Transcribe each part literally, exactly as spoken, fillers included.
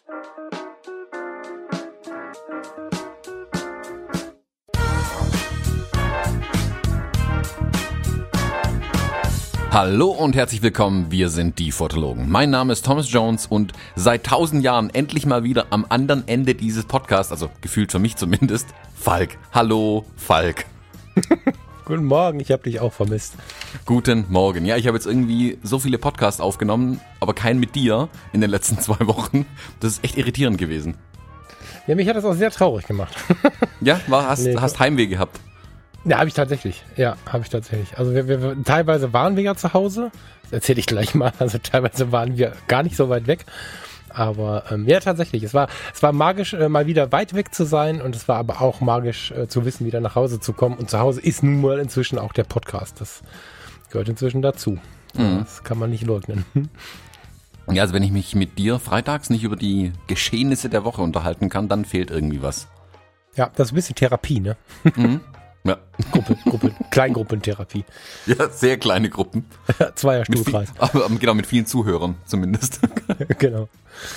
Hallo und herzlich willkommen, wir sind die Fotologen. Mein Name ist Thomas Jones und seit tausend Jahren endlich mal wieder am anderen Ende dieses Podcasts, also gefühlt für mich zumindest, Falk. Hallo, Falk. Guten Morgen, ich habe dich auch vermisst. Guten Morgen. Ja, ich habe jetzt irgendwie so viele Podcasts aufgenommen, aber keinen mit dir in den letzten zwei Wochen. Das ist echt irritierend gewesen. Ja, mich hat das auch sehr traurig gemacht. Ja, war, hast, Nee, hast Heimweh gehabt. Ja, habe ich tatsächlich. Ja, habe ich tatsächlich. Also wir, wir, teilweise waren wir ja zu Hause. Das erzähle ich gleich mal. Also teilweise waren wir gar nicht so weit weg. Aber ähm, ja, tatsächlich. Es war, es war magisch, äh, mal wieder weit weg zu sein. Und es war aber auch magisch äh, zu wissen, wieder nach Hause zu kommen. Und zu Hause ist nun mal inzwischen auch der Podcast. Das gehört inzwischen dazu. Mhm. Das kann man nicht leugnen. Ja, also wenn ich mich mit dir freitags nicht über die Geschehnisse der Woche unterhalten kann, dann fehlt irgendwie was. Ja, das ist ein bisschen Therapie, ne? Mhm. Ja. Gruppe, Gruppe, Kleingruppentherapie. Ja, sehr kleine Gruppen. Zweier Mit viel, Stuhlkreis. aber genau, mit vielen Zuhörern zumindest. Genau.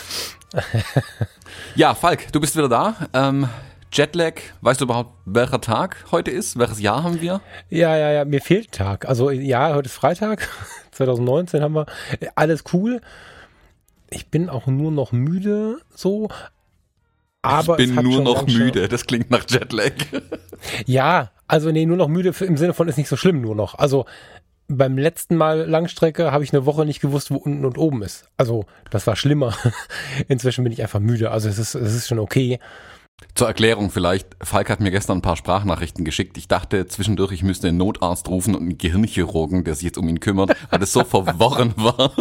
Ja, Falk, du bist wieder da. Ähm, Jetlag, weißt du überhaupt, welcher Tag heute ist? Welches Jahr haben wir? Ja, ja, ja, mir fehlt ein Tag. Also ja, heute ist Freitag, zwanzig neunzehn haben wir. Alles cool. Ich bin auch nur noch müde, so. Aber ich es bin hat nur schon noch langsam- müde, das klingt nach Jetlag. Ja, also nee, nur noch müde für- im Sinne von ist nicht so schlimm, nur noch. Also beim letzten Mal Langstrecke habe ich eine Woche nicht gewusst, wo unten und oben ist. Also das war schlimmer. Inzwischen bin ich einfach müde. Also es ist, es ist schon okay. Zur Erklärung vielleicht, Falk hat mir gestern ein paar Sprachnachrichten geschickt. Ich dachte zwischendurch, ich müsste einen Notarzt rufen und einen Gehirnchirurgen, der sich jetzt um ihn kümmert, weil das so verworren war.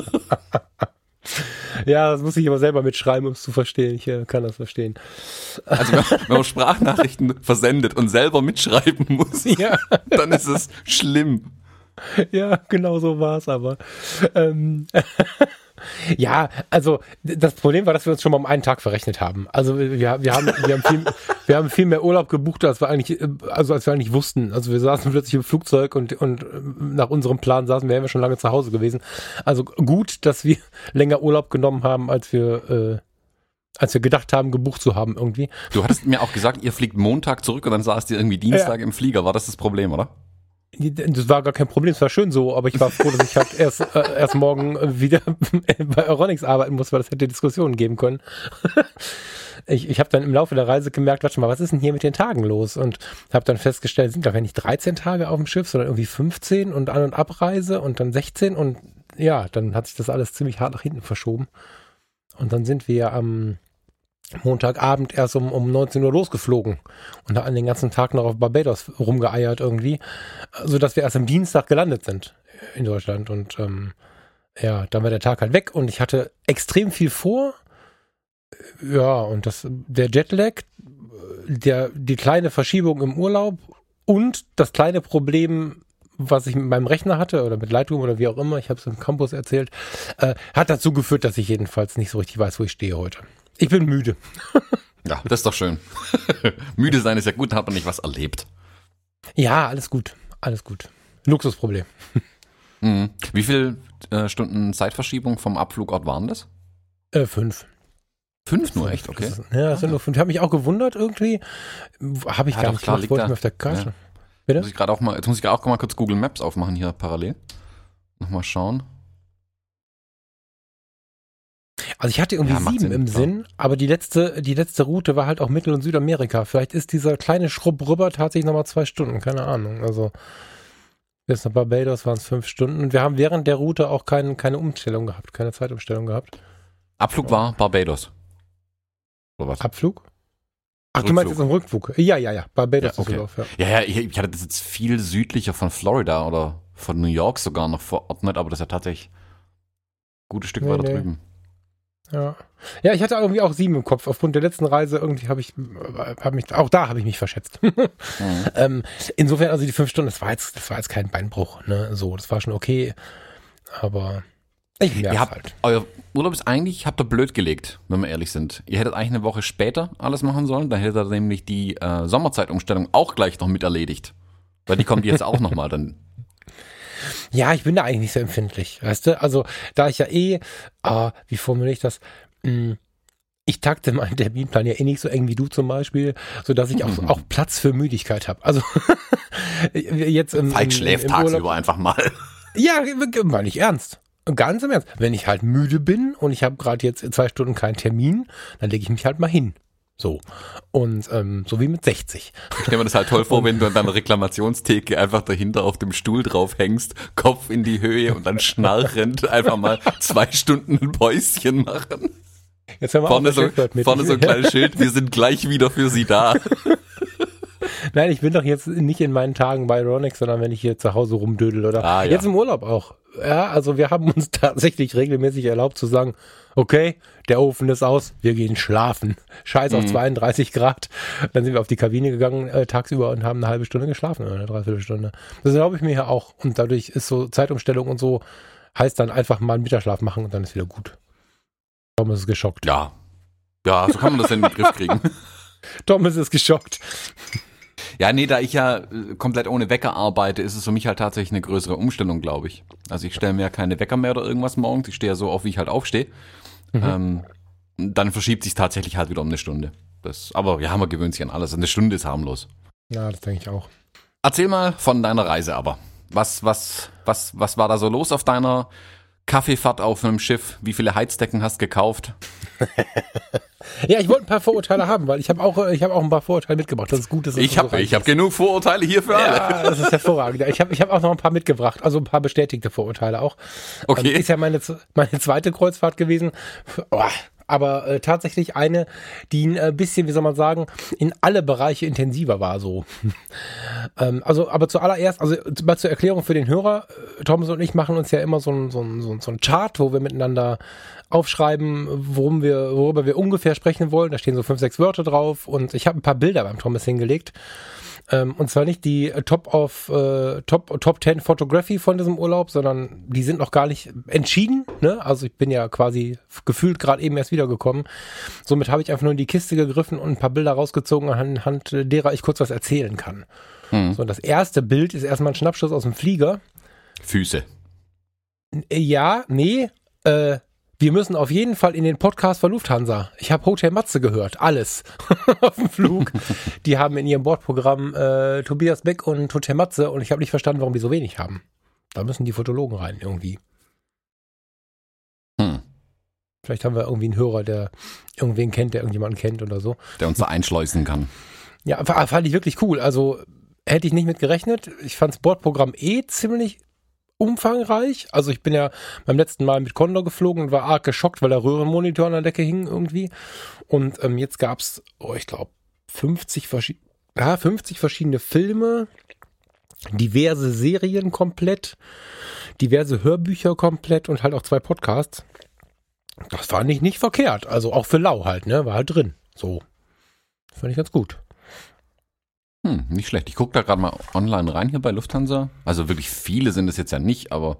Ja, das muss ich aber selber mitschreiben, um es zu verstehen. Ich äh, kann das verstehen. Also wenn wenn man Sprachnachrichten versendet und selber mitschreiben muss, Ja. dann ist es schlimm. Ja, genau so war es aber. Ähm, ja, also das Problem war, dass wir uns schon mal um einen Tag verrechnet haben. Also wir, wir haben, wir haben, viel, wir haben viel mehr Urlaub gebucht, als wir eigentlich, also als wir eigentlich wussten. Also wir saßen plötzlich im Flugzeug und, und nach unserem Plan saßen wir, wären wir schon lange zu Hause gewesen. Also gut, dass wir länger Urlaub genommen haben, als wir, äh, als wir gedacht haben, gebucht zu haben irgendwie. Du hattest mir auch gesagt, ihr fliegt Montag zurück und dann saßt ihr irgendwie Dienstag Ja. im Flieger. War das das Problem, oder? Das war gar kein Problem, es war schön so, aber ich war froh, dass ich halt erst, äh, erst morgen wieder bei Euronics arbeiten muss, weil das hätte Diskussionen geben können. Ich, ich habe dann im Laufe der Reise gemerkt, warte mal, was ist denn hier mit den Tagen los? Und habe dann festgestellt, es sind gar nicht dreizehn Tage auf dem Schiff, sondern irgendwie fünfzehn und An- und Abreise und dann sechzehn und ja, dann hat sich das alles ziemlich hart nach hinten verschoben. Und dann sind wir am Montagabend erst um, um neunzehn Uhr losgeflogen und haben den ganzen Tag noch auf Barbados rumgeeiert irgendwie, sodass wir erst am Dienstag gelandet sind in Deutschland und ähm, ja, dann war der Tag halt weg und ich hatte extrem viel vor. Ja, und das, der Jetlag, der, die kleine Verschiebung im Urlaub und das kleine Problem, was ich mit meinem Rechner hatte oder mit Lightroom oder wie auch immer, ich habe es im Campus erzählt, äh, hat dazu geführt, dass ich jedenfalls nicht so richtig weiß, wo ich stehe heute. Ich bin müde. Ja, das ist doch schön. Müde sein ist ja gut, dann hat man nicht was erlebt. Ja, alles gut. Alles gut. Luxusproblem. Mhm. Wie viele äh, Stunden Zeitverschiebung vom Abflugort waren das? Äh, fünf. Fünf nur, echt? Okay. Das ist, ja, das sind nur fünf. Ich habe mich auch gewundert irgendwie. Habe ich Ja, gar doch, nicht klar, gemacht, liegt wollte da. ich mir auf der Karte. Ja. Bitte? Muss ich gerade auch mal, jetzt muss ich auch mal kurz Google Maps aufmachen hier parallel. Nochmal schauen. Also ich hatte irgendwie Ja, macht sieben Sinn, im klar. Sinn, aber die letzte, die letzte Route war halt auch Mittel- und Südamerika. Vielleicht ist dieser kleine Schrubb rüber tatsächlich nochmal zwei Stunden, keine Ahnung. Also bis nach Barbados waren es fünf Stunden und wir haben während der Route auch kein, keine Umstellung gehabt, keine Zeitumstellung gehabt. Abflug war Barbados. Oder was? Abflug? Ach, du meinst jetzt im Rückflug? Ja, ja, ja, Barbados Ja, okay. Düsseldorf, ja. Ja, ja, ich, ich hatte das jetzt viel südlicher von Florida oder von New York sogar noch verordnet, aber das ist ja tatsächlich ein gutes Stück Nee, weiter nee. drüben. Ja. Ja, ich hatte irgendwie auch sieben im Kopf. Aufgrund der letzten Reise irgendwie habe ich, hab mich, auch da habe ich mich verschätzt. Mhm. ähm, insofern, also die fünf Stunden, das war jetzt, das war jetzt kein Beinbruch, ne, so, das war schon okay. Aber ich merke Ihr habt, halt. euer Urlaub ist eigentlich, habt ihr blöd gelegt, wenn wir ehrlich sind. Ihr hättet eigentlich eine Woche später alles machen sollen, dann hättet ihr nämlich die äh, Sommerzeitumstellung auch gleich noch mit erledigt. Weil die kommt jetzt auch nochmal dann. Ja, ich bin da eigentlich nicht so empfindlich, weißt du? Also, da ich ja eh, ah, wie formuliere ich das? Mh, ich takte meinen Terminplan ja eh nicht so eng wie du zum Beispiel, sodass ich auch, mhm. auch Platz für Müdigkeit habe. Also jetzt im, Falk im, schläft im tagsüber Urlaub. einfach mal. Ja, meine ich ernst. Ganz im Ernst. Wenn ich halt müde bin und ich habe gerade jetzt in zwei Stunden keinen Termin, dann lege ich mich halt mal hin. So. Und ähm, so wie mit sechzig. Ich stelle mir das halt toll vor, wenn du an deiner Reklamationstheke einfach dahinter auf dem Stuhl drauf hängst, Kopf in die Höhe und dann schnarchend einfach mal zwei Stunden ein Päuschen machen. Jetzt haben wir vorne auch so, vorne so ein kleines Schild, wir sind gleich wieder für Sie da. Nein, ich bin doch jetzt nicht in meinen Tagen bei Ronix, sondern wenn ich hier zu Hause rumdödel oder ah, ja. jetzt im Urlaub auch. Ja, also wir haben uns tatsächlich regelmäßig erlaubt zu sagen, okay, der Ofen ist aus, wir gehen schlafen. Scheiß auf mhm. zweiunddreißig Grad. Dann sind wir auf die Kabine gegangen äh, tagsüber und haben eine halbe Stunde geschlafen oder eine Dreiviertelstunde. Das erlaube ich mir ja auch. Und dadurch ist so Zeitumstellung und so, heißt dann einfach mal einen Mittagsschlaf machen und dann ist wieder gut. Thomas ist geschockt. Ja, ja, so kann man das in den Griff kriegen. Thomas ist geschockt. Ja, nee, da ich ja komplett ohne Wecker arbeite, ist es für mich halt tatsächlich eine größere Umstellung, glaube ich. Also ich stelle mir ja keine Wecker mehr oder irgendwas morgens. Ich stehe ja so auf, wie ich halt aufstehe. Mhm. Ähm, dann verschiebt sich tatsächlich halt wieder um eine Stunde. Das, aber ja, man gewöhnt sich an alles. Eine Stunde ist harmlos. Ja, das denke ich auch. Erzähl mal von deiner Reise aber. Was, was, was, was war da so los auf deiner Kaffeefahrt auf einem Schiff? Wie viele Heizdecken hast du gekauft? Ja, ich wollte ein paar Vorurteile haben, weil ich habe auch, ich habe auch ein paar Vorurteile mitgebracht. Das ist gut, dass es Ich habe, ich habe genug Vorurteile hier für alle. Ja, das ist hervorragend. Ich habe, ich habe auch noch ein paar mitgebracht, also ein paar bestätigte Vorurteile auch. Okay. Ähm, ist ja meine, meine zweite Kreuzfahrt gewesen. Oh, aber äh, tatsächlich eine, die ein bisschen, wie soll man sagen, in alle Bereiche intensiver war so. ähm, also, aber zuallererst, also mal zur Erklärung für den Hörer, Thomas und ich machen uns ja immer so ein, so ein, so ein, so ein Chart, wo wir miteinander aufschreiben, worum wir, worüber wir ungefähr sprechen wollen. Da stehen so fünf, sechs Wörter drauf und ich habe ein paar Bilder beim Thomas hingelegt. Ähm, und zwar nicht die Top of äh, Top Top zehn Photography von diesem Urlaub, sondern die sind noch gar nicht entschieden. Ne? Also ich bin ja quasi gefühlt gerade eben erst wiedergekommen. Somit habe ich einfach nur in die Kiste gegriffen und ein paar Bilder rausgezogen, anhand derer ich kurz was erzählen kann. Hm. So, das erste Bild ist erstmal ein Schnappschuss aus dem Flieger. Füße. Ja, nee, äh, wir müssen auf jeden Fall in den Podcast von Lufthansa. Ich habe Hotel Matze gehört, alles auf dem Flug. Die haben in ihrem Bordprogramm äh, Tobias Beck und Hotel Matze und ich habe nicht verstanden, warum die so wenig haben. Da müssen die Fotologen rein irgendwie. Hm. Vielleicht haben wir irgendwie einen Hörer, der irgendwen kennt, der irgendjemanden kennt oder so. Der uns da einschleusen kann. Ja, fand ich wirklich cool. Also hätte ich nicht mit gerechnet. Ich fand das Bordprogramm eh ziemlich umfangreich. Also ich bin ja beim letzten Mal mit Condor geflogen und war arg geschockt, weil der Röhrenmonitor an der Decke hing irgendwie. Und ähm, jetzt gab's, oh, ich glaube, fünfzig, verschi- ja, fünfzig verschiedene Filme, diverse Serien komplett, diverse Hörbücher komplett und halt auch zwei Podcasts. Das fand ich nicht verkehrt. Also auch für Lau halt, ne? War halt drin. So. Fand ich ganz gut. Hm, nicht schlecht. Ich gucke da gerade mal online rein hier bei Lufthansa. Also wirklich viele sind es jetzt ja nicht, aber...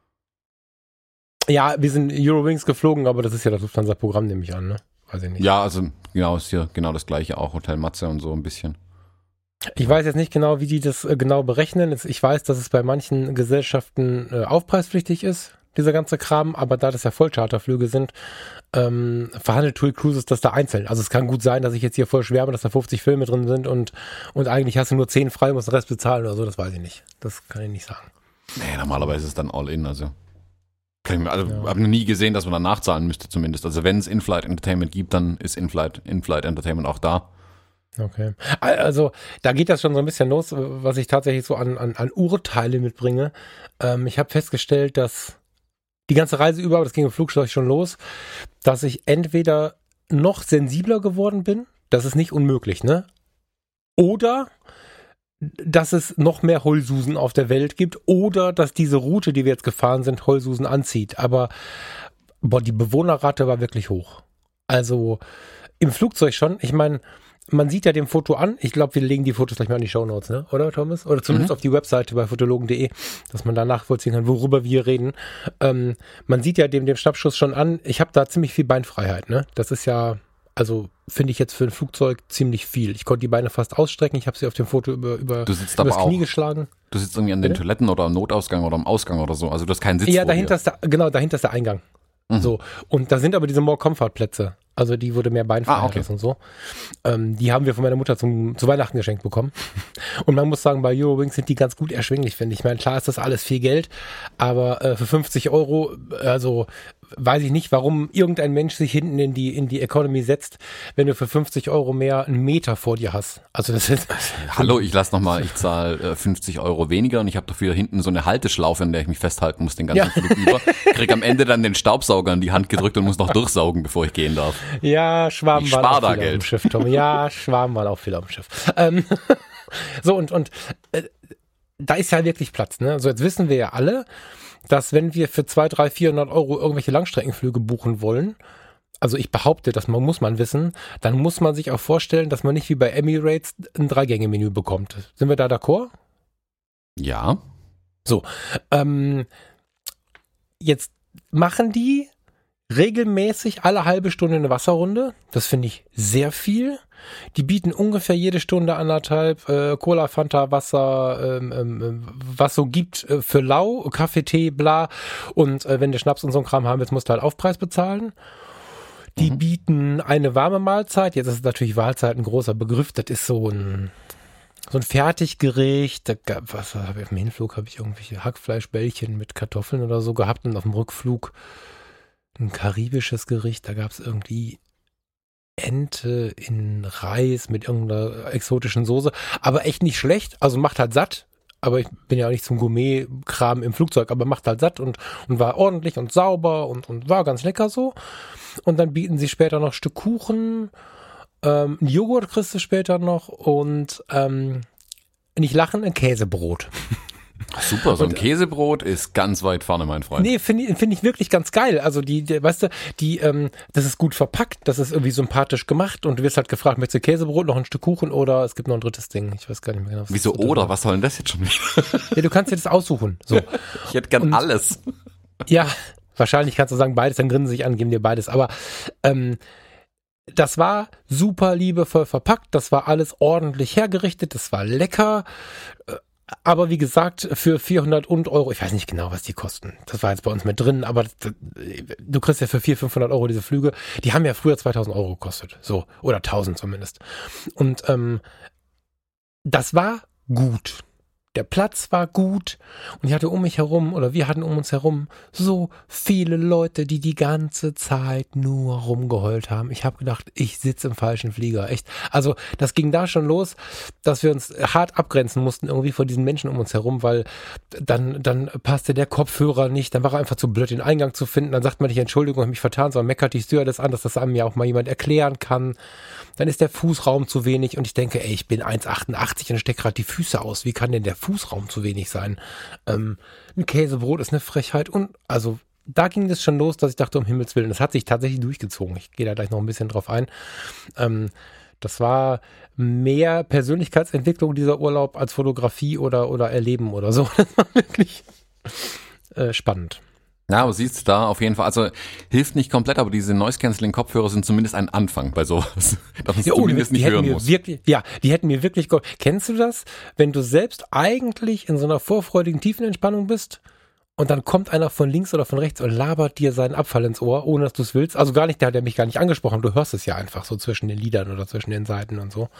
Ja, wir sind Eurowings geflogen, aber das ist ja das Lufthansa-Programm, nehme ich an, ne? Weiß ich nicht. Ja, also genau, ist hier genau das gleiche, auch Hotel Matze und so ein bisschen. Ich weiß jetzt nicht genau, wie die das äh, genau berechnen. Ich weiß, dass es bei manchen Gesellschaften äh, aufpreispflichtig ist, dieser ganze Kram, aber da das ja Vollcharterflüge sind, ähm, verhandelt TUI Cruises das da einzeln. Also es kann gut sein, dass ich jetzt hier voll schwärme, dass da fünfzig Filme drin sind und, und eigentlich hast du nur zehn frei und musst den Rest bezahlen oder so, das weiß ich nicht. Das kann ich nicht sagen. Nee, normalerweise ist es dann all in, also. Kann ich mir, also Ja. habe noch nie gesehen, dass man dann nachzahlen müsste zumindest. Also wenn es In-Flight Entertainment gibt, dann ist In-Flight In-Flight Entertainment auch da. Okay. Also da geht das schon so ein bisschen los, was ich tatsächlich so an, an, an Urteile mitbringe. Ähm, ich habe festgestellt, dass die ganze Reise über, aber das ging im Flugzeug schon los, dass ich entweder noch sensibler geworden bin, das ist nicht unmöglich, ne? Oder dass es noch mehr Heulsusen auf der Welt gibt oder dass diese Route, die wir jetzt gefahren sind, Heulsusen anzieht. Aber boah, die Bewohnerrate war wirklich hoch. Also im Flugzeug schon. Ich meine, man sieht ja dem Foto an, ich glaube, wir legen die Fotos gleich mal in die Shownotes, ne? Oder, Thomas? Oder zumindest Mhm. auf die Webseite bei fotologen punkt de, dass man da nachvollziehen kann, worüber wir reden. Ähm, man sieht ja dem, dem Schnappschuss schon an, ich habe da ziemlich viel Beinfreiheit, ne? Das ist ja, also finde ich jetzt für ein Flugzeug ziemlich viel. Ich konnte die Beine fast ausstrecken, ich habe sie auf dem Foto über, über Du sitzt übers aber Knie auch. geschlagen. Du sitzt irgendwie an den Bitte? Toiletten oder am Notausgang oder am Ausgang oder so. Also du hast keinen Sitz Ja, vor dahinter dir. ist der, genau, dahinter ist der Eingang. Mhm. So. Und da sind aber diese More Comfort Plätze. Also die wurde mehr Beinfreiheit Ah, okay. und so. Ähm, die haben wir von meiner Mutter zum, zu Weihnachten geschenkt bekommen. Und man muss sagen, bei Eurowings sind die ganz gut erschwinglich, finde ich. Ich meine, klar ist das alles viel Geld, aber äh, für fünfzig Euro, also weiß ich nicht, warum irgendein Mensch sich hinten in die in die Economy setzt, wenn du für fünfzig Euro mehr einen Meter vor dir hast. Also das ist... Hallo, ich lass nochmal, ich zahle äh, fünfzig Euro weniger und ich habe dafür hinten so eine Halteschlaufe, in der ich mich festhalten muss den ganzen Ja. Flug über. Krieg am Ende dann den Staubsauger in die Hand gedrückt und muss noch durchsaugen, bevor ich gehen darf. Ja, Schwaben Ich waren spar auch da viel auf Geld. dem Schiff, Tom. Ja, Schwaben waren auch viel auf dem Schiff. Ähm, so, und, und äh, da ist ja wirklich Platz. Ne? Also jetzt wissen wir ja alle, dass wenn wir für zweihundert, dreihundert, vierhundert Euro irgendwelche Langstreckenflüge buchen wollen, also ich behaupte, das man, muss man wissen, dann muss man sich auch vorstellen, dass man nicht wie bei Emirates ein Drei-Gänge-Menü bekommt. Sind wir da d'accord? Ja. Ähm, jetzt machen die regelmäßig alle halbe Stunde eine Wasserrunde. Das finde ich sehr viel. Die bieten ungefähr jede Stunde anderthalb äh, Cola, Fanta, Wasser, ähm, ähm, was so gibt äh, für lau, Kaffee, Tee, bla. Und äh, wenn du Schnaps und so ein Kram haben willst, musst du halt Aufpreis bezahlen. Die Mhm. bieten eine warme Mahlzeit. Jetzt ist natürlich Mahlzeit ein großer Begriff. Das ist so ein so ein Fertiggericht. Da gab, was habe ich auf dem Hinflug habe ich irgendwelche Hackfleischbällchen mit Kartoffeln oder so gehabt und auf dem Rückflug ein karibisches Gericht. Da gab es irgendwie Ente in Reis mit irgendeiner exotischen Soße. Aber echt nicht schlecht. Also macht halt satt. Aber ich bin ja auch nicht zum Gourmet-Kram im Flugzeug, aber macht halt satt und, und war ordentlich und sauber und, und war ganz lecker so. Und dann bieten sie später noch ein Stück Kuchen, ähm, ein Joghurt kriegst du später noch und ähm, nicht lachen, ein Käsebrot. Super, so ein Und, äh, Käsebrot ist ganz weit vorne, mein Freund. Nee, finde ich, find ich wirklich ganz geil. Also die, die weißt du, die, ähm, das ist gut verpackt, das ist irgendwie sympathisch gemacht und du wirst halt gefragt, möchtest du Käsebrot, noch ein Stück Kuchen oder es gibt noch ein drittes Ding. Ich weiß gar nicht mehr genau. Was Wieso das dritte oder? war. Was soll denn das jetzt schon wieder? Ja, du kannst dir das aussuchen. So. Ich hätte gern Und- alles. Ja, wahrscheinlich kannst du sagen beides, dann grinsen sie sich an, geben dir beides. Aber ähm, das war super liebevoll verpackt, das war alles ordentlich hergerichtet, das war lecker. Äh, Aber wie gesagt, für vierhundert und Euro, ich weiß nicht genau, was die kosten. Das war jetzt bei uns mit drin, aber das, du kriegst ja für vierhundert, fünfhundert Euro diese Flüge. Die haben ja früher zweitausend Euro gekostet. So, oder tausend zumindest. Und ähm, das war gut. Der Platz war gut und ich hatte um mich herum, oder wir hatten um uns herum so viele Leute, die die ganze Zeit nur rumgeheult haben. Ich habe gedacht, ich sitze im falschen Flieger, echt. Also das ging da schon los, dass wir uns hart abgrenzen mussten irgendwie vor diesen Menschen um uns herum, weil dann, dann passte der Kopfhörer nicht, dann war er einfach zu blöd, den Eingang zu finden. Dann sagt man nicht, Entschuldigung, ich habe mich vertan, sondern meckert die Stewardess an, dass das einem ja auch mal jemand erklären kann. Dann ist der Fußraum zu wenig und ich denke, ey, ich bin eins Komma achtundachtzig und stecke gerade die Füße aus. Wie kann denn der Fußraum zu wenig sein? Ähm, ein Käsebrot ist eine Frechheit und also da ging es schon los, dass ich dachte, um Himmels Willen, das hat sich tatsächlich durchgezogen. Ich gehe da gleich noch ein bisschen drauf ein. Ähm, das war mehr Persönlichkeitsentwicklung dieser Urlaub als Fotografie oder, oder Erleben oder so. Das war wirklich äh, spannend. Ja, aber siehst du da auf jeden Fall, also hilft nicht komplett, aber diese Noise-Canceling-Kopfhörer sind zumindest ein Anfang bei sowas, dass man es Ja, ohne zumindest Witz, die nicht hätten hören mir muss. wirklich, ja, die hätten mir wirklich geholfen. Kennst du das? Wenn du selbst eigentlich in so einer vorfreudigen Tiefenentspannung bist und dann kommt einer von links oder von rechts und labert dir seinen Abfall ins Ohr, ohne dass du es willst. Also gar nicht, der hat er mich gar nicht angesprochen. Du hörst es ja einfach so zwischen den Liedern oder zwischen den Seiten und so.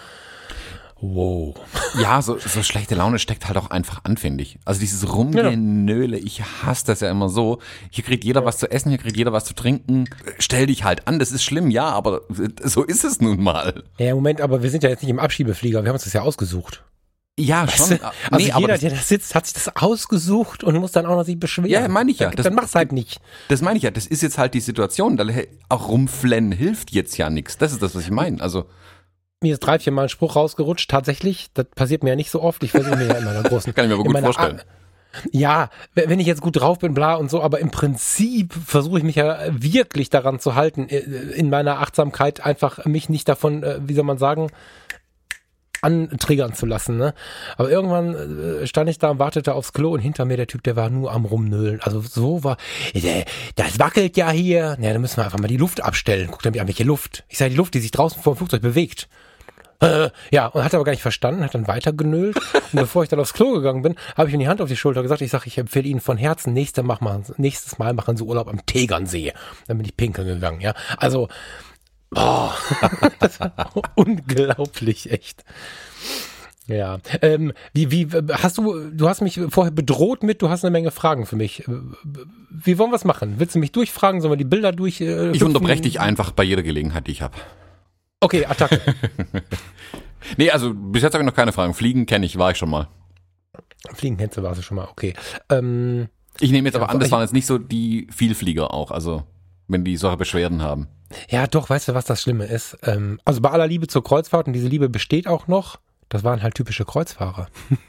Wow. Ja, so, so schlechte Laune steckt halt auch einfach an, finde ich. Also dieses Rumgenöle, ich hasse das ja immer so. Hier kriegt jeder was zu essen, hier kriegt jeder was zu trinken. Stell dich halt an, das ist schlimm, ja, aber so ist es nun mal. Ja, Moment, aber wir sind ja jetzt nicht im Abschiebeflieger. Wir haben uns das ja ausgesucht. Ja, schon. Also nee, aber jeder, das, der da sitzt, hat sich das ausgesucht und muss dann auch noch sich beschweren. Ja, meine ich ja. Dann, Das- dann mach's halt nicht. das meine ich ja, das ist jetzt halt die Situation. Da, auch rumflennen hilft jetzt ja nichts. Das ist das, was ich meine. Also Mir ist drei, vier Mal ein Spruch rausgerutscht. Tatsächlich, das passiert mir ja nicht so oft. Ich versuche mir ja in meiner großen... kann ich mir aber in gut meiner vorstellen. A- Ja, wenn wenn ich jetzt gut drauf bin, bla und so, aber im Prinzip versuche ich mich ja wirklich daran zu halten, äh, in meiner Achtsamkeit einfach mich nicht davon, äh, wie soll man sagen, antriggern zu lassen, ne? Aber irgendwann äh, stand ich da und wartete aufs Klo und hinter mir der Typ, der war nur am Rumnölen. Also so war, äh, das wackelt ja hier. Ja, dann müssen wir einfach mal die Luft abstellen. Guckt er mich an, welche Luft? Ich sage, die Luft, die sich draußen vor dem Flugzeug bewegt. Äh, ja, und hat aber gar nicht verstanden, hat dann weiter genölt. Und bevor ich dann aufs Klo gegangen bin, habe ich ihm die Hand auf die Schulter gesagt, ich sage, ich empfehle Ihnen von Herzen, nächste mach mal, nächstes Mal machen Sie Urlaub am Tegernsee. Dann bin ich pinkeln gegangen, ja. Also, Oh, das war unglaublich, echt. Ja, ähm, wie, wie, hast du, du hast mich vorher bedroht mit, du hast eine Menge Fragen für mich. Wie wollen wir es machen? Willst du mich durchfragen? Sollen wir die Bilder durch? Äh, ich unterbreche dich einfach bei jeder Gelegenheit, die ich habe. Okay, Attacke. Nee, also bis jetzt habe ich noch keine Fragen. Fliegen kenne ich, war ich schon mal. Fliegen kennst du, warst du schon mal, okay. Ähm, ich nehme jetzt aber ja, an, das ich, waren jetzt nicht so die Vielflieger auch, also wenn die solche Beschwerden haben. Ja, doch, weißt du, was das Schlimme ist? Ähm, also bei aller Liebe zur Kreuzfahrt, und diese Liebe besteht auch noch, das waren halt typische Kreuzfahrer.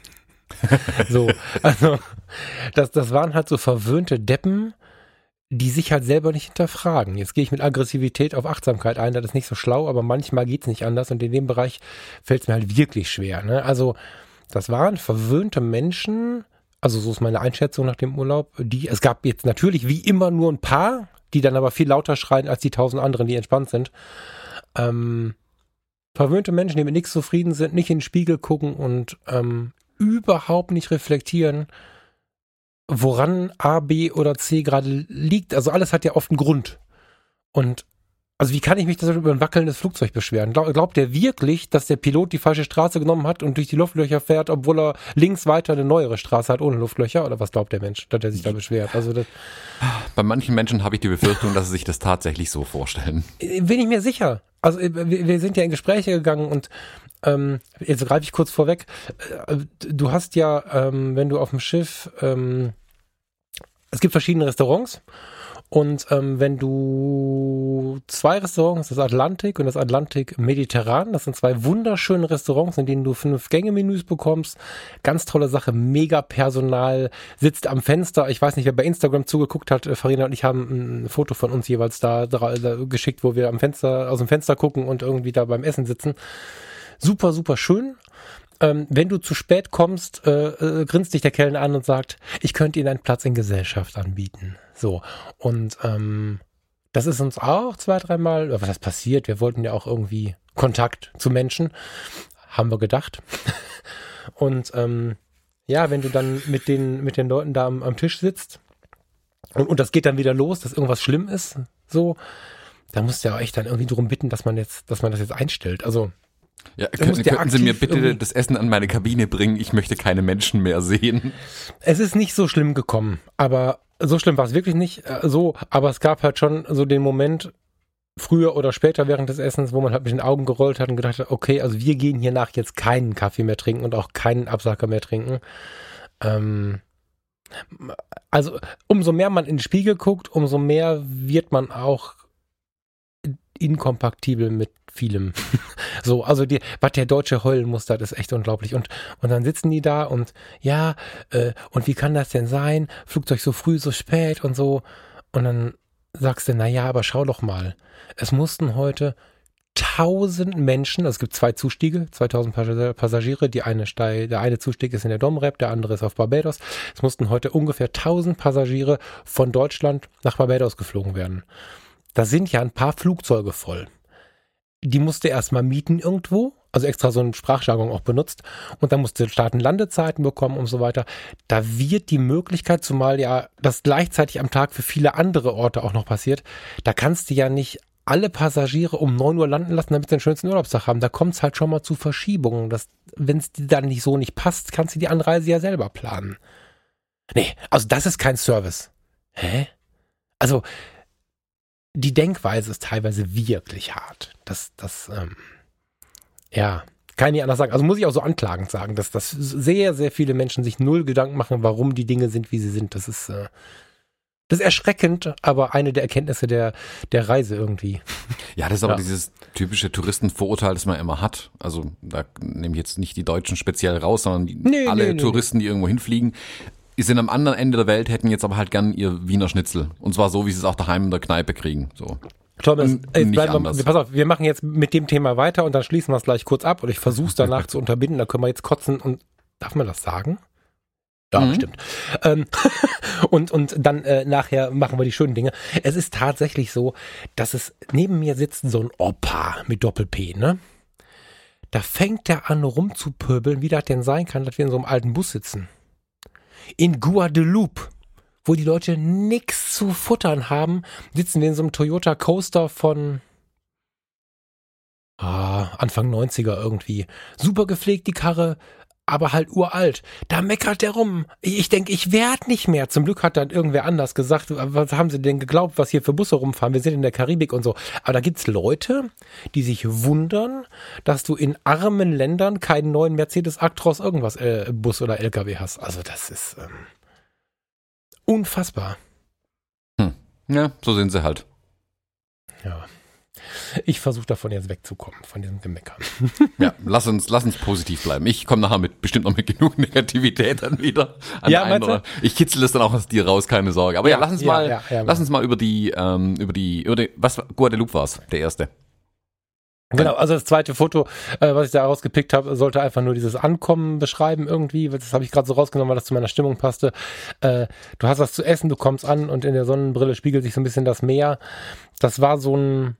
So, also das, das waren halt so verwöhnte Deppen, die sich halt selber nicht hinterfragen. Jetzt gehe ich mit Aggressivität auf Achtsamkeit ein, das ist nicht so schlau, aber manchmal geht's nicht anders und in dem Bereich fällt es mir halt wirklich schwer. Ne? Also das waren verwöhnte Menschen, also so ist meine Einschätzung nach dem Urlaub, die, es gab jetzt natürlich wie immer nur ein paar, die dann aber viel lauter schreien als die tausend anderen, die entspannt sind. Ähm, verwöhnte Menschen, die mit nichts zufrieden sind, nicht in den Spiegel gucken und ähm, überhaupt nicht reflektieren, woran A, B oder C gerade liegt. Also alles hat ja oft einen Grund. Und also wie kann ich mich das über ein wackelndes Flugzeug beschweren? Glaub, glaubt der wirklich, dass der Pilot die falsche Straße genommen hat und durch die Luftlöcher fährt, obwohl er links weiter eine neuere Straße hat ohne Luftlöcher? Oder was glaubt der Mensch, dass er sich da beschwert? Also das, bei manchen Menschen habe ich die Befürchtung, dass sie sich das tatsächlich so vorstellen. Bin ich mir sicher. Also wir, wir sind ja in Gespräche gegangen und ähm, jetzt greife ich kurz vorweg. Du hast ja, ähm, wenn du auf dem Schiff, ähm, es gibt verschiedene Restaurants. Und ähm, wenn du zwei Restaurants, das Atlantik und das Atlantik Mediterran, das sind zwei wunderschöne Restaurants, in denen du fünf Gänge-Menüs bekommst. Ganz tolle Sache, mega Personal, sitzt am Fenster. Ich weiß nicht, wer bei Instagram zugeguckt hat. Farina und ich haben ein Foto von uns jeweils da, da, da geschickt, wo wir am Fenster, aus dem Fenster gucken und irgendwie da beim Essen sitzen. Super, super schön. Ähm, wenn du zu spät kommst, äh, äh, grinst dich der Kellner an und sagt, ich könnte Ihnen einen Platz in Gesellschaft anbieten. So, und ähm, das ist uns auch zwei, dreimal, was ist passiert? Wir wollten ja auch irgendwie Kontakt zu Menschen, haben wir gedacht. Und ähm, ja, wenn du dann mit den, mit den Leuten da am, am Tisch sitzt und, und das geht dann wieder los, dass irgendwas schlimm ist, so, da musst du ja auch echt dann irgendwie darum bitten, dass man jetzt, dass man das jetzt einstellt. Also Ja, können, könnten Sie mir bitte das Essen an meine Kabine bringen? Ich möchte keine Menschen mehr sehen. Es ist nicht so schlimm gekommen, aber so schlimm war es wirklich nicht. Äh, so, aber es gab halt schon so den Moment, früher oder später während des Essens, wo man halt mit den Augen gerollt hat und gedacht hat, okay, also wir gehen hier nach jetzt keinen Kaffee mehr trinken und auch keinen Absacker mehr trinken. Ähm, also umso mehr man in den Spiegel guckt, umso mehr wird man auch inkompatibel mit vielem. So, also die, was der Deutsche heulen muss, das ist echt unglaublich. Und, und dann sitzen die da und ja, äh, und wie kann das denn sein? Flugzeug so früh, so spät und so. Und dann sagst du, na ja, aber schau doch mal. Es mussten heute tausend Menschen, also es gibt zwei Zustiege, zweitausend Passagiere, die eine Steig, der eine Zustieg ist in der Domrep, der andere ist auf Barbados. Es mussten heute ungefähr tausend Passagiere von Deutschland nach Barbados geflogen werden. Da sind ja ein paar Flugzeuge voll. Die musste erstmal mieten irgendwo, also extra so einen Sprachjargon auch benutzt, und dann musste Start- und Landezeiten bekommen und so weiter. Da wird die Möglichkeit, zumal ja das gleichzeitig am Tag für viele andere Orte auch noch passiert, da kannst du ja nicht alle Passagiere um neun Uhr landen lassen, damit sie den schönsten Urlaubstag haben. Da kommt es halt schon mal zu Verschiebungen. Wenn es dir dann nicht so nicht passt, kannst du die Anreise ja selber planen. Nee, also das ist kein Service. Hä? Also die Denkweise ist teilweise wirklich hart. Das, das, ähm, ja, kann ich nicht anders sagen. Also muss ich auch so anklagend sagen, dass, dass sehr, sehr viele Menschen sich null Gedanken machen, warum die Dinge sind, wie sie sind. Das ist, äh, das ist erschreckend, aber eine der Erkenntnisse der, der Reise irgendwie. Ja, das ist aber ja. dieses typische Touristenvorurteil, das man immer hat. Also da nehme ich jetzt nicht die Deutschen speziell raus, sondern die, nee, alle nee, nee, Touristen, die irgendwo hinfliegen, sind am anderen Ende der Welt, hätten jetzt aber halt gern ihr Wiener Schnitzel. Und zwar so, wie sie es auch daheim in der Kneipe kriegen. So. Thomas, Und ey, nicht bleiben anders. wir, pass auf, wir machen jetzt mit dem Thema weiter und dann schließen wir es gleich kurz ab. Oder ich versuche es danach zu unterbinden, dann können wir jetzt kotzen und, darf man das sagen? Ja, Mhm. bestimmt. Ähm, und, und dann äh, nachher machen wir die schönen Dinge. Es ist tatsächlich so, dass es neben mir sitzt so ein Opa mit Doppel-P, ne? Da fängt der an rumzupöbeln, wie das denn sein kann, dass wir in so einem alten Bus sitzen. In Guadeloupe, wo die Leute nichts zu futtern haben, sitzen wir in so einem Toyota Coaster von Anfang neunziger irgendwie. Super gepflegt, die Karre, aber halt uralt. Da meckert der rum. Ich denke, ich werd nicht mehr. Zum Glück hat dann irgendwer anders gesagt, was haben sie denn geglaubt, was hier für Busse rumfahren? Wir sind in der Karibik und so. Aber da gibt's Leute, die sich wundern, dass du in armen Ländern keinen neuen Mercedes Actros irgendwas äh, Bus oder L K W hast. Also das ist ähm, unfassbar. Hm. Ja, so sind sie halt. Ja. Ich versuche davon jetzt wegzukommen, von diesem Gemecker. Ja, lass uns, lass uns positiv bleiben. Ich komme nachher mit bestimmt noch mit genug Negativität dann wieder. An ja, einen oder, ich kitzel es dann auch aus dir raus, keine Sorge. Aber ja, ja lass uns ja, mal, ja, ja, lass uns mal über die, ähm, über die, über die, was Guadeloupe war's, der erste. Genau, also das zweite Foto, äh, was ich da rausgepickt habe, sollte einfach nur dieses Ankommen beschreiben irgendwie. Das habe ich gerade so rausgenommen, weil das zu meiner Stimmung passte. Äh, du hast was zu essen, du kommst an und in der Sonnenbrille spiegelt sich so ein bisschen das Meer. Das war so ein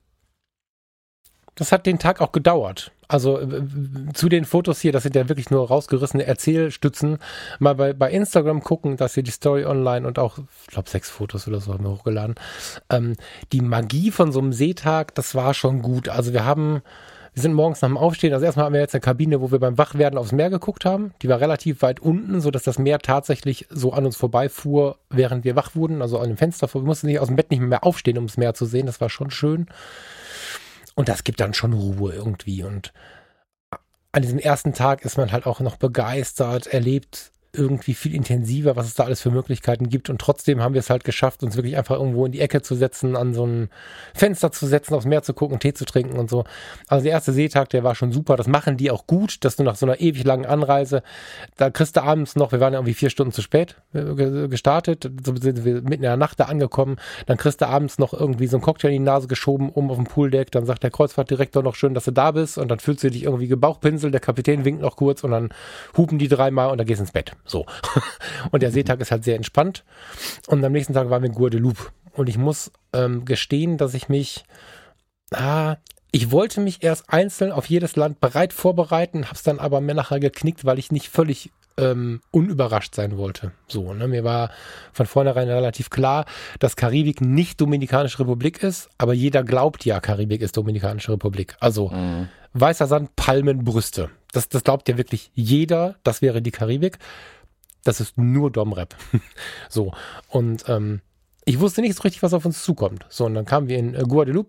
Das hat den Tag auch gedauert. Also äh, zu den Fotos hier, das sind ja wirklich nur rausgerissene Erzählstützen, mal bei, bei Instagram gucken, dass hier die Story online und auch, ich glaube, sechs Fotos oder so haben wir hochgeladen. Ähm, die Magie von so einem Seetag, das war schon gut. Also wir haben, wir sind morgens nach dem Aufstehen, also erstmal haben wir jetzt eine Kabine, wo wir beim Wachwerden aufs Meer geguckt haben. Die war relativ weit unten, sodass das Meer tatsächlich so an uns vorbeifuhr, während wir wach wurden, also an dem Fenster vor. Wir mussten nicht aus dem Bett nicht mehr aufstehen, um das Meer zu sehen. Das war schon schön. Und das gibt dann schon Ruhe irgendwie. Und an diesem ersten Tag ist man halt auch noch begeistert, erlebt irgendwie viel intensiver, was es da alles für Möglichkeiten gibt. Und trotzdem haben wir es halt geschafft, uns wirklich einfach irgendwo in die Ecke zu setzen, an so ein Fenster zu setzen, aufs Meer zu gucken, Tee zu trinken und so. Also der erste Seetag, der war schon super. Das machen die auch gut, dass du nach so einer ewig langen Anreise, da kriegst du abends noch, wir waren ja irgendwie vier Stunden zu spät gestartet, so sind wir mitten in der Nacht da angekommen, dann kriegst du abends noch irgendwie so einen Cocktail in die Nase geschoben, oben auf dem Pooldeck, dann sagt der Kreuzfahrtdirektor noch schön, dass du da bist und dann fühlst du dich irgendwie gebauchpinselt, der Kapitän winkt noch kurz und dann hupen die dreimal und dann gehst du ins Bett. So. Und der Seetag ist halt sehr entspannt. Und am nächsten Tag waren wir in Guadeloupe. Und ich muss ähm, gestehen, dass ich mich, ah, ich wollte mich erst einzeln auf jedes Land bereit vorbereiten, hab's dann aber mir nachher geknickt, weil ich nicht völlig ähm, unüberrascht sein wollte. So, ne? Mir war von vornherein relativ klar, dass Karibik nicht Dominikanische Republik ist, aber jeder glaubt ja, Karibik ist Dominikanische Republik. Also mhm. weißer Sand, Palmen, Brüste. Das, das glaubt ja wirklich jeder, das wäre die Karibik. Das ist nur Domrep. So. Und ähm, ich wusste nicht so richtig, was auf uns zukommt. So, und dann kamen wir in Guadeloupe,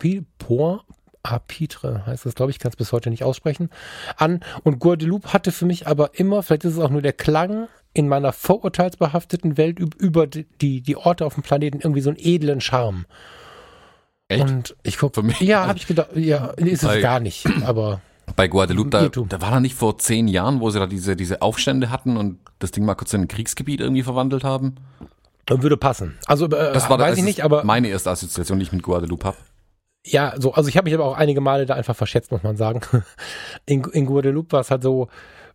Port-à-Pitre, heißt das, glaube ich, kann es bis heute nicht aussprechen, an. Und Guadeloupe hatte für mich aber immer, vielleicht ist es auch nur der Klang in meiner vorurteilsbehafteten Welt über die, die Orte auf dem Planeten irgendwie so einen edlen Charme. Echt? Und ich gucke, ja, habe ich gedacht, ja, ist es gar nicht, aber... Bei Guadeloupe, da, da war da nicht vor zehn Jahren, wo sie da diese, diese Aufstände hatten und das Ding mal kurz in ein Kriegsgebiet irgendwie verwandelt haben? Würde passen. Also, äh, das war weiß da, ich nicht, aber... meine erste Assoziation, die ich mit Guadeloupe habe. Ja, so, also ich habe mich aber auch einige Male da einfach verschätzt, muss man sagen. In, in Guadeloupe war es halt so,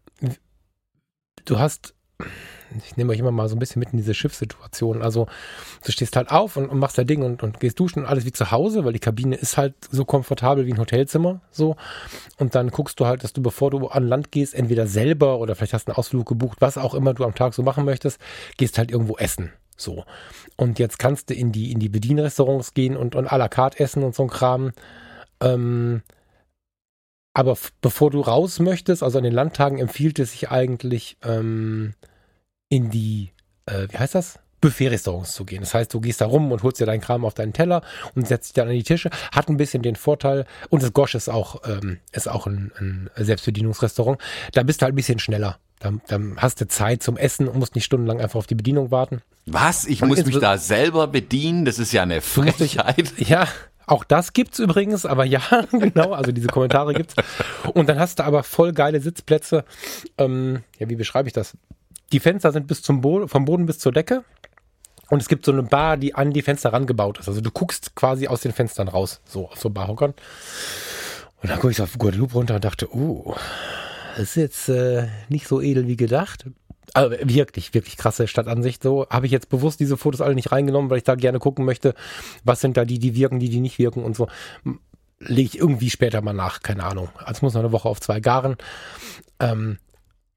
du hast... Ich nehme euch immer mal so ein bisschen mit in diese Schiffssituation. Also du stehst halt auf und, und machst dein Ding und, und gehst duschen und alles wie zu Hause, weil die Kabine ist halt so komfortabel wie ein Hotelzimmer. So. Und dann guckst du halt, dass du, bevor du an Land gehst, entweder selber oder vielleicht hast du einen Ausflug gebucht, was auch immer du am Tag so machen möchtest, gehst halt irgendwo essen. So. Und jetzt kannst du in die, in die Bedienrestaurants gehen und, und à la carte essen und so ein Kram. Ähm, aber f- bevor du raus möchtest, also an den Landtagen empfiehlt es sich eigentlich, ähm, in die, äh, wie heißt das? Buffet-Restaurants zu gehen. Das heißt, du gehst da rum und holst dir deinen Kram auf deinen Teller und setzt dich dann an die Tische. Hat ein bisschen den Vorteil, und das Gosh ist auch, ähm, ist auch ein, ein Selbstbedienungsrestaurant. Da bist du halt ein bisschen schneller. Da, dann hast du Zeit zum Essen und musst nicht stundenlang einfach auf die Bedienung warten. Was? Ich und muss mich da selber bedienen? Das ist ja eine Frechheit. Dich, ja, auch das gibt's übrigens, aber ja, genau, also diese Kommentare gibt's. Und dann hast du aber voll geile Sitzplätze. Ähm, ja, wie beschreibe ich das? Die Fenster sind bis zum Boden, vom Boden bis zur Decke. Und es gibt so eine Bar, die an die Fenster rangebaut ist. Also du guckst quasi aus den Fenstern raus, so auf so Barhockern. Und dann gucke ich so auf Guadeloupe runter und dachte, oh, das ist jetzt äh, nicht so edel wie gedacht. Also wirklich, wirklich krasse Stadtansicht. So habe ich jetzt bewusst diese Fotos alle nicht reingenommen, weil ich da gerne gucken möchte, was sind da die, die wirken, die, die nicht wirken und so. Lege ich irgendwie später mal nach, keine Ahnung. Also muss noch eine Woche auf zwei garen. Ähm,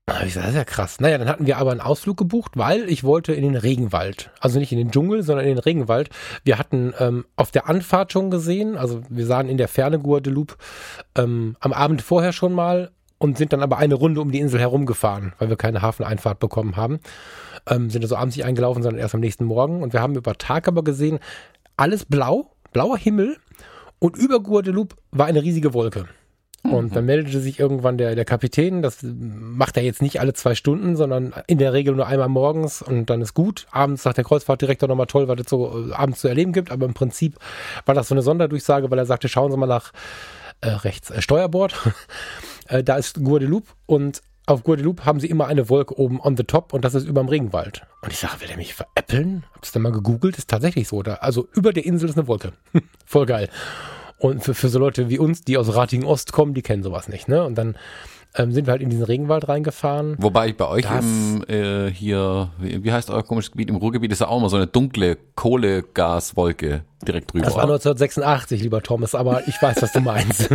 Ich sag, das ist ja krass. Naja, dann hatten wir aber einen Ausflug gebucht, weil ich wollte in den Regenwald. Also nicht in den Dschungel, sondern in den Regenwald. Wir hatten ähm, auf der Anfahrt schon gesehen, also wir sahen in der Ferne Guadeloupe ähm, am Abend vorher schon mal und sind dann aber eine Runde um die Insel herumgefahren, weil wir keine Hafeneinfahrt bekommen haben. Ähm, sind also abends nicht eingelaufen, sondern erst am nächsten Morgen. Und wir haben über Tag aber gesehen, alles blau, blauer Himmel und über Guadeloupe war eine riesige Wolke. Und dann meldete sich irgendwann der, der Kapitän, das macht er jetzt nicht alle zwei Stunden, sondern in der Regel nur einmal morgens und dann ist gut. Abends sagt der Kreuzfahrtdirektor nochmal toll, was es so äh, abends zu erleben gibt, aber im Prinzip war das so eine Sonderdurchsage, weil er sagte, schauen Sie mal nach äh, rechts, äh, Steuerbord, äh, da ist Guadeloupe und auf Guadeloupe haben sie immer eine Wolke oben on the top und das ist über dem Regenwald. Und ich sage, will der mich veräppeln? Hab's dann mal gegoogelt, ist tatsächlich so. Da, also über der Insel ist eine Wolke. Voll geil. Und für, für so Leute wie uns, die aus Ratingen-Ost kommen, die kennen sowas nicht, ne? Und dann ähm, sind wir halt in diesen Regenwald reingefahren. Wobei bei euch das, im, äh, hier, wie, wie heißt euer komisches Gebiet? Im Ruhrgebiet ist ja auch immer so eine dunkle Kohlegaswolke direkt drüber. Das war neunzehnhundertsechsundachtzig, lieber Thomas, aber ich weiß, was du meinst.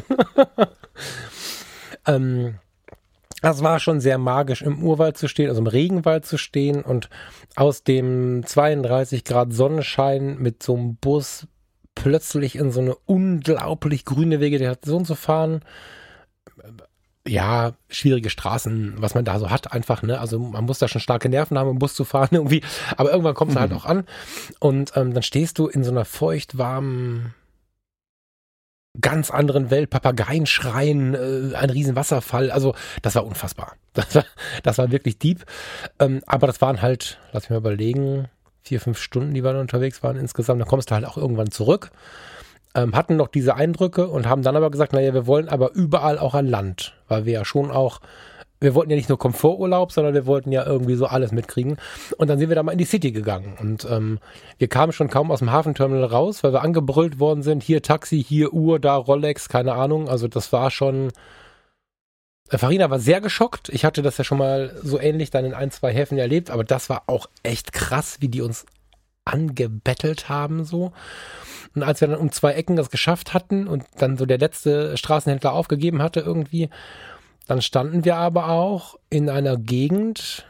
ähm, das war schon sehr magisch, im Urwald zu stehen, also im Regenwald zu stehen und aus dem zweiunddreißig Grad Sonnenschein mit so einem Bus plötzlich in so eine unglaublich grüne Vegetation zu fahren. Ja, schwierige Straßen, was man da so hat einfach, ne? Also man muss da schon starke Nerven haben, um Bus zu fahren irgendwie. Aber irgendwann kommst du halt auch an und ähm, dann stehst du in so einer feucht warmen, ganz anderen Welt, Papageien schreien, äh, ein riesen Wasserfall. Also das war unfassbar. Das war, das war wirklich deep. Ähm, aber das waren halt, lass mich mal überlegen, vier, fünf Stunden, die wir da unterwegs waren insgesamt. Dann kommst du halt auch irgendwann zurück. Ähm, hatten noch diese Eindrücke und haben dann aber gesagt, naja, wir wollen aber überall auch an Land. Weil wir ja schon auch, wir wollten ja nicht nur Komforturlaub, sondern wir wollten ja irgendwie so alles mitkriegen. Und dann sind wir da mal in die City gegangen. Und ähm, wir kamen schon kaum aus dem Hafenterminal raus, weil wir angebrüllt worden sind. Hier Taxi, hier Uhr, da Rolex, keine Ahnung. Also das war schon... Farina war sehr geschockt. Ich hatte das ja schon mal so ähnlich dann in ein, zwei Häfen erlebt, aber das war auch echt krass, wie die uns angebettelt haben so. Und als wir dann um zwei Ecken das geschafft hatten und dann so der letzte Straßenhändler aufgegeben hatte irgendwie, dann standen wir aber auch in einer Gegend,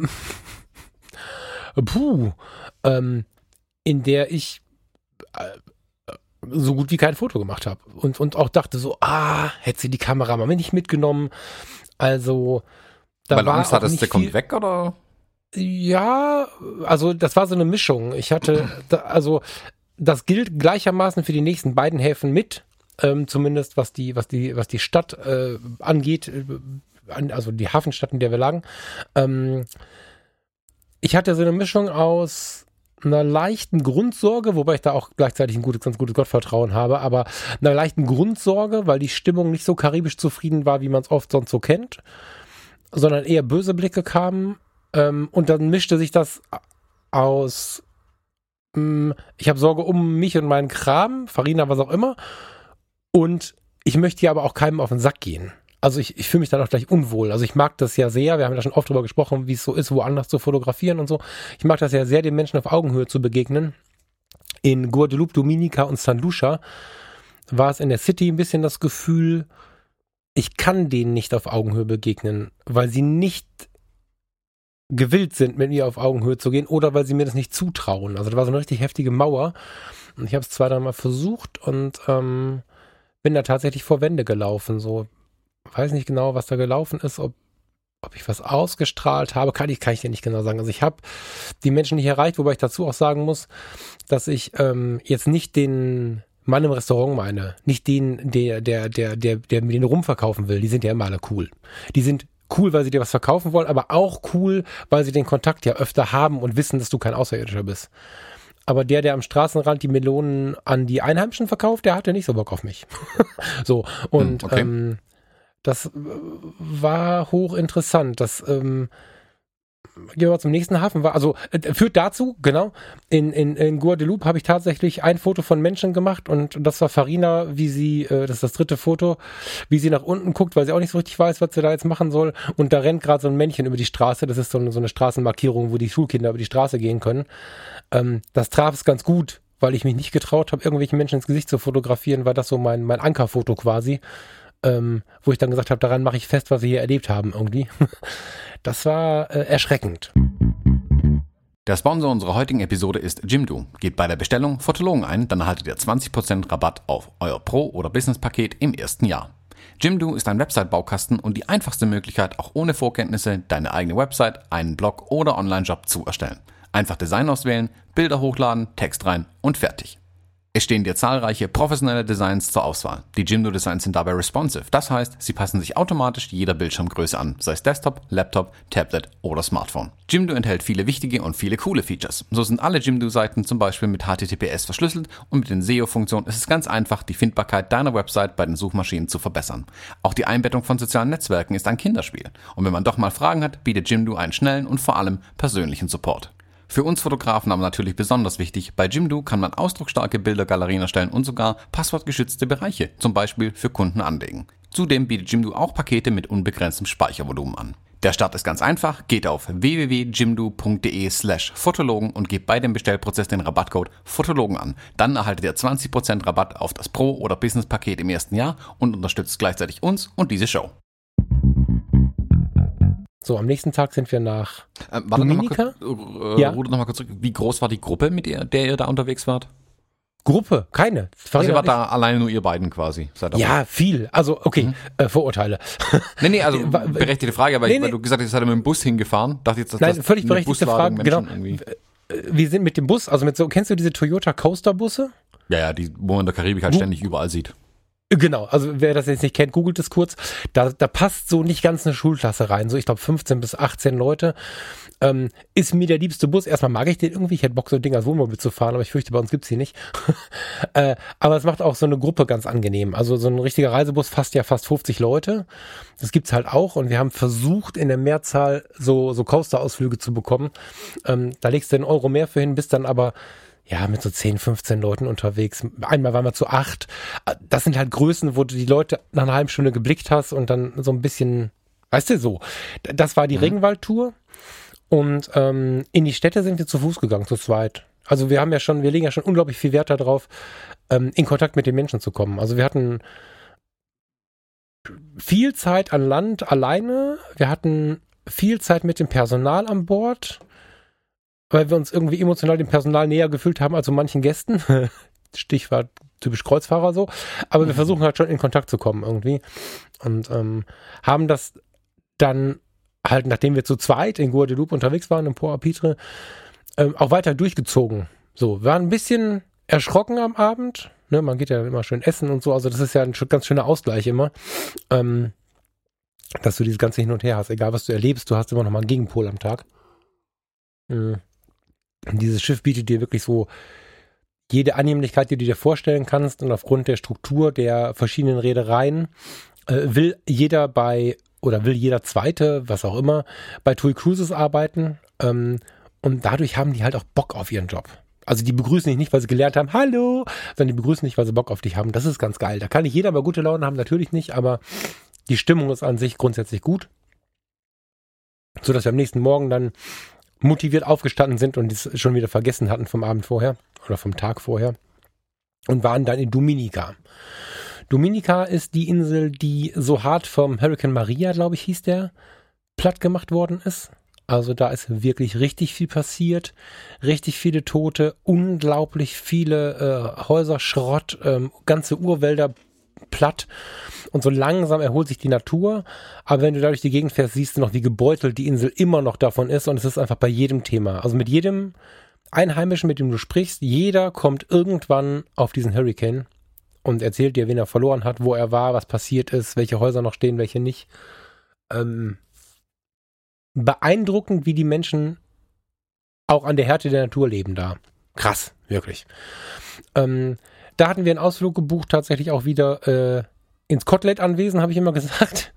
puh, ähm, in der ich äh, so gut wie kein Foto gemacht habe. Und, und auch dachte so, ah, hätte sie die Kamera mal nicht mitgenommen. Also, da Weil war Angst auch hattest, nicht der kommt viel, weg, oder? Ja, also das war so eine Mischung. Ich hatte, da, also das gilt gleichermaßen für die nächsten beiden Häfen mit, ähm, zumindest was die, was die, was die Stadt äh, angeht, äh, an, also die Hafenstadt, in der wir lagen. Ähm, ich hatte so eine Mischung aus einer leichten Grundsorge, wobei ich da auch gleichzeitig ein gutes, ganz gutes Gottvertrauen habe, aber einer leichten Grundsorge, weil die Stimmung nicht so karibisch zufrieden war, wie man es oft sonst so kennt, sondern eher böse Blicke kamen. Ähm, und dann mischte sich das aus, ähm, ich habe Sorge um mich und meinen Kram, Farina, was auch immer, und ich möchte hier aber auch keinem auf den Sack gehen. Also ich, ich fühle mich dann auch gleich unwohl. Also ich mag das ja sehr, wir haben ja schon oft drüber gesprochen, wie es so ist, woanders zu fotografieren und so. Ich mag das ja sehr, den Menschen auf Augenhöhe zu begegnen. In Guadeloupe, Dominica und Saint Lucia war es in der City ein bisschen das Gefühl, ich kann denen nicht auf Augenhöhe begegnen, weil sie nicht gewillt sind, mit mir auf Augenhöhe zu gehen oder weil sie mir das nicht zutrauen. Also da war so eine richtig heftige Mauer und ich habe es zwei, dreimal versucht und ähm, bin da tatsächlich vor Wände gelaufen, so. Weiß nicht genau, was da gelaufen ist, ob, ob ich was ausgestrahlt habe, kann ich, kann ich dir nicht genau sagen. Also ich habe die Menschen nicht erreicht, wobei ich dazu auch sagen muss, dass ich ähm, jetzt nicht den Mann im Restaurant meine, nicht den, der, der, der, der, der mir den rumverkaufen will. Die sind ja immer alle cool. Die sind cool, weil sie dir was verkaufen wollen, aber auch cool, weil sie den Kontakt ja öfter haben und wissen, dass du kein Außerirdischer bist. Aber der, der am Straßenrand die Melonen an die Einheimischen verkauft, der hatte nicht so Bock auf mich. So, und okay. ähm, das war hochinteressant. Das ähm, gehen wir zum nächsten Hafen. War, also äh, führt dazu, genau, in, in, in Guadeloupe habe ich tatsächlich ein Foto von Menschen gemacht und das war Farina, wie sie, äh, das ist das dritte Foto, wie sie nach unten guckt, weil sie auch nicht so richtig weiß, was sie da jetzt machen soll. Und da rennt gerade so ein Männchen über die Straße. Das ist so eine, so eine Straßenmarkierung, wo die Schulkinder über die Straße gehen können. Ähm, das traf es ganz gut, weil ich mich nicht getraut habe, irgendwelche Menschen ins Gesicht zu fotografieren, war das so mein, mein Ankerfoto quasi. ähm, wo ich dann gesagt habe, daran mache ich fest, was wir hier erlebt haben irgendwie. Das war äh, erschreckend. Der Sponsor unserer heutigen Episode ist Jimdo. Geht bei der Bestellung Fotologen ein, dann erhaltet ihr zwanzig Prozent Rabatt auf euer Pro- oder Business-Paket im ersten Jahr. Jimdo ist ein Website-Baukasten und die einfachste Möglichkeit, auch ohne Vorkenntnisse deine eigene Website, einen Blog oder Online-Shop zu erstellen. Einfach Design auswählen, Bilder hochladen, Text rein und fertig. Es stehen dir zahlreiche professionelle Designs zur Auswahl. Die Jimdo-Designs sind dabei responsive, das heißt, sie passen sich automatisch jeder Bildschirmgröße an, sei es Desktop, Laptop, Tablet oder Smartphone. Jimdo enthält viele wichtige und viele coole Features. So sind alle Jimdo-Seiten zum Beispiel mit H T T P S verschlüsselt und mit den S E O-Funktionen ist es ganz einfach, die Findbarkeit deiner Website bei den Suchmaschinen zu verbessern. Auch die Einbettung von sozialen Netzwerken ist ein Kinderspiel. Und wenn man doch mal Fragen hat, bietet Jimdo einen schnellen und vor allem persönlichen Support. Für uns Fotografen aber natürlich besonders wichtig, bei Jimdo kann man ausdrucksstarke Bildergalerien erstellen und sogar passwortgeschützte Bereiche, zum Beispiel für Kunden anlegen. Zudem bietet Jimdo auch Pakete mit unbegrenztem Speichervolumen an. Der Start ist ganz einfach, geht auf w w w punkt jimdo punkt d e slash fotologen und gebt bei dem Bestellprozess den Rabattcode Fotologen an. Dann erhaltet ihr zwanzig Prozent Rabatt auf das Pro- oder Business-Paket im ersten Jahr und unterstützt gleichzeitig uns und diese Show. So, am nächsten Tag sind wir nach Ähm, warte Dominica. Noch mal kurz, äh, Ja. Ruder noch mal kurz zurück. Wie groß war die Gruppe, mit der, der ihr da unterwegs wart? Gruppe, keine. Also ihr wart da alleine nur ihr beiden quasi. Seid dabei. Ja, viel. Also, okay, Mhm. äh, Vorurteile. Nee, nee, also Wa- berechtigte Frage, aber Nee, ich, weil nee. du gesagt hast, ihr seid mit dem Bus hingefahren. Dachte jetzt, dass Nein, das völlig eine berechtigte Busladung Frage, genau. Menschen irgendwie. Wir sind mit dem Bus, also mit so, kennst du diese Toyota Coaster-Busse? Ja, ja, die, wo man in der Karibik halt Wo- ständig überall sieht. Genau, also wer das jetzt nicht kennt, googelt es kurz. Da, da passt so nicht ganz eine Schulklasse rein. So, ich glaube fünfzehn bis achtzehn Leute. Ähm, ist mir der liebste Bus. Erstmal mag ich den irgendwie. Ich hätte Bock, so ein Ding als Wohnmobil zu fahren, aber ich fürchte, bei uns gibt's die nicht. äh, aber es macht auch so eine Gruppe ganz angenehm. Also so ein richtiger Reisebus fasst ja fast fünfzig Leute. Das gibt's halt auch. Und wir haben versucht, in der Mehrzahl so, so Coaster-Ausflüge zu bekommen. Ähm, da legst du einen Euro mehr für hin, bist dann aber ja, mit so zehn, fünfzehn Leuten unterwegs. Einmal waren wir zu acht. Das sind halt Größen, wo du die Leute nach einer halben Stunde geblickt hast und dann so ein bisschen, weißt du, so. Das war die Mhm. Regenwald-Tour und ähm, in die Städte sind wir zu Fuß gegangen, zu zweit. Also wir haben ja schon, wir legen ja schon unglaublich viel Wert darauf, ähm, in Kontakt mit den Menschen zu kommen. Also wir hatten viel Zeit an Land alleine. Wir hatten viel Zeit mit dem Personal an Bord, weil wir uns irgendwie emotional dem Personal näher gefühlt haben als so manchen Gästen. Stichwort typisch Kreuzfahrer so. Aber wir versuchen halt schon in Kontakt zu kommen irgendwie. Und ähm, haben das dann halt, nachdem wir zu zweit in Guadeloupe unterwegs waren, in Port-à-Pitre, ähm, auch weiter durchgezogen. So, wir waren ein bisschen erschrocken am Abend. Ne, man geht ja immer schön essen und so. Also das ist ja ein ganz schöner Ausgleich immer. Ähm, dass du dieses ganze Hin und Her hast. Egal, was du erlebst, du hast immer noch mal einen Gegenpol am Tag. Mhm. Dieses Schiff bietet dir wirklich so jede Annehmlichkeit, die du dir vorstellen kannst, und aufgrund der Struktur der verschiedenen Reedereien äh, will jeder bei, oder will jeder Zweite, was auch immer, bei TUI Cruises arbeiten, ähm, und dadurch haben die halt auch Bock auf ihren Job. Also die begrüßen dich nicht, weil sie gelernt haben, hallo, sondern die begrüßen dich, weil sie Bock auf dich haben. Das ist ganz geil. Da kann nicht jeder mal gute Laune haben, natürlich nicht, aber die Stimmung ist an sich grundsätzlich gut, sodass wir am nächsten Morgen dann motiviert aufgestanden sind und es schon wieder vergessen hatten vom Abend vorher oder vom Tag vorher und waren dann in Dominica. Dominica ist die Insel, die so hart vom Hurricane Maria, glaube ich, hieß der, platt gemacht worden ist. Also da ist wirklich richtig viel passiert, richtig viele Tote, unglaublich viele äh, Häuser, Schrott, ähm, ganze Urwälder platt, und so langsam erholt sich die Natur, aber wenn du da durch die Gegend fährst, siehst du noch, wie gebeutelt die Insel immer noch davon ist, und es ist einfach bei jedem Thema. Also mit jedem Einheimischen, mit dem du sprichst, jeder kommt irgendwann auf diesen Hurricane und erzählt dir, wen er verloren hat, wo er war, was passiert ist, welche Häuser noch stehen, welche nicht. Ähm, beeindruckend, wie die Menschen auch an der Härte der Natur leben da. Krass, wirklich. Ähm, da hatten wir einen Ausflug gebucht, tatsächlich auch wieder äh, ins Kotelett-Anwesen, habe ich immer gesagt.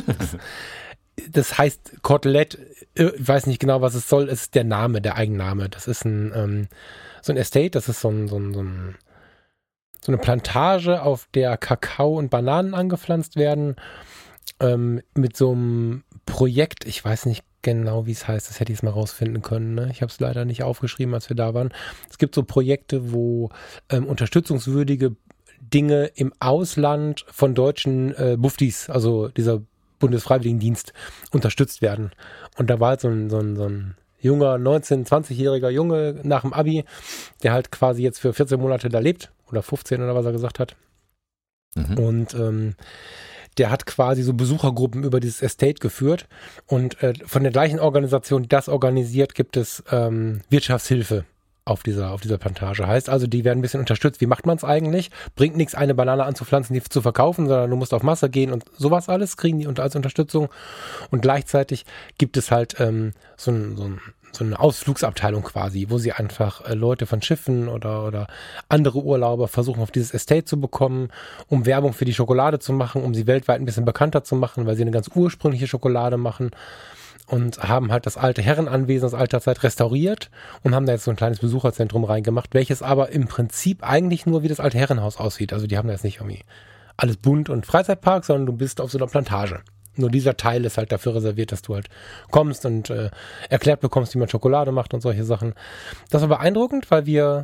Das heißt Kotelett, ich weiß nicht genau, was es soll, es ist der Name, der Eigenname. Das ist ein ähm, so ein Estate, das ist so, ein, so, ein, so, ein, so eine Plantage, auf der Kakao und Bananen angepflanzt werden, ähm, mit so einem Projekt, ich weiß nicht genau, wie es heißt, das hätte ich es mal rausfinden können. Ne? Ich habe es leider nicht aufgeschrieben, als wir da waren. Es gibt so Projekte, wo ähm, unterstützungswürdige Dinge im Ausland von deutschen äh, Buftis, also dieser Bundesfreiwilligendienst, unterstützt werden. Und da war halt so ein, so ein, so ein junger, neunzehn-, zwanzigjähriger Junge nach dem Abi, der halt quasi jetzt für vierzehn Monate da lebt, oder fünfzehn oder was er gesagt hat. Mhm. Und ähm, der hat quasi so Besuchergruppen über dieses Estate geführt. Und äh, von der gleichen Organisation, die das organisiert, gibt es ähm, Wirtschaftshilfe auf dieser, auf dieser Plantage. Heißt also, die werden ein bisschen unterstützt. Wie macht man es eigentlich? Bringt nichts, eine Banane anzupflanzen, die zu verkaufen, sondern du musst auf Masse gehen und sowas alles kriegen die unter als Unterstützung. Und gleichzeitig gibt es halt ähm, so, ein, so, ein, so eine Ausflugsabteilung quasi, wo sie einfach äh, Leute von Schiffen oder, oder andere Urlauber versuchen, auf dieses Estate zu bekommen, um Werbung für die Schokolade zu machen, um sie weltweit ein bisschen bekannter zu machen, weil sie eine ganz ursprüngliche Schokolade machen. Und haben halt das alte Herrenanwesen aus alter Zeit restauriert und haben da jetzt so ein kleines Besucherzentrum reingemacht, welches aber im Prinzip eigentlich nur wie das alte Herrenhaus aussieht. Also die haben da jetzt nicht irgendwie alles bunt und Freizeitpark, sondern du bist auf so einer Plantage. Nur dieser Teil ist halt dafür reserviert, dass du halt kommst und äh, erklärt bekommst, wie man Schokolade macht und solche Sachen. Das war beeindruckend, weil wir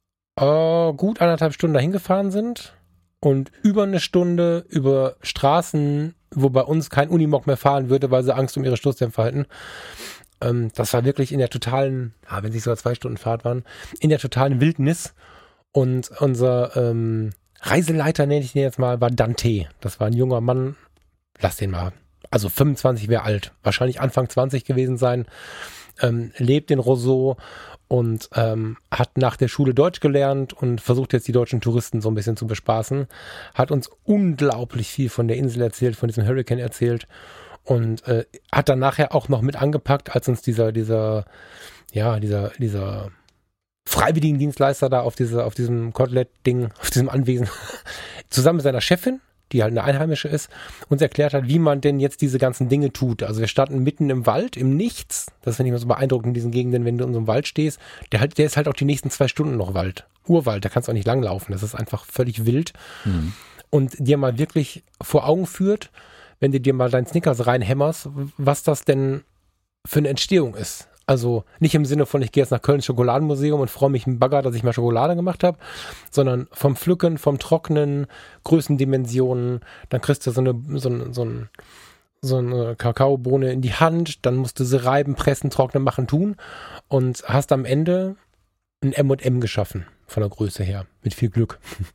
äh, gut anderthalb Stunden dahin gefahren sind und über eine Stunde über Straßen, wo bei uns kein Unimog mehr fahren würde, weil sie Angst um ihre Stoßdämpfer hatten. Ähm, das war wirklich in der totalen, ah, wenn sie sogar zwei Stunden Fahrt waren, in der totalen Wildnis. Und unser ähm, Reiseleiter, nenne ich den jetzt mal, war Dante. Das war ein junger Mann, lass den mal, also fünfundzwanzig wäre alt, wahrscheinlich Anfang zwanzig gewesen sein, ähm, lebt in Roseau und ähm, hat nach der Schule Deutsch gelernt und versucht jetzt die deutschen Touristen so ein bisschen zu bespaßen. Hat uns unglaublich viel von der Insel erzählt, von diesem Hurricane erzählt und äh, hat dann nachher auch noch mit angepackt, als uns dieser, dieser, ja, dieser, dieser Freiwilligendienstleister da auf diese, auf diesem Kotelett-Ding, auf diesem Anwesen, zusammen mit seiner Chefin, die halt eine Einheimische ist, uns erklärt hat, wie man denn jetzt diese ganzen Dinge tut. Also wir standen mitten im Wald, im Nichts. Das finde ich immer so beeindruckend in diesen Gegenden, wenn du in so einem Wald stehst. Der, halt, der ist halt auch die nächsten zwei Stunden noch Wald. Urwald, da kannst du auch nicht langlaufen. Das ist einfach völlig wild. Mhm. Und dir mal wirklich vor Augen führt, wenn du dir mal deinen Snickers reinhämmerst, was das denn für eine Entstehung ist. Also nicht im Sinne von, ich gehe jetzt nach Köln ins Schokoladenmuseum und freue mich im Bagger, dass ich mal Schokolade gemacht habe, sondern vom Pflücken, vom Trocknen, Größendimensionen, dann kriegst du so eine, so eine, so eine, so eine Kakaobohne in die Hand, dann musst du sie reiben, pressen, trocknen, machen, tun und hast am Ende ein M und M geschaffen, von der Größe her, mit viel Glück.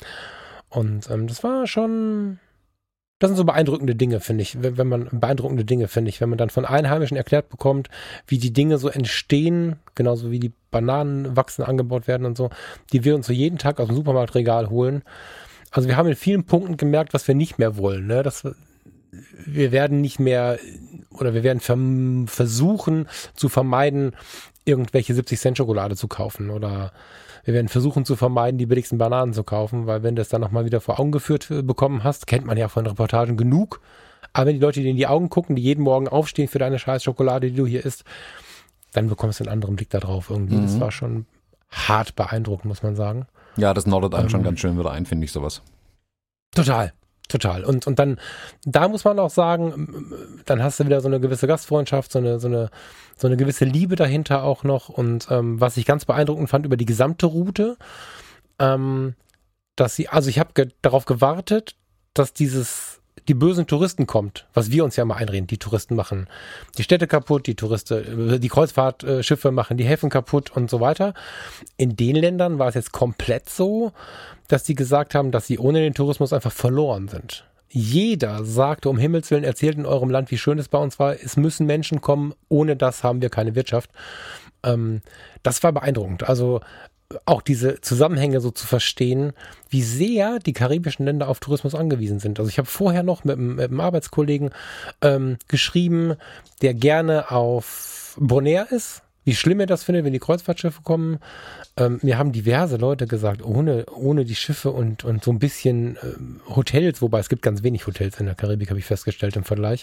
Und ähm, das war schon... Das sind so beeindruckende Dinge, finde ich, wenn, wenn man, beeindruckende Dinge, finde ich, wenn man dann von Einheimischen erklärt bekommt, wie die Dinge so entstehen, genauso wie die Bananen wachsen, angebaut werden und so, die wir uns so jeden Tag aus dem Supermarktregal holen. Also wir haben in vielen Punkten gemerkt, was wir nicht mehr wollen, ne, dass wir werden nicht mehr, oder wir werden verm- versuchen zu vermeiden, irgendwelche siebzig Cent Schokolade zu kaufen oder wir werden versuchen zu vermeiden, die billigsten Bananen zu kaufen, weil wenn du es dann nochmal wieder vor Augen geführt bekommen hast, kennt man ja von Reportagen genug, aber wenn die Leute dir in die Augen gucken, die jeden Morgen aufstehen für deine scheiß Schokolade, die du hier isst, dann bekommst du einen anderen Blick da drauf irgendwie. Mhm. Das war schon hart beeindruckend, muss man sagen. Ja, das nordet einem ähm, schon ganz schön wieder ein, finde ich, sowas. Total. Total. Und, und dann, da muss man auch sagen, dann hast du wieder so eine gewisse Gastfreundschaft, so eine, so eine, so eine gewisse Liebe dahinter auch noch. Und ähm, was ich ganz beeindruckend fand über die gesamte Route, ähm, dass sie, also ich habe ge- darauf gewartet, dass dieses, die bösen Touristen kommt, was wir uns ja mal einreden. Die Touristen machen die Städte kaputt, die Touristen, die Kreuzfahrtschiffe machen die Häfen kaputt und so weiter. In den Ländern war es jetzt komplett so, dass die gesagt haben, dass sie ohne den Tourismus einfach verloren sind. Jeder sagte, um Himmels Willen, erzählt in eurem Land, wie schön es bei uns war. Es müssen Menschen kommen, ohne das haben wir keine Wirtschaft. Ähm, das war beeindruckend. Also auch diese Zusammenhänge so zu verstehen, wie sehr die karibischen Länder auf Tourismus angewiesen sind. Also ich habe vorher noch mit, mit einem Arbeitskollegen ähm, geschrieben, der gerne auf Bonaire ist, wie schlimm er das findet, wenn die Kreuzfahrtschiffe kommen. Ähm, mir haben diverse Leute gesagt, ohne, ohne die Schiffe und, und so ein bisschen ähm, Hotels, wobei es gibt ganz wenig Hotels in der Karibik, habe ich festgestellt im Vergleich,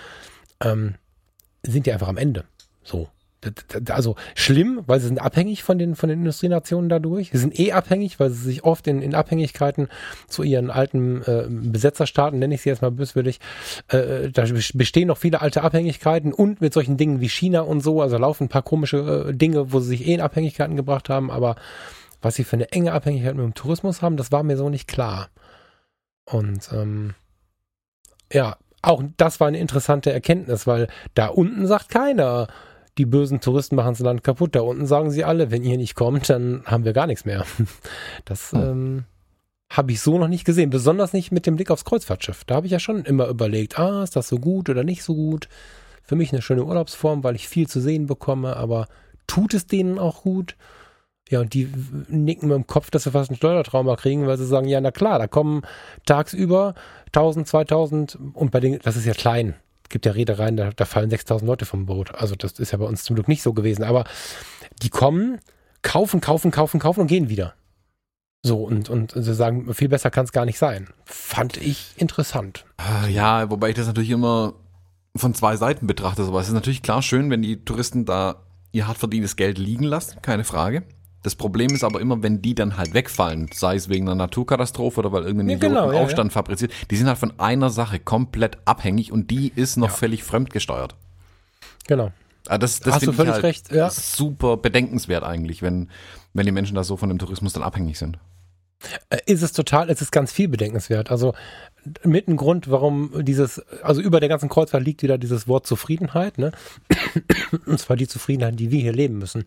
ähm, sind die einfach am Ende. So. Also schlimm, weil sie sind abhängig von den, von den Industrienationen dadurch. Sie sind eh abhängig, weil sie sich oft in, in Abhängigkeiten zu ihren alten äh, Besetzerstaaten, nenne ich sie jetzt mal böswillig, äh, da bestehen noch viele alte Abhängigkeiten und mit solchen Dingen wie China und so, also laufen ein paar komische äh, Dinge, wo sie sich eh in Abhängigkeiten gebracht haben, aber was sie für eine enge Abhängigkeit mit dem Tourismus haben, das war mir so nicht klar. Und ähm, ja, auch das war eine interessante Erkenntnis, weil da unten sagt keiner, die bösen Touristen machen das Land kaputt. Da unten sagen sie alle, wenn ihr nicht kommt, dann haben wir gar nichts mehr. Das hm. ähm, habe ich so noch nicht gesehen, besonders nicht mit dem Blick aufs Kreuzfahrtschiff. Da habe ich ja schon immer überlegt, ah, ist das so gut oder nicht so gut? Für mich eine schöne Urlaubsform, weil ich viel zu sehen bekomme, aber tut es denen auch gut? Ja, und die nicken mit dem Kopf, dass wir fast ein Steuertrauma kriegen, weil sie sagen, ja, na klar, da kommen tagsüber tausend, zweitausend und bei den, das ist ja klein, gibt ja Reedereien, da, da fallen sechstausend Leute vom Boot. Also das ist ja bei uns zum Glück nicht so gewesen, aber die kommen, kaufen, kaufen, kaufen, kaufen und gehen wieder. So, und, und sie sagen, viel besser kann es gar nicht sein. Fand ich interessant. Ja, wobei ich das natürlich immer von zwei Seiten betrachte. Aber es ist natürlich klar schön, wenn die Touristen da ihr hart verdientes Geld liegen lassen, keine Frage. Das Problem ist aber immer, wenn die dann halt wegfallen, sei es wegen einer Naturkatastrophe oder weil irgendein Ja, Idiot genau, einen ja, Aufstand fabriziert, die sind halt von einer Sache komplett abhängig und die ist noch Ja. völlig fremdgesteuert. Genau. Ah, Das, das Hast du finde ich völlig halt recht, ja. super bedenkenswert eigentlich, wenn, wenn die Menschen da so von dem Tourismus dann abhängig sind. Äh, Ist es total, es ist ganz viel bedenkenswert. Also mit ein Grund, warum dieses, also über der ganzen Kreuzfahrt liegt wieder dieses Wort Zufriedenheit, ne? Und zwar die Zufriedenheit, die wir hier leben müssen.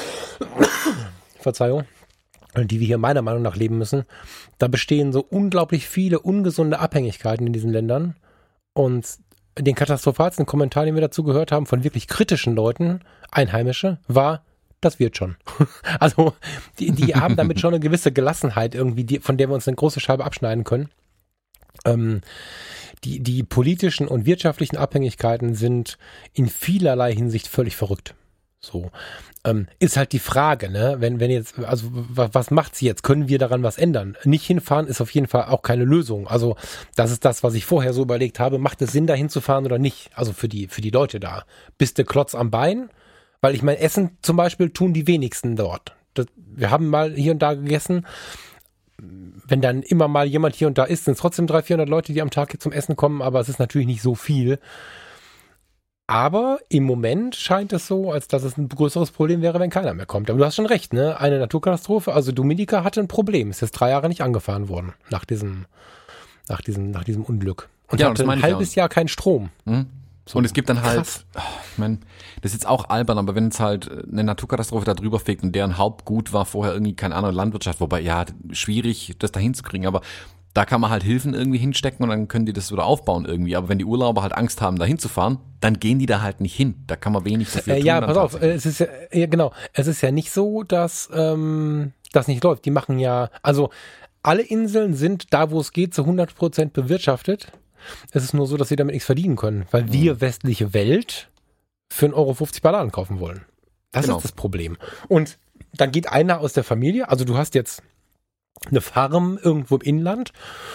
Verzeihung. Die wir hier meiner Meinung nach leben müssen. Da bestehen so unglaublich viele ungesunde Abhängigkeiten in diesen Ländern. Und den katastrophalsten Kommentar, den wir dazu gehört haben, von wirklich kritischen Leuten, Einheimische, war, das wird schon. Also die, die haben damit schon eine gewisse Gelassenheit irgendwie, die, von der wir uns eine große Scheibe abschneiden können. Ähm, die, die politischen und wirtschaftlichen Abhängigkeiten sind in vielerlei Hinsicht völlig verrückt. So. Ähm, ist halt die Frage, ne, wenn, wenn jetzt, also was, was macht sie jetzt? Können wir daran was ändern? Nicht hinfahren ist auf jeden Fall auch keine Lösung. Also das ist das, was ich vorher so überlegt habe. Macht es Sinn, da hinzufahren oder nicht? Also für die, für die Leute da. Bist du Klotz am Bein? Weil ich mein, Essen zum Beispiel tun die wenigsten dort. Das, wir haben mal hier und da gegessen. Wenn dann immer mal jemand hier und da isst, sind es trotzdem dreihundert, vierhundert Leute, die am Tag zum Essen kommen, aber es ist natürlich nicht so viel. Aber im Moment scheint es so, als dass es ein größeres Problem wäre, wenn keiner mehr kommt. Aber du hast schon recht, ne? Eine Naturkatastrophe, also Dominica hatte ein Problem. Ist jetzt drei Jahre nicht angefahren worden nach diesem, nach diesem, nach diesem Unglück. Und Ja, hatte das meine ein ich halbes ja. Jahr keinen Strom. Mhm. So, und es gibt dann halt, krass. ich meine, das ist jetzt auch albern, aber wenn es halt eine Naturkatastrophe da drüber fegt und deren Hauptgut war vorher irgendwie, keine Ahnung, Landwirtschaft, wobei, ja, schwierig, das da hinzukriegen, aber da kann man halt Hilfen irgendwie hinstecken und dann können die das wieder aufbauen irgendwie. Aber wenn die Urlauber halt Angst haben, da hinzufahren, dann gehen die da halt nicht hin. Da kann man wenig dafür Äh, tun. ja, dann pass auf, tatsächlich. äh, es ist ja, ja, genau, es ist ja nicht so, dass ähm, das nicht läuft. Die machen ja, also alle Inseln sind da, wo es geht, zu hundert Prozent bewirtschaftet. Es ist nur so, dass sie damit nichts verdienen können, weil wir westliche Welt für einen Euro fünfzig Bananen kaufen wollen. Das Genau. ist das Problem. Und dann geht einer aus der Familie, also du hast jetzt eine Farm irgendwo im Inland,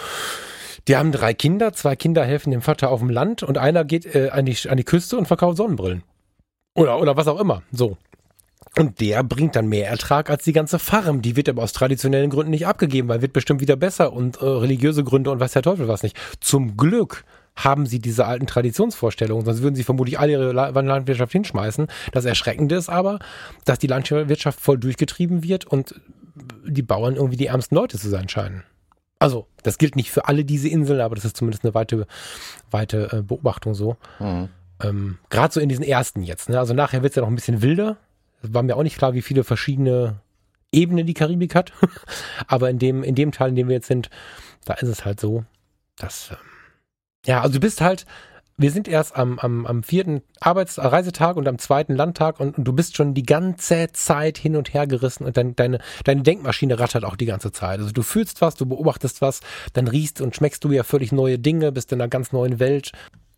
die haben drei Kinder, zwei Kinder helfen dem Vater auf dem Land und einer geht äh, an, die, an die Küste und verkauft Sonnenbrillen. Oder, oder was auch immer. So. Und der bringt dann mehr Ertrag als die ganze Farm. Die wird aber aus traditionellen Gründen nicht abgegeben, weil wird bestimmt wieder besser und äh, religiöse Gründe und weiß der Teufel was nicht. Zum Glück haben sie diese alten Traditionsvorstellungen, sonst würden sie vermutlich alle ihre La- Landwirtschaft hinschmeißen. Das Erschreckende ist aber, dass die Landwirtschaft voll durchgetrieben wird und die Bauern irgendwie die ärmsten Leute zu sein scheinen. Also, das gilt nicht für alle diese Inseln, aber das ist zumindest eine weite, weite äh, Beobachtung so. Mhm. Ähm, Gerade so in diesen ersten jetzt. Ne? Also nachher wird es ja noch ein bisschen wilder. Es war mir auch nicht klar, wie viele verschiedene Ebenen die Karibik hat. Aber in dem, in dem Teil, in dem wir jetzt sind, da ist es halt so, dass, ähm, ja, also du bist halt, wir sind erst am, am, am vierten Arbeits-, Reisetag und am zweiten Landtag und, und du bist schon die ganze Zeit hin und her gerissen und dein, deine, deine Denkmaschine rattert auch die ganze Zeit. Also du fühlst was, du beobachtest was, dann riechst und schmeckst du ja völlig neue Dinge, bist in einer ganz neuen Welt.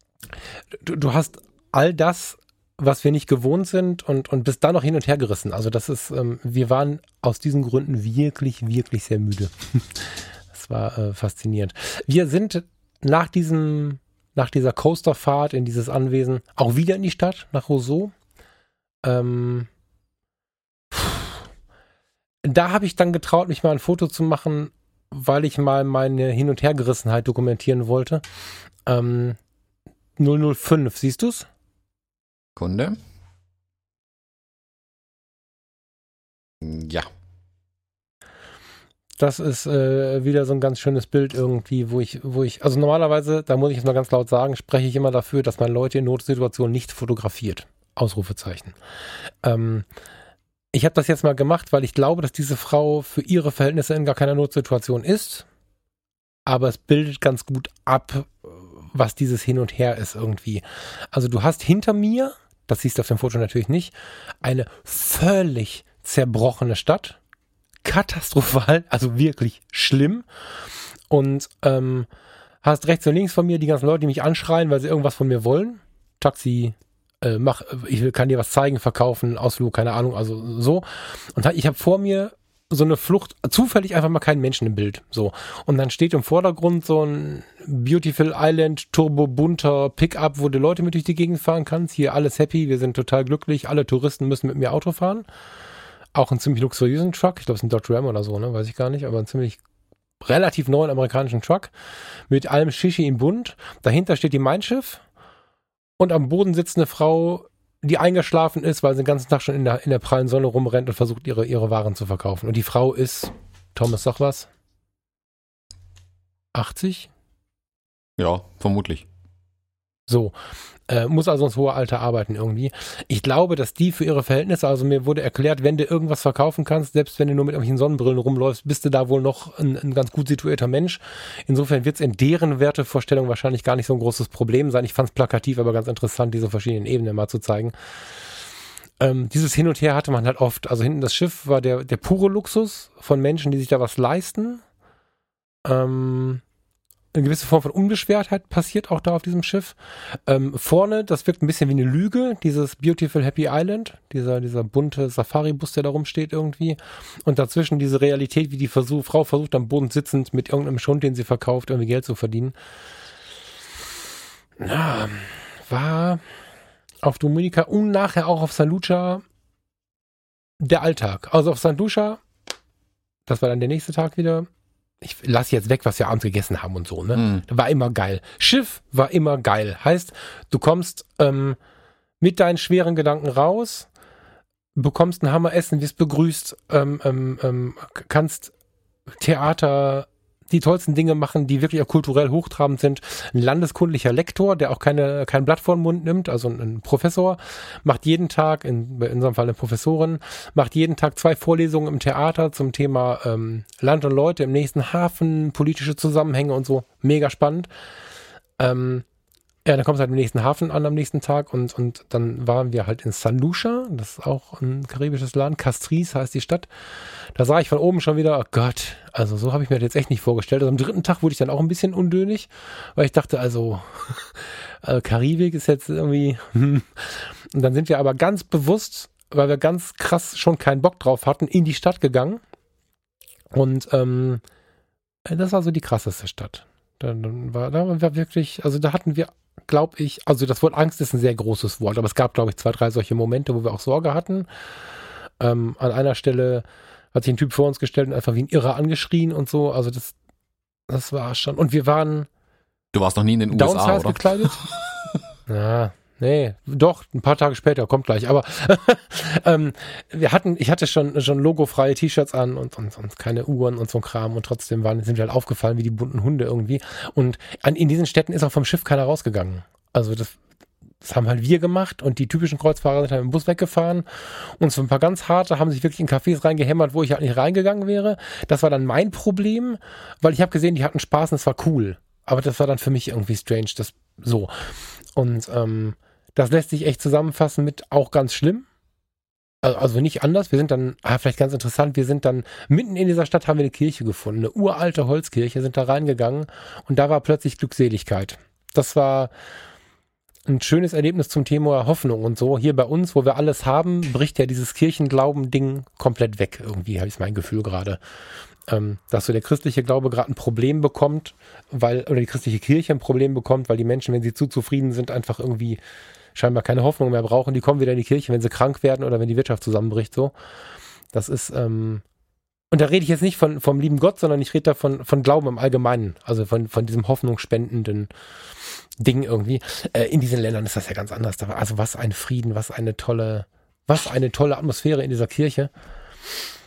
Du, du hast all das, was wir nicht gewohnt sind und, und bist da noch hin und her gerissen. Also das ist, ähm, wir waren aus diesen Gründen wirklich, wirklich sehr müde. Das war äh, faszinierend. Wir sind nach diesem, nach dieser Coasterfahrt in dieses Anwesen auch wieder in die Stadt, nach Roseau. Ähm, da habe ich dann getraut, mich mal ein Foto zu machen, weil ich mal meine Hin- und Hergerissenheit dokumentieren wollte. Ähm, null null fünf, siehst du's? Kunde. Ja. das ist äh, wieder so ein ganz schönes Bild irgendwie, wo ich, wo ich, also normalerweise, da muss ich jetzt mal ganz laut sagen, spreche ich immer dafür, dass man Leute in Notsituationen nicht fotografiert. Ausrufezeichen. Ähm, ich habe das jetzt mal gemacht, weil ich glaube, dass diese Frau für ihre Verhältnisse in gar keiner Notsituation ist. Aber es bildet ganz gut ab, was dieses Hin und Her ist irgendwie. Also du hast hinter mir, das siehst du auf dem Foto natürlich nicht, eine völlig zerbrochene Stadt. Katastrophal, also wirklich schlimm. Und ähm, hast rechts und links von mir die ganzen Leute, die mich anschreien, weil sie irgendwas von mir wollen. Taxi, äh, mach, ich will, kann dir was zeigen, verkaufen, Ausflug, keine Ahnung, also so. Und ich habe vor mir so eine Flucht, zufällig einfach mal keinen Menschen im Bild. So. Und dann steht im Vordergrund so ein Beautiful Island, turbobunter Pickup, wo du Leute mit durch die Gegend fahren kannst. Hier alles happy, wir sind total glücklich, alle Touristen müssen mit mir Auto fahren. Auch einen ziemlich luxuriösen Truck, ich glaube es ist ein Dodge Ram oder so, ne, weiß ich gar nicht, aber einen ziemlich relativ neuen amerikanischen Truck mit allem Shishi in bunt. Dahinter steht die Mein Schiff und am Boden sitzt eine Frau, die eingeschlafen ist, weil sie den ganzen Tag schon in der, in der prallen Sonne rumrennt und versucht, ihre, ihre Waren zu verkaufen. Und die Frau ist, Thomas, sag was? achtzig? Ja, vermutlich. So. Äh, muss also ins hohe Alter arbeiten irgendwie. Ich glaube, dass die für ihre Verhältnisse, also mir wurde erklärt, wenn du irgendwas verkaufen kannst, selbst wenn du nur mit irgendwelchen Sonnenbrillen rumläufst, bist du da wohl noch ein, ein ganz gut situierter Mensch. Insofern wird es in deren Wertevorstellung wahrscheinlich gar nicht so ein großes Problem sein. Ich fand es plakativ, aber ganz interessant, diese verschiedenen Ebenen mal zu zeigen. Ähm, dieses Hin und Her hatte man halt oft. Also hinten das Schiff war der, der pure Luxus von Menschen, die sich da was leisten. Ähm... Eine gewisse Form von Unbeschwertheit passiert auch da auf diesem Schiff. Ähm, vorne, das wirkt ein bisschen wie eine Lüge, dieses Beautiful Happy Island, dieser, dieser bunte Safari-Bus, der da rumsteht irgendwie. Und dazwischen diese Realität, wie die Versuch, Frau versucht am Boden sitzend mit irgendeinem Schund, den sie verkauft, irgendwie Geld zu verdienen. Na, war auf Dominica und nachher auch auf San Lucia der Alltag. Also auf San Lucia, das war dann der nächste Tag wieder. Ich lasse jetzt weg, was wir abends gegessen haben und so, ne? Mm. War immer geil. Schiff war immer geil. Heißt, du kommst ähm, mit deinen schweren Gedanken raus, bekommst ein Hammeressen, wirst begrüßt, ähm, ähm, ähm, kannst Theater, die tollsten Dinge machen, die wirklich auch kulturell hochtrabend sind. Ein landeskundlicher Lektor, der auch keine, kein Blatt vor den Mund nimmt, also ein Professor, macht jeden Tag, in, in unserem Fall eine Professorin, macht jeden Tag zwei Vorlesungen im Theater zum Thema ähm, Land und Leute im nächsten Hafen, politische Zusammenhänge und so. Mega spannend. Ähm, ja, dann kommst du halt im nächsten Hafen an am nächsten Tag und, und dann waren wir halt in San Lucia, das ist auch ein karibisches Land, Castries heißt die Stadt. Da sah ich von oben schon wieder, oh Gott, also so habe ich mir das jetzt echt nicht vorgestellt. Also am dritten Tag wurde ich dann auch ein bisschen undönig, weil ich dachte, also, also Karibik ist jetzt irgendwie, und dann sind wir aber ganz bewusst, weil wir ganz krass schon keinen Bock drauf hatten, in die Stadt gegangen und ähm, das war so die krasseste Stadt. Dann war, da war wirklich, also da hatten wir, glaube ich, also das Wort Angst ist ein sehr großes Wort, aber es gab, glaube ich, zwei, drei solche Momente, wo wir auch Sorge hatten. Ähm, an einer Stelle hat sich ein Typ vor uns gestellt und einfach wie ein Irrer angeschrien und so, also das, das war schon, und wir waren Du warst noch nie in den U S A, oder? Gekleidet. Ja, nee, doch, ein paar Tage später, kommt gleich, aber ähm, wir hatten, ich hatte schon schon logofreie T-Shirts an und, und, und keine Uhren und so ein Kram und trotzdem waren, sind wir halt aufgefallen wie die bunten Hunde irgendwie und an, in diesen Städten ist auch vom Schiff keiner rausgegangen. Also das, das haben halt wir gemacht und die typischen Kreuzfahrer sind halt im Bus weggefahren und so ein paar ganz harte haben sich wirklich in Cafés reingehämmert, wo ich halt nicht reingegangen wäre. Das war dann mein Problem, weil ich habe gesehen, die hatten Spaß und es war cool. Aber das war dann für mich irgendwie strange, das so. Und ähm, das lässt sich echt zusammenfassen mit auch ganz schlimm. Also nicht anders. Wir sind dann, ah, vielleicht ganz interessant, wir sind dann mitten in dieser Stadt haben wir eine Kirche gefunden, eine uralte Holzkirche, sind da reingegangen und da war plötzlich Glückseligkeit. Das war ein schönes Erlebnis zum Thema Hoffnung und so. Hier bei uns, wo wir alles haben, bricht ja dieses Kirchenglauben-Ding komplett weg. Irgendwie habe ich mein Gefühl gerade. Ähm, dass so der christliche Glaube gerade ein Problem bekommt, weil, oder die christliche Kirche ein Problem bekommt, weil die Menschen, wenn sie zu zufrieden sind, einfach irgendwie scheinbar keine Hoffnung mehr brauchen. Die kommen wieder in die Kirche, wenn sie krank werden oder wenn die Wirtschaft zusammenbricht. So, das ist, ähm, und da rede ich jetzt nicht von vom lieben Gott, sondern ich rede da von, von Glauben im Allgemeinen, also von, von diesem hoffnungsspendenden Ding irgendwie. Äh, in diesen Ländern ist das ja ganz anders. Also was ein Frieden, was eine tolle, was eine tolle Atmosphäre in dieser Kirche.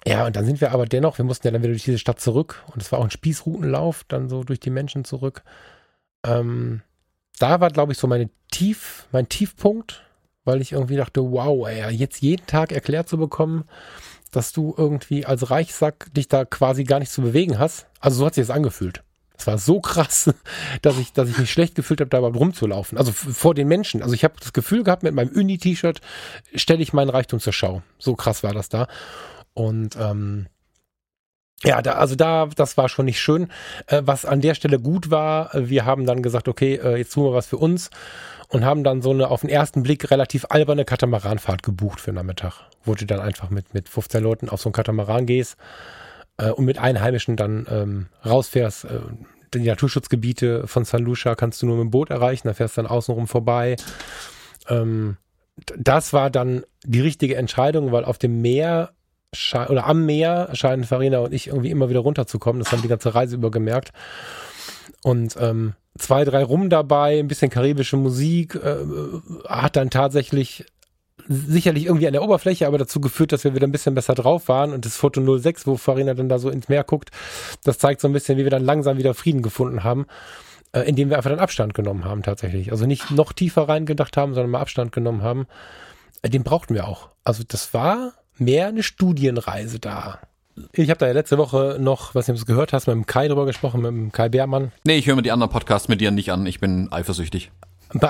Ja, und dann sind wir aber dennoch, wir mussten ja dann wieder durch diese Stadt zurück und es war auch ein Spießrutenlauf, dann so durch die Menschen zurück. Ähm, da war, glaube ich, so meine Tief, mein Tiefpunkt, weil ich irgendwie dachte, wow, ey, jetzt jeden Tag erklärt zu bekommen, dass du irgendwie als Reichssack dich da quasi gar nicht zu bewegen hast. Also so hat sich das angefühlt. Es war so krass, dass ich, dass ich mich schlecht gefühlt habe, da überhaupt rumzulaufen. Also f- vor den Menschen. Also ich habe das Gefühl gehabt, mit meinem Uni-T-Shirt stelle ich meinen Reichtum zur Schau. So krass war das da. Und ähm, ja, da, also da, das war schon nicht schön. Äh, was an der Stelle gut war, äh, wir haben dann gesagt, okay, äh, jetzt tun wir was für uns und haben dann so eine auf den ersten Blick relativ alberne Katamaranfahrt gebucht für den Nachmittag, wo du dann einfach mit, mit fünfzehn Leuten auf so einen Katamaran gehst äh, und mit Einheimischen dann ähm, rausfährst. Äh, die Naturschutzgebiete von San Lucia kannst du nur mit dem Boot erreichen, da fährst du dann außenrum vorbei. Ähm, das war dann die richtige Entscheidung, weil auf dem Meer Sche- oder am Meer scheinen Farina und ich irgendwie immer wieder runterzukommen. Das haben die ganze Reise über gemerkt. Und ähm, zwei, drei Rum dabei, ein bisschen karibische Musik, äh, hat dann tatsächlich sicherlich irgendwie an der Oberfläche, aber dazu geführt, dass wir wieder ein bisschen besser drauf waren. Und das Foto null sechs, wo Farina dann da so ins Meer guckt, das zeigt so ein bisschen, wie wir dann langsam wieder Frieden gefunden haben, äh, indem wir einfach dann Abstand genommen haben tatsächlich. Also nicht noch tiefer reingedacht haben, sondern mal Abstand genommen haben. Äh, den brauchten wir auch. Also das war mehr eine Studienreise da. Ich habe da ja letzte Woche noch, was du gehört hast, mit dem Kai drüber gesprochen, mit dem Kai Beermann. Nee, ich höre mir die anderen Podcasts mit dir nicht an. Ich bin eifersüchtig. Bei,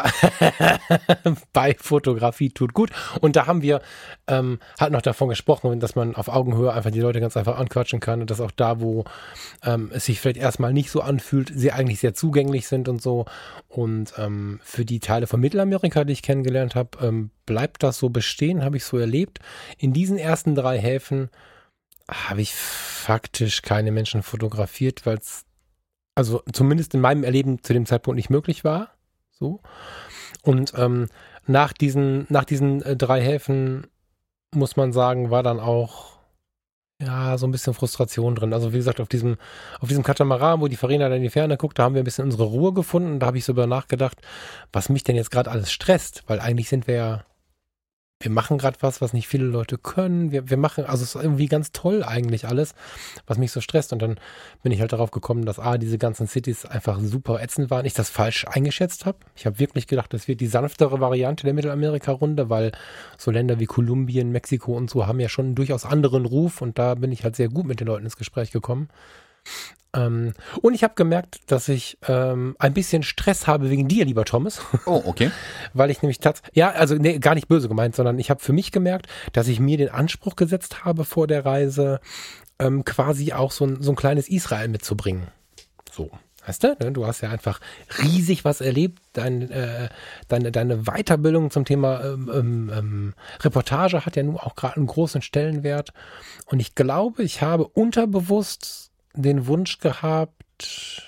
bei Fotografie tut gut. Und da haben wir ähm, halt noch davon gesprochen, dass man auf Augenhöhe einfach die Leute ganz einfach anquatschen kann und dass auch da, wo ähm, es sich vielleicht erstmal nicht so anfühlt, sie eigentlich sehr zugänglich sind und so. Und ähm, für die Teile von Mittelamerika, die ich kennengelernt habe, ähm, bleibt das so bestehen, habe ich so erlebt. In diesen ersten drei Häfen habe ich faktisch keine Menschen fotografiert, weil es also zumindest in meinem Erleben zu dem Zeitpunkt nicht möglich war. So. Und ähm, nach diesen, nach diesen äh, drei Häfen, muss man sagen, war dann auch ja so ein bisschen Frustration drin. Also wie gesagt, auf diesem, auf diesem Katamaran, wo die Farina dann in die Ferne guckt, da haben wir ein bisschen unsere Ruhe gefunden. Da habe ich so über nachgedacht, was mich denn jetzt gerade alles stresst, weil eigentlich sind wir ja wir machen gerade was, was nicht viele Leute können. Wir, wir machen, also es ist irgendwie ganz toll eigentlich alles, was mich so stresst. Und dann bin ich halt darauf gekommen, dass A, diese ganzen Cities einfach super ätzend waren. Ich das falsch eingeschätzt habe. Ich habe wirklich gedacht, das wird die sanftere Variante der Mittelamerika-Runde, weil so Länder wie Kolumbien, Mexiko und so haben ja schon einen durchaus anderen Ruf. Und da bin ich halt sehr gut mit den Leuten ins Gespräch gekommen. Ähm, und ich habe gemerkt, dass ich ähm, ein bisschen Stress habe wegen dir, lieber Thomas. Oh, okay. Weil ich nämlich tatsächlich, ja, also nee, gar nicht böse gemeint, sondern ich habe für mich gemerkt, dass ich mir den Anspruch gesetzt habe vor der Reise, ähm, quasi auch so ein, so ein kleines Israel mitzubringen. So. Weißt du, du hast ja einfach riesig was erlebt. Dein, äh, deine, deine Weiterbildung zum Thema ähm, ähm, Reportage hat ja nun auch gerade einen großen Stellenwert. Und ich glaube, ich habe unterbewusst den Wunsch gehabt,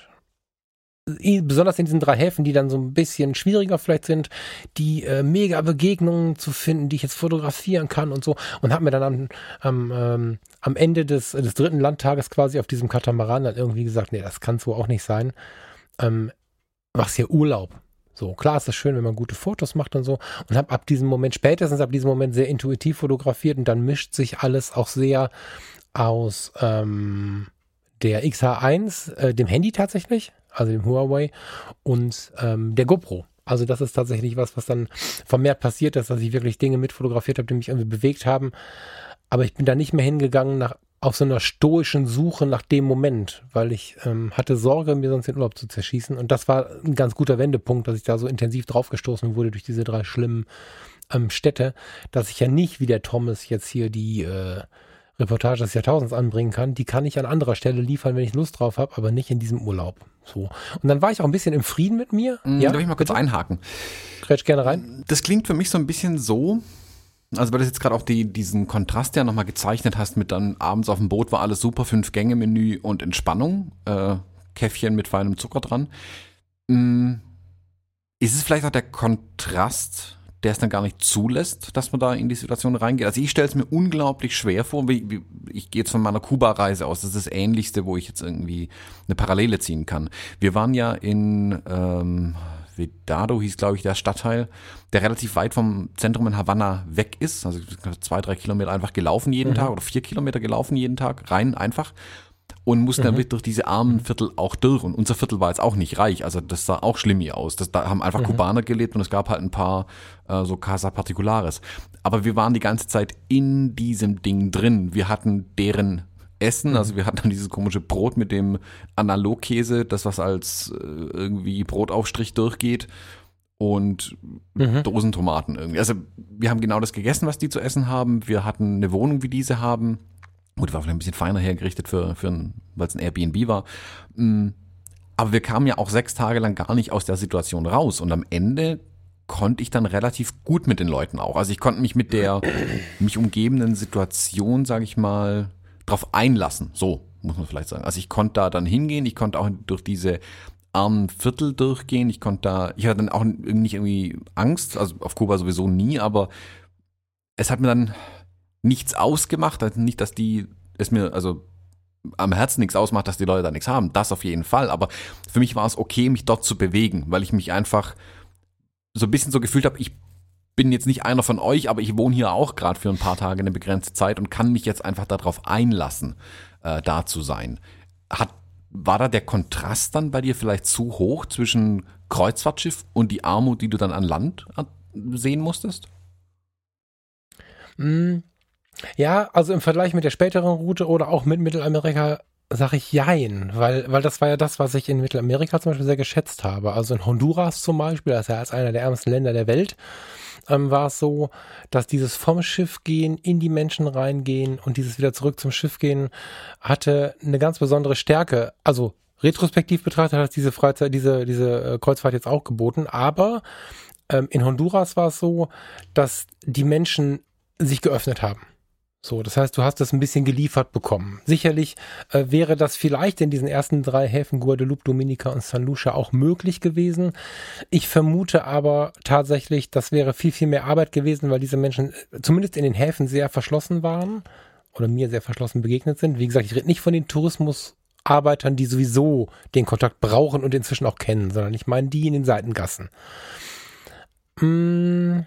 besonders in diesen drei Häfen, die dann so ein bisschen schwieriger vielleicht sind, die äh, mega Begegnungen zu finden, die ich jetzt fotografieren kann und so. Und habe mir dann am, am, ähm, am Ende des, des dritten Landtages quasi auf diesem Katamaran dann irgendwie gesagt, nee, das kann so auch nicht sein. Ähm, machst hier Urlaub. So, klar ist das schön, wenn man gute Fotos macht und so. Und habe ab diesem Moment, spätestens ab diesem Moment sehr intuitiv fotografiert und dann mischt sich alles auch sehr aus ähm, der X H eins, äh, dem Handy tatsächlich, also dem Huawei und ähm, der GoPro. Also das ist tatsächlich was, was dann vermehrt passiert ist, dass ich wirklich Dinge mitfotografiert habe, die mich irgendwie bewegt haben. Aber ich bin da nicht mehr hingegangen nach auf so einer stoischen Suche nach dem Moment, weil ich ähm, hatte Sorge, mir sonst den Urlaub zu zerschießen. Und das war ein ganz guter Wendepunkt, dass ich da so intensiv draufgestoßen wurde durch diese drei schlimmen ähm, Städte, dass ich ja nicht wie der Thomas jetzt hier die äh, Reportage des Jahrtausends anbringen kann, die kann ich an anderer Stelle liefern, wenn ich Lust drauf habe, aber nicht in diesem Urlaub. So. Und dann war ich auch ein bisschen im Frieden mit mir. Mhm, ja, darf ich mal kurz bitte? einhaken? Grätsch gerne rein. Das klingt für mich so ein bisschen so, also weil du jetzt gerade auch die, diesen Kontrast ja nochmal gezeichnet hast mit dann abends auf dem Boot war alles super, Fünf-Gänge-Menü und Entspannung, äh, Käffchen mit feinem Zucker dran. Mhm. Ist es vielleicht auch der Kontrast, der es dann gar nicht zulässt, dass man da in die Situation reingeht? Also ich stelle es mir unglaublich schwer vor, wie, wie, ich gehe jetzt von meiner Kuba-Reise aus, das ist das Ähnlichste, wo ich jetzt irgendwie eine Parallele ziehen kann. Wir waren ja in, ähm, Vedado hieß, glaube ich, der Stadtteil, der relativ weit vom Zentrum in Havanna weg ist. Also zwei, drei Kilometer einfach gelaufen jeden mhm. Tag oder vier Kilometer gelaufen jeden Tag, rein einfach. Und mussten mhm. dann durch diese armen Viertel auch durch. Und unser Viertel war jetzt auch nicht reich. Also das sah auch schlimm hier aus. Das, da haben einfach mhm. Kubaner gelebt und es gab halt ein paar äh, so Casa Particulares. Aber wir waren die ganze Zeit in diesem Ding drin. Wir hatten deren Essen, also wir hatten dann dieses komische Brot mit dem Analogkäse, das was als äh, irgendwie Brotaufstrich durchgeht und mhm. Dosentomaten irgendwie. Also wir haben genau das gegessen, was die zu essen haben. Wir hatten eine Wohnung, wie diese haben. Gut, war vielleicht ein bisschen feiner hergerichtet, für, für ein, weil es ein Airbnb war. Aber wir kamen ja auch sechs Tage lang gar nicht aus der Situation raus. Und am Ende konnte ich dann relativ gut mit den Leuten auch. Also ich konnte mich mit der mich umgebenden Situation, sage ich mal, drauf einlassen. So muss man vielleicht sagen. Also ich konnte da dann hingehen. Ich konnte auch durch diese armen Viertel durchgehen. Ich konnte da, ich hatte dann auch nicht irgendwie Angst. Also auf Kuba sowieso nie. Aber es hat mir dann nichts ausgemacht, also nicht, dass die es mir, also am Herzen nichts ausmacht, dass die Leute da nichts haben, das auf jeden Fall, aber für mich war es okay, mich dort zu bewegen, weil ich mich einfach so ein bisschen so gefühlt habe, ich bin jetzt nicht einer von euch, aber ich wohne hier auch gerade für ein paar Tage eine begrenzte Zeit und kann mich jetzt einfach darauf einlassen, äh, da zu sein. Hat, war da der Kontrast dann bei dir vielleicht zu hoch zwischen Kreuzfahrtschiff und die Armut, die du dann an Land sehen musstest? Mm. Ja, also im Vergleich mit der späteren Route oder auch mit Mittelamerika sage ich jein, weil, weil das war ja das, was ich in Mittelamerika zum Beispiel sehr geschätzt habe. Also in Honduras zum Beispiel, das ist ja als einer der ärmsten Länder der Welt, ähm, war es so, dass dieses vom Schiff gehen, in die Menschen reingehen und dieses wieder zurück zum Schiff gehen, hatte eine ganz besondere Stärke. Also retrospektiv betrachtet hat diese Freizeit, diese, diese Kreuzfahrt jetzt auch geboten, aber ähm, in Honduras war es so, dass die Menschen sich geöffnet haben. So, das heißt, du hast das ein bisschen geliefert bekommen. Sicherlich äh, wäre das vielleicht in diesen ersten drei Häfen Guadeloupe, Dominica und San Lucia auch möglich gewesen. Ich vermute aber tatsächlich, das wäre viel, viel mehr Arbeit gewesen, weil diese Menschen zumindest in den Häfen sehr verschlossen waren oder mir sehr verschlossen begegnet sind. Wie gesagt, ich rede nicht von den Tourismusarbeitern, die sowieso den Kontakt brauchen und inzwischen auch kennen, sondern ich meine die in den Seitengassen. Mmh.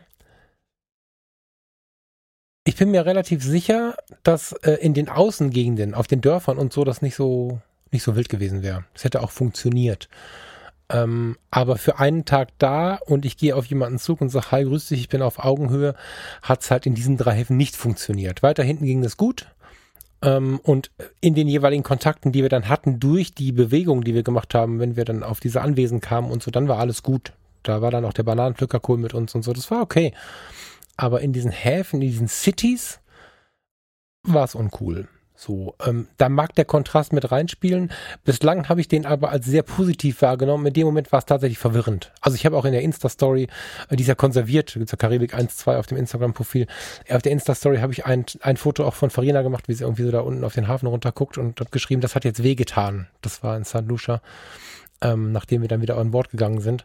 Ich bin mir relativ sicher, dass äh, in den Außengegenden, auf den Dörfern und so, das nicht so nicht so wild gewesen wäre. Es hätte auch funktioniert. Ähm, aber für einen Tag da und ich gehe auf jemanden zu und sage, hi, grüß dich, ich bin auf Augenhöhe, hat es halt in diesen drei Häfen nicht funktioniert. Weiter hinten ging es gut. Ähm, und in den jeweiligen Kontakten, die wir dann hatten, durch die Bewegung, die wir gemacht haben, wenn wir dann auf diese Anwesen kamen und so, dann war alles gut. Da war dann auch der Bananenpflücker cool mit uns und so, das war okay. Aber in diesen Häfen, in diesen Cities war es uncool. So, ähm, da mag der Kontrast mit reinspielen. Bislang habe ich den aber als sehr positiv wahrgenommen. In dem Moment war es tatsächlich verwirrend. Also ich habe auch in der Insta-Story, äh, die ist ja konserviert, gibt es ja Karibik eins zwei auf dem Instagram-Profil. Äh, auf der Insta-Story habe ich ein, ein Foto auch von Farina gemacht, wie sie irgendwie so da unten auf den Hafen runter guckt und habe geschrieben, das hat jetzt wehgetan. Das war in San Lucia, ähm, nachdem wir dann wieder an Bord gegangen sind.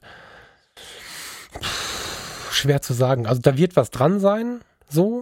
Schwer zu sagen. Also da wird was dran sein, so.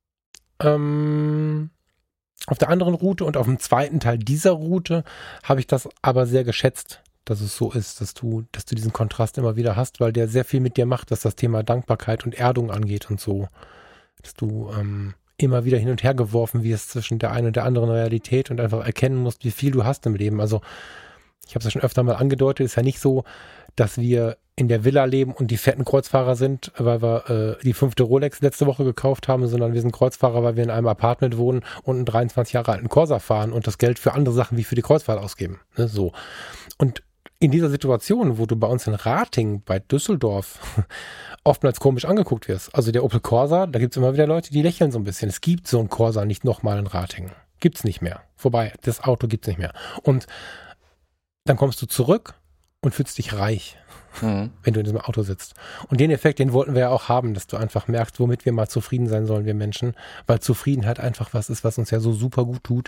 Ähm, auf der anderen Route und auf dem zweiten Teil dieser Route habe ich das aber sehr geschätzt, dass es so ist, dass du, dass du diesen Kontrast immer wieder hast, weil der sehr viel mit dir macht, was das Thema Dankbarkeit und Erdung angeht und so. Dass du ähm, immer wieder hin und her geworfen wirst zwischen der einen und der anderen Realität und einfach erkennen musst, wie viel du hast im Leben. Also ich habe es ja schon öfter mal angedeutet, ist ja nicht so, dass wir in der Villa leben und die fetten Kreuzfahrer sind, weil wir äh, die fünfte Rolex letzte Woche gekauft haben, sondern wir sind Kreuzfahrer, weil wir in einem Apartment wohnen und einen dreiundzwanzig Jahre alten Corsa fahren und das Geld für andere Sachen wie für die Kreuzfahrt ausgeben. Ne, so. Und in dieser Situation, wo du bei uns in Rating, bei Düsseldorf, oftmals komisch angeguckt wirst, also der Opel Corsa, da gibt es immer wieder Leute, die lächeln so ein bisschen. Es gibt so einen Corsa nicht nochmal in Rating. Gibt's nicht mehr. Vorbei. Das Auto gibt's nicht mehr. Und dann kommst du zurück und fühlst dich reich, mhm. wenn du in diesem Auto sitzt. Und den Effekt, den wollten wir ja auch haben, dass du einfach merkst, womit wir mal zufrieden sein sollen, wir Menschen, weil Zufriedenheit einfach was ist, was uns ja so super gut tut.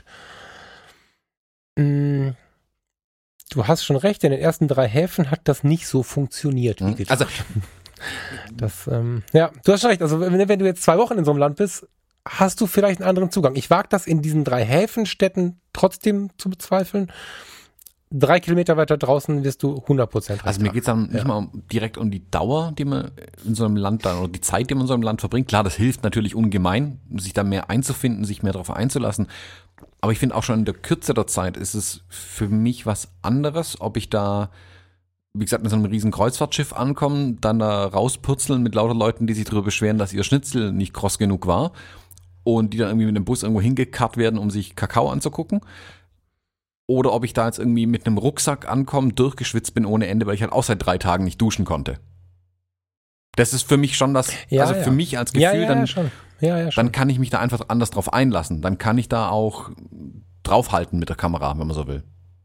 Du hast schon recht, in den ersten drei Häfen hat das nicht so funktioniert, wie gedacht. Also, das, ähm, ja, du hast schon recht, also wenn, wenn du jetzt zwei Wochen in so einem Land bist, hast du vielleicht einen anderen Zugang. Ich wage das in diesen drei Häfenstädten trotzdem zu bezweifeln. drei Kilometer weiter draußen wirst du hundert Prozent. Also mir geht's dann nicht ja. mal um, direkt um die Dauer, die man in so einem Land dann, oder die Zeit, die man in so einem Land verbringt. Klar, das hilft natürlich ungemein, sich da mehr einzufinden, sich mehr darauf einzulassen. Aber ich finde auch schon in der Kürze der Zeit ist es für mich was anderes, ob ich da, wie gesagt, mit so einem riesen Kreuzfahrtschiff ankomme, dann da rauspurzeln mit lauter Leuten, die sich darüber beschweren, dass ihr Schnitzel nicht kross genug war und die dann irgendwie mit dem Bus irgendwo hingekarrt werden, um sich Kakao anzugucken. Oder ob ich da jetzt irgendwie mit einem Rucksack ankomme, durchgeschwitzt bin ohne Ende, weil ich halt auch seit drei Tagen nicht duschen konnte. Das ist für mich schon das, ja, also ja. für mich als Gefühl, ja, ja, dann, ja, schon. Ja, ja, schon. dann kann ich mich da einfach anders drauf einlassen. Dann kann ich da auch draufhalten mit der Kamera, wenn man so will.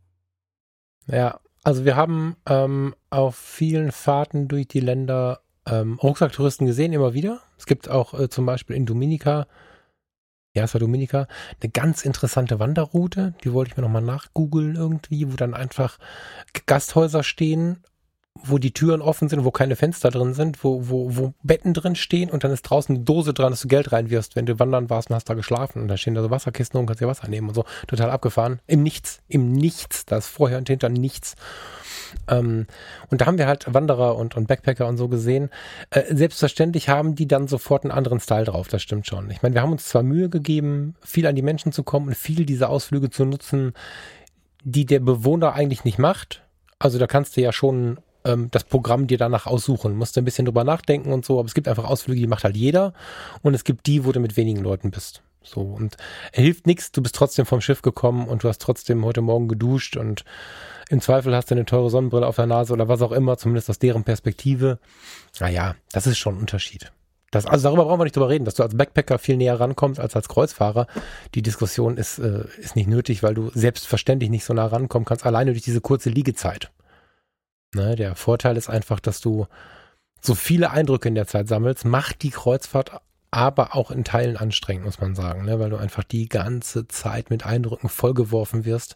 Ja, also wir haben ähm, auf vielen Fahrten durch die Länder ähm, Rucksacktouristen gesehen, immer wieder. Es gibt auch äh, zum Beispiel in Dominica, ja, es war Dominica, eine ganz interessante Wanderroute, die wollte ich mir nochmal nachgoogeln irgendwie, wo dann einfach Gasthäuser stehen, wo die Türen offen sind, wo keine Fenster drin sind, wo, wo, wo Betten drin stehen und dann ist draußen eine Dose dran, dass du Geld reinwirfst, wenn du wandern warst und hast da geschlafen und da stehen da so Wasserkisten und kannst dir Wasser nehmen und so. Total abgefahren. Im Nichts, im Nichts. Da ist vorher und hinter nichts. Ähm, und da haben wir halt Wanderer und, und Backpacker und so gesehen. Äh, selbstverständlich haben die dann sofort einen anderen Style drauf, das stimmt schon. Ich meine, wir haben uns zwar Mühe gegeben, viel an die Menschen zu kommen und viel diese Ausflüge zu nutzen, die der Bewohner eigentlich nicht macht. Also da kannst du ja schon ähm, das Programm dir danach aussuchen. Musst du ein bisschen drüber nachdenken und so, aber es gibt einfach Ausflüge, die macht halt jeder und es gibt die, wo du mit wenigen Leuten bist. So, und hilft nichts, du bist trotzdem vom Schiff gekommen und du hast trotzdem heute Morgen geduscht und im Zweifel hast du eine teure Sonnenbrille auf der Nase oder was auch immer, zumindest aus deren Perspektive. Naja, das ist schon ein Unterschied. Das, also darüber brauchen wir nicht drüber reden, dass du als Backpacker viel näher rankommst als als Kreuzfahrer. Die Diskussion ist, äh, ist nicht nötig, weil du selbstverständlich nicht so nah rankommen kannst, alleine durch diese kurze Liegezeit. Ne, der Vorteil ist einfach, dass du so viele Eindrücke in der Zeit sammelst, macht die Kreuzfahrt aber auch in Teilen anstrengend, muss man sagen, ne, weil du einfach die ganze Zeit mit Eindrücken vollgeworfen wirst.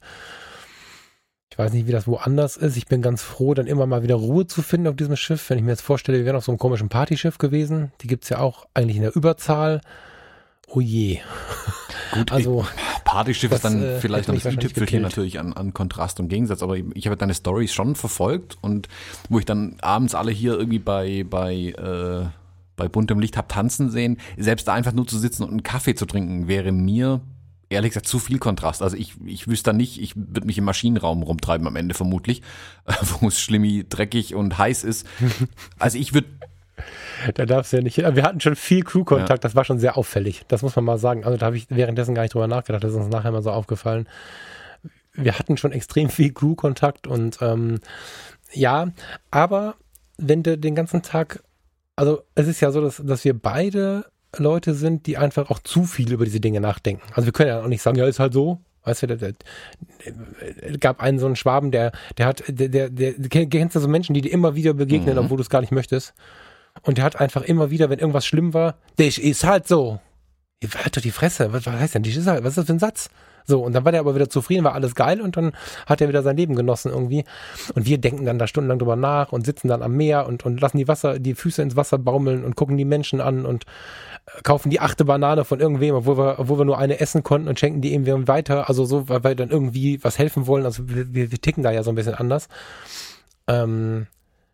Ich weiß nicht, wie das woanders ist. Ich bin ganz froh, dann immer mal wieder Ruhe zu finden auf diesem Schiff. Wenn ich mir jetzt vorstelle, wir wären auf so einem komischen Partyschiff gewesen. Die gibt's ja auch eigentlich in der Überzahl. Oh je. Gut, also Partyschiff das, ist dann äh, vielleicht hätte mich ein i-Tüpfelchen gekillt. natürlich an, an Kontrast und Gegensatz, aber ich, ich habe deine Storys schon verfolgt und wo ich dann abends alle hier irgendwie bei bei äh, bei buntem Licht hab tanzen sehen, selbst da einfach nur zu sitzen und einen Kaffee zu trinken, wäre mir ehrlich gesagt zu viel Kontrast. Also ich ich wüsste dann nicht, ich würde mich im Maschinenraum rumtreiben am Ende vermutlich, wo es schlimmi dreckig und heiß ist. Also ich würde Da darfst du ja nicht hin. Wir hatten schon viel Crew-Kontakt, ja. Das war schon sehr auffällig. Das muss man mal sagen. Also da habe ich währenddessen gar nicht drüber nachgedacht, das ist uns nachher mal so aufgefallen. Wir hatten schon extrem viel Crew-Kontakt und ähm, ja, aber wenn du den ganzen Tag, also es ist ja so, dass, dass wir beide Leute sind, die einfach auch zu viel über diese Dinge nachdenken. Also wir können ja auch nicht sagen, ja, ist halt so. Weißt du, der, der, der gab einen so einen Schwaben, der, der hat, der, der, der, kennst du so Menschen, die dir immer wieder begegnen, mhm. obwohl du es gar nicht möchtest. Und der hat einfach immer wieder, wenn irgendwas schlimm war, das ist halt so. Halt doch die Fresse. Was, was heißt denn, das ist halt, was ist das für ein Satz? So, und dann war der aber wieder zufrieden, war alles geil und dann hat er wieder sein Leben genossen irgendwie. Und wir denken dann da stundenlang drüber nach und sitzen dann am Meer und, und lassen die Wasser, die Füße ins Wasser baumeln und gucken die Menschen an und kaufen die achte Banane von irgendwem, obwohl wir, obwohl wir nur eine essen konnten und schenken die eben weiter. Also so, weil wir dann irgendwie was helfen wollen. Also wir, wir, wir ticken da ja so ein bisschen anders. Ähm,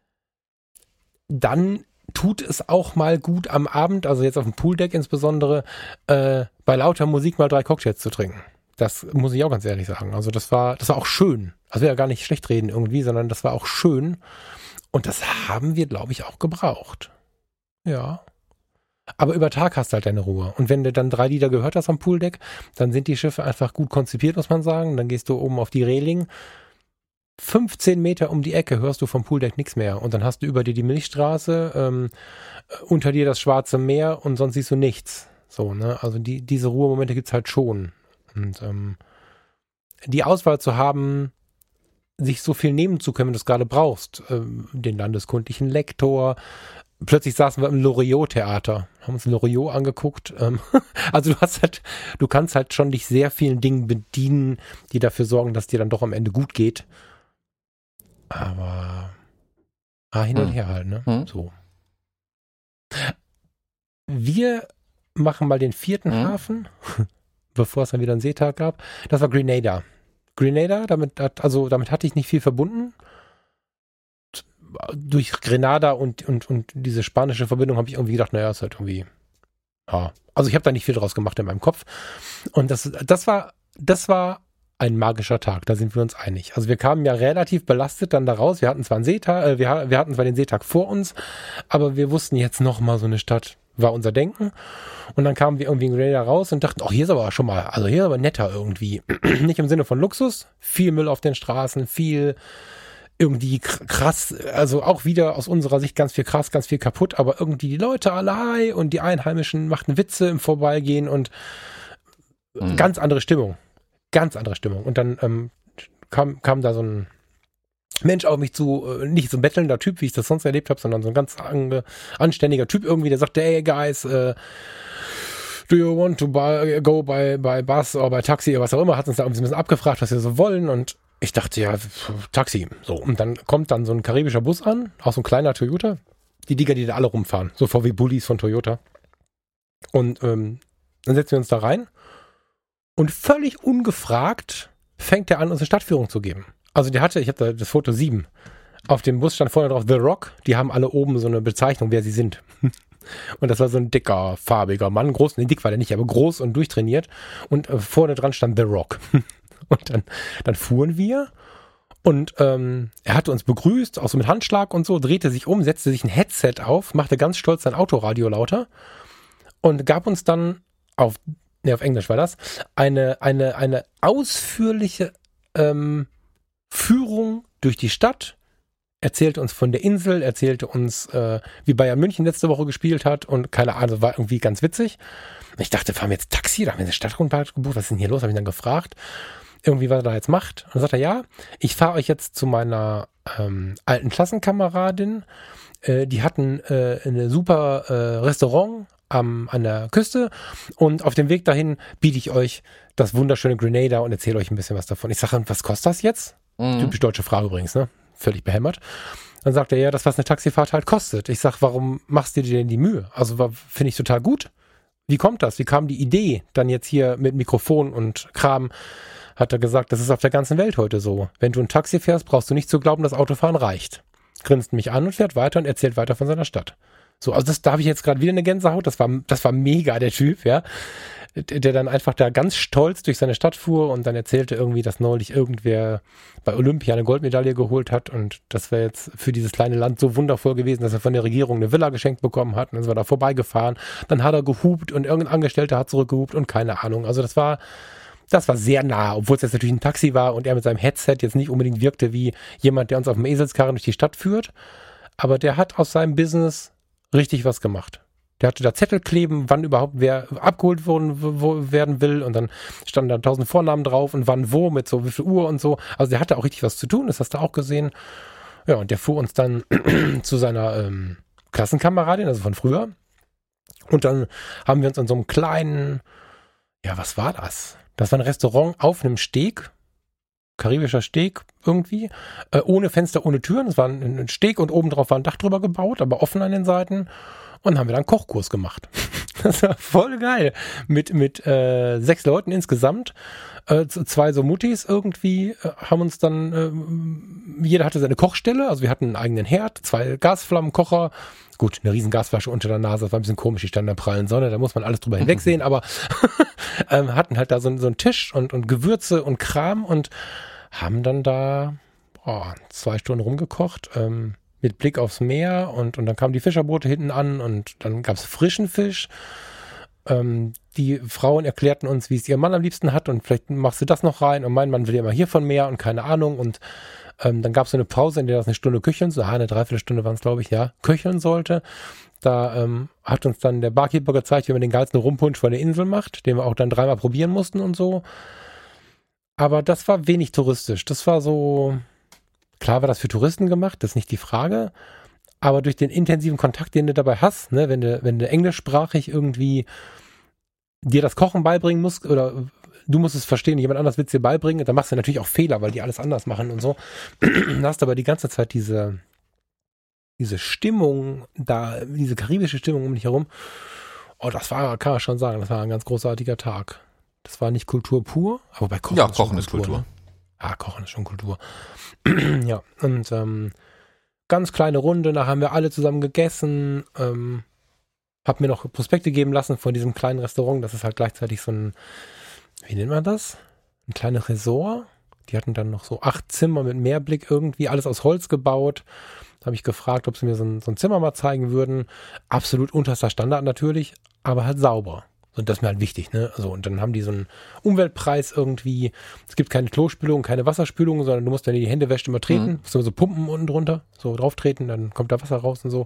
dann tut es auch mal gut am Abend, also jetzt auf dem Pooldeck insbesondere, äh, bei lauter Musik mal drei Cocktails zu trinken. Das muss ich auch ganz ehrlich sagen. Also das war, das war auch schön. Also ja gar nicht schlecht reden irgendwie, sondern das war auch schön. Und das haben wir, glaube ich, auch gebraucht. Ja. Aber über Tag hast du halt deine Ruhe. Und wenn du dann drei Lieder gehört hast am Pooldeck, dann sind die Schiffe einfach gut konzipiert, muss man sagen. Dann gehst du oben auf die Reling. fünfzehn Meter um die Ecke hörst du vom Pooldeck nichts mehr. Und dann hast du über dir die Milchstraße, ähm, unter dir das Schwarze Meer und sonst siehst du nichts. So, ne? Also die, diese Ruhemomente gibt's halt schon. Und ähm, die Auswahl zu haben, sich so viel nehmen zu können, wenn du es gerade brauchst, ähm, den landeskundlichen Lektor. Plötzlich saßen wir im Loriot-Theater, haben uns Loriot angeguckt. Ähm, also du hast halt, du kannst halt schon dich sehr vielen Dingen bedienen, die dafür sorgen, dass dir dann doch am Ende gut geht. Aber ah, hin und hm. her halt, ne? Hm. So. Wir machen mal den vierten hm. Hafen, bevor es dann wieder einen Seetag gab. Das war Grenada. Grenada, damit hat, also damit hatte ich nicht viel verbunden. Durch Grenada und, und, und diese spanische Verbindung habe ich irgendwie gedacht, naja, ist halt irgendwie, ja. Also ich habe da nicht viel draus gemacht in meinem Kopf. Und das, das war, das war ein magischer Tag, da sind wir uns einig. Also wir kamen ja relativ belastet dann da raus. Wir hatten zwar einen Seetag, äh, wir, wir hatten zwar den Seetag vor uns, aber wir wussten jetzt noch mal so eine Stadt, war unser Denken. Und dann kamen wir irgendwie in Grenada raus und dachten, ach, hier ist aber schon mal, also hier ist aber netter irgendwie. Nicht im Sinne von Luxus, viel Müll auf den Straßen, viel irgendwie krass, also auch wieder aus unserer Sicht ganz viel krass, ganz viel kaputt, aber irgendwie die Leute alle hi und die Einheimischen machten Witze im Vorbeigehen und mhm. ganz andere Stimmung. Ganz andere Stimmung. Und dann ähm, kam, kam da so ein Mensch auf mich zu, äh, nicht so ein bettelnder Typ, wie ich das sonst erlebt habe, sondern so ein ganz ange, anständiger Typ irgendwie, der sagte, hey guys, äh, do you want to buy, go by, by bus or by taxi oder was auch immer, hat uns da irgendwie ein bisschen abgefragt, was wir so wollen und ich dachte, ja, Taxi. So, und dann kommt dann so ein karibischer Bus an, auch so ein kleiner Toyota. Die Dinger, die da alle rumfahren. So V W-Bullis von Toyota. Und ähm, dann setzen wir uns da rein. Und völlig ungefragt fängt er an, uns eine Stadtführung zu geben. Also der hatte, ich habe da das Foto sieben. Auf dem Bus stand vorne drauf The Rock. Die haben alle oben so eine Bezeichnung, wer sie sind. Und das war so ein dicker, farbiger Mann. Groß, nee, dick war der nicht, aber groß und durchtrainiert. Und äh, vorne dran stand The Rock. Und dann, dann fuhren wir und ähm, er hatte uns begrüßt, auch so mit Handschlag und so, drehte sich um, setzte sich ein Headset auf, machte ganz stolz sein Autoradio lauter und gab uns dann auf, ne, auf Englisch war das, eine, eine, eine ausführliche ähm, Führung durch die Stadt, erzählte uns von der Insel, erzählte uns, äh, wie Bayern München letzte Woche gespielt hat und keine Ahnung, war irgendwie ganz witzig. Und ich dachte, fahren wir jetzt Taxi, da haben wir eine Stadtrundfahrt gebucht, was ist denn hier los, habe ich dann gefragt. Irgendwie, was er da jetzt macht. Und dann sagt er, ja, ich fahre euch jetzt zu meiner ähm, alten Klassenkameradin. Äh, die hatten äh, eine super äh, Restaurant am, an der Küste und auf dem Weg dahin biete ich euch das wunderschöne Grenada und erzähle euch ein bisschen was davon. Ich sage, was kostet das jetzt? Mhm. Typisch deutsche Frage übrigens, ne? Völlig behämmert. Dann sagt er, ja, das, was eine Taxifahrt halt kostet. Ich sage, warum machst du dir denn die Mühe? Also finde ich total gut. Wie kommt das? Wie kam die Idee dann jetzt hier mit Mikrofon und Kram? Hat er gesagt, das ist auf der ganzen Welt heute so. Wenn du ein Taxi fährst, brauchst du nicht zu glauben, dass Autofahren reicht. Grinst mich an und fährt weiter und erzählt weiter von seiner Stadt. So, also das, da habe ich jetzt gerade wieder eine Gänsehaut. Das war, das war mega, der Typ, ja. Der dann einfach da ganz stolz durch seine Stadt fuhr und dann erzählte irgendwie, dass neulich irgendwer bei Olympia eine Goldmedaille geholt hat und das wäre jetzt für dieses kleine Land so wundervoll gewesen, dass er von der Regierung eine Villa geschenkt bekommen hat und dann ist er da vorbeigefahren. Dann hat er gehupt und irgendein Angestellter hat zurückgehupt und keine Ahnung. Also das war Das war sehr nah, obwohl es jetzt natürlich ein Taxi war und er mit seinem Headset jetzt nicht unbedingt wirkte wie jemand, der uns auf dem Eselskarren durch die Stadt führt. Aber der hat aus seinem Business richtig was gemacht. Der hatte da Zettel kleben, wann überhaupt wer abgeholt worden, wo, werden will und dann standen da tausend Vornamen drauf und wann wo mit so wie viel Uhr und so. Also der hatte auch richtig was zu tun, das hast du auch gesehen. Ja, und der fuhr uns dann zu seiner ähm, Klassenkameradin, also von früher. Und dann haben wir uns an so einem kleinen, ja, was war das? Das war ein Restaurant auf einem Steg, karibischer Steg irgendwie, äh, ohne Fenster, ohne Türen. Es war ein, ein Steg und oben drauf war ein Dach drüber gebaut, aber offen an den Seiten. Und haben wir dann einen Kochkurs gemacht. Das war voll geil. Mit, mit äh, sechs Leuten insgesamt. Äh, zwei so Muttis irgendwie äh, haben uns dann, äh, jeder hatte seine Kochstelle. Also wir hatten einen eigenen Herd, zwei Gasflammenkocher. Gut, eine riesen Gasflasche unter der Nase. Das war ein bisschen komisch, die stand in der prallen Sonne. Da muss man alles drüber hinwegsehen. Aber ähm, hatten halt da so, so einen Tisch und, und Gewürze und Kram und haben dann da boah, zwei Stunden rumgekocht. Ähm, mit Blick aufs Meer und, und dann kamen die Fischerboote hinten an und dann gab es frischen Fisch. Ähm, die Frauen erklärten uns, wie es ihr Mann am liebsten hat und vielleicht machst du das noch rein und mein Mann will ja immer hiervon mehr und keine Ahnung und ähm, dann gab es so eine Pause, in der das eine Stunde köcheln, so eine Dreiviertelstunde waren es glaube ich, ja, köcheln sollte. Da ähm, hat uns dann der Barkeeper gezeigt, wie man den geilsten Rumpunsch von der Insel macht, den wir auch dann dreimal probieren mussten und so. Aber das war wenig touristisch. Das war so... Klar war das für Touristen gemacht, das ist nicht die Frage, aber durch den intensiven Kontakt, den du dabei hast, ne, wenn du, wenn du englischsprachig irgendwie dir das Kochen beibringen musst oder du musst es verstehen, jemand anders will es dir beibringen, dann machst du natürlich auch Fehler, weil die alles anders machen und so. Dann hast du aber die ganze Zeit diese, diese Stimmung da, diese karibische Stimmung um dich herum. Oh, das war, kann man schon sagen, das war ein ganz großartiger Tag. Das war nicht Kultur pur, aber bei Kochen ja, ist Kochen Kultur, ist Kultur. ne? Ah, Kochen ist schon Kultur. Ja, und ähm, ganz kleine Runde, da haben wir alle zusammen gegessen, ähm, hab mir noch Prospekte geben lassen von diesem kleinen Restaurant, das ist halt gleichzeitig so ein, wie nennt man das? Ein kleines Resort. Die hatten dann noch so acht Zimmer mit Meerblick irgendwie, alles aus Holz gebaut. Da habe ich gefragt, ob sie mir so ein, so ein Zimmer mal zeigen würden. Absolut unterster Standard natürlich, aber halt sauber. Und das ist mir halt wichtig, ne? Also, und dann haben die so einen Umweltpreis irgendwie. Es gibt keine Klospülung, keine Wasserspülung, sondern du musst dann die Hände wäscht immer treten. Mhm. Musst du so pumpen unten drunter, so drauf treten, dann kommt da Wasser raus und so.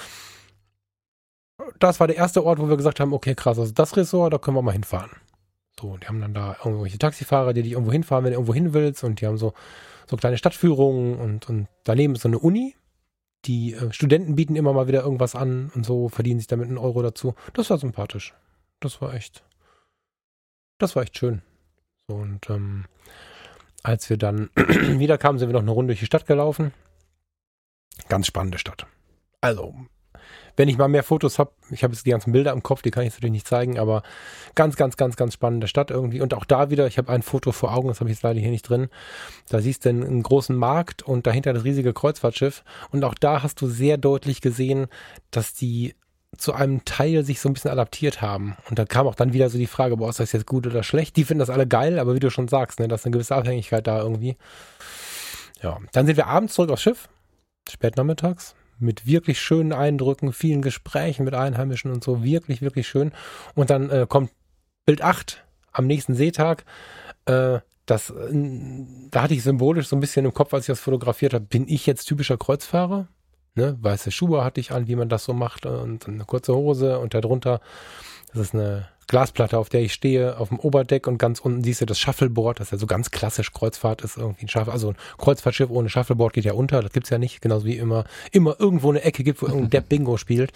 Das war der erste Ort, wo wir gesagt haben, okay, krass, also das Ressort, da können wir mal hinfahren. So, die haben dann da irgendwelche Taxifahrer, die dich irgendwo hinfahren, wenn du irgendwo hin willst. Und die haben so, so kleine Stadtführungen und, und daneben ist so eine Uni. Die äh, Studenten bieten immer mal wieder irgendwas an und so, verdienen sich damit einen Euro dazu. Das war sympathisch. Das war echt, das war echt schön. So, und ähm, als wir dann wieder kamen, sind wir noch eine Runde durch die Stadt gelaufen. Ganz spannende Stadt. Also, wenn ich mal mehr Fotos habe, ich habe jetzt die ganzen Bilder im Kopf, die kann ich jetzt natürlich nicht zeigen, aber ganz, ganz, ganz, ganz spannende Stadt irgendwie. Und auch da wieder, ich habe ein Foto vor Augen, das habe ich jetzt leider hier nicht drin. Da siehst du einen, einen großen Markt und dahinter das riesige Kreuzfahrtschiff. Und auch da hast du sehr deutlich gesehen, dass die zu einem Teil sich so ein bisschen adaptiert haben. Und da kam auch dann wieder so die Frage, boah, ist das jetzt gut oder schlecht? Die finden das alle geil, aber wie du schon sagst, ne, da ist eine gewisse Abhängigkeit da irgendwie. Ja, dann sind wir abends zurück aufs Schiff, spät nachmittags, mit wirklich schönen Eindrücken, vielen Gesprächen mit Einheimischen und so, wirklich, wirklich schön. Und dann äh, kommt Bild acht am nächsten Seetag. Äh, das, äh, da hatte ich symbolisch so ein bisschen im Kopf, als ich das fotografiert habe, bin ich jetzt typischer Kreuzfahrer? Ne? Weiße Schuhe hatte ich an, wie man das so macht, und eine kurze Hose und darunter, das ist eine Glasplatte, auf der ich stehe, auf dem Oberdeck, und ganz unten siehst du das Shuffleboard, das ja so ganz klassisch Kreuzfahrt ist, irgendwie ein Shuffle, also ein Kreuzfahrtschiff ohne Shuffleboard geht ja unter, das gibt's ja nicht, genauso wie immer, immer irgendwo eine Ecke gibt, wo irgendein Depp Bingo spielt.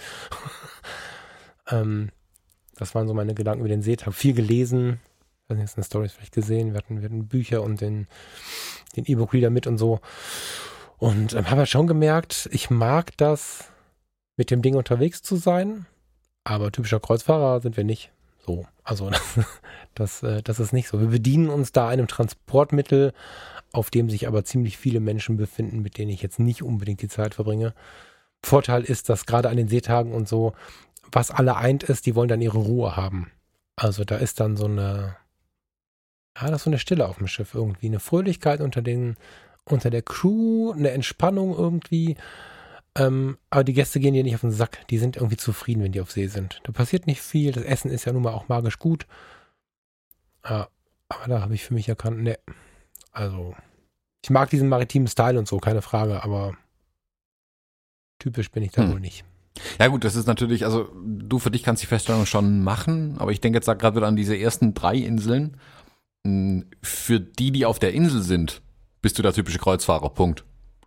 ähm, das waren so meine Gedanken über den See, habe viel gelesen, ich weiß nicht, hast du eine Story vielleicht gesehen, wir hatten, wir hatten Bücher und den, den E-Book-Reader mit und so, und ähm, habe halt schon gemerkt, ich mag das, mit dem Ding unterwegs zu sein, aber typischer Kreuzfahrer sind wir nicht. So, also das, das, das ist nicht so. Wir bedienen uns da einem Transportmittel, auf dem sich aber ziemlich viele Menschen befinden, mit denen ich jetzt nicht unbedingt die Zeit verbringe. Vorteil ist, dass gerade an den Seetagen und so, was alle eint ist, die wollen dann ihre Ruhe haben. Also da ist dann so eine, ja, das ist so eine Stille auf dem Schiff irgendwie, eine Fröhlichkeit unter den, unter der Crew, eine Entspannung irgendwie. Ähm, aber die Gäste gehen dir nicht auf den Sack. Die sind irgendwie zufrieden, wenn die auf See sind. Da passiert nicht viel. Das Essen ist ja nun mal auch magisch gut. Ja, aber da habe ich für mich erkannt, ne, also ich mag diesen maritimen Style und so, keine Frage, aber typisch bin ich da hm. wohl nicht. Ja gut, das ist natürlich, also du für dich kannst die Feststellung schon machen, aber ich denke jetzt gerade wieder an diese ersten drei Inseln. Für die, die auf der Insel sind, bist du der typische Kreuzfahrer, Punkt.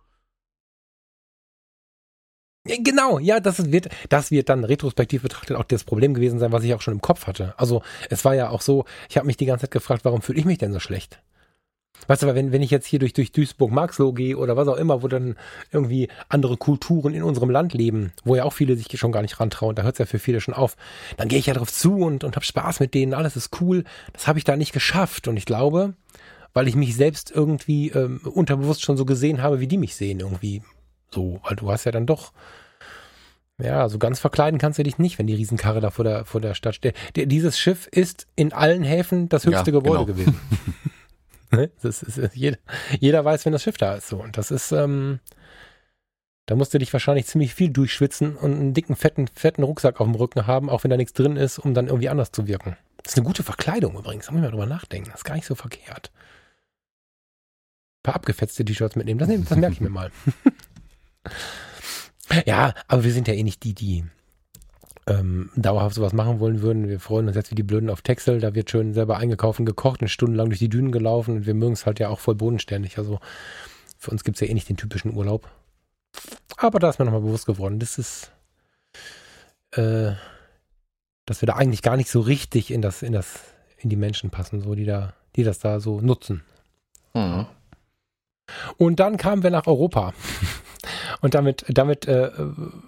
Genau, ja, das wird, das wird dann retrospektiv betrachtet auch das Problem gewesen sein, was ich auch schon im Kopf hatte. Also es war ja auch so, ich habe mich die ganze Zeit gefragt, warum fühle ich mich denn so schlecht? Weißt du, wenn, wenn ich jetzt hier durch, durch Duisburg-Marxloh gehe oder was auch immer, wo dann irgendwie andere Kulturen in unserem Land leben, wo ja auch viele sich schon gar nicht rantrauen, da hört es ja für viele schon auf, dann gehe ich ja drauf zu und, und habe Spaß mit denen, alles ist cool. Das habe ich da nicht geschafft, und ich glaube, weil ich mich selbst irgendwie ähm, unterbewusst schon so gesehen habe, wie die mich sehen irgendwie. So, weil du hast ja dann doch, ja, so ganz verkleiden kannst du dich nicht, wenn die Riesenkarre da vor der, vor der Stadt steht. D- dieses Schiff ist in allen Häfen das höchste ja, Gebäude genau. gewesen. das ist, ist, jeder, jeder weiß, wenn das Schiff da ist. So, und das ist, ähm, da musst du dich wahrscheinlich ziemlich viel durchschwitzen und einen dicken, fetten, fetten Rucksack auf dem Rücken haben, auch wenn da nichts drin ist, um dann irgendwie anders zu wirken. Das ist eine gute Verkleidung übrigens, da muss ich mal drüber nachdenken. Das ist gar nicht so verkehrt. Ein paar abgefetzte T-Shirts mitnehmen, das, das merke ich mir mal. Ja, aber wir sind ja eh nicht die, die ähm, dauerhaft sowas machen wollen würden. Wir freuen uns jetzt wie die Blöden auf Texel. Da wird schön selber eingekauft und gekocht und stundenlang durch die Dünen gelaufen. Und wir mögen es halt ja auch voll bodenständig. Also für uns gibt es ja eh nicht den typischen Urlaub. Aber da ist mir nochmal bewusst geworden, das ist, äh, dass wir da eigentlich gar nicht so richtig in das, in das, in die Menschen passen, so die da, die das da so nutzen. Mhm. Und dann kamen wir nach Europa. Und damit, damit äh,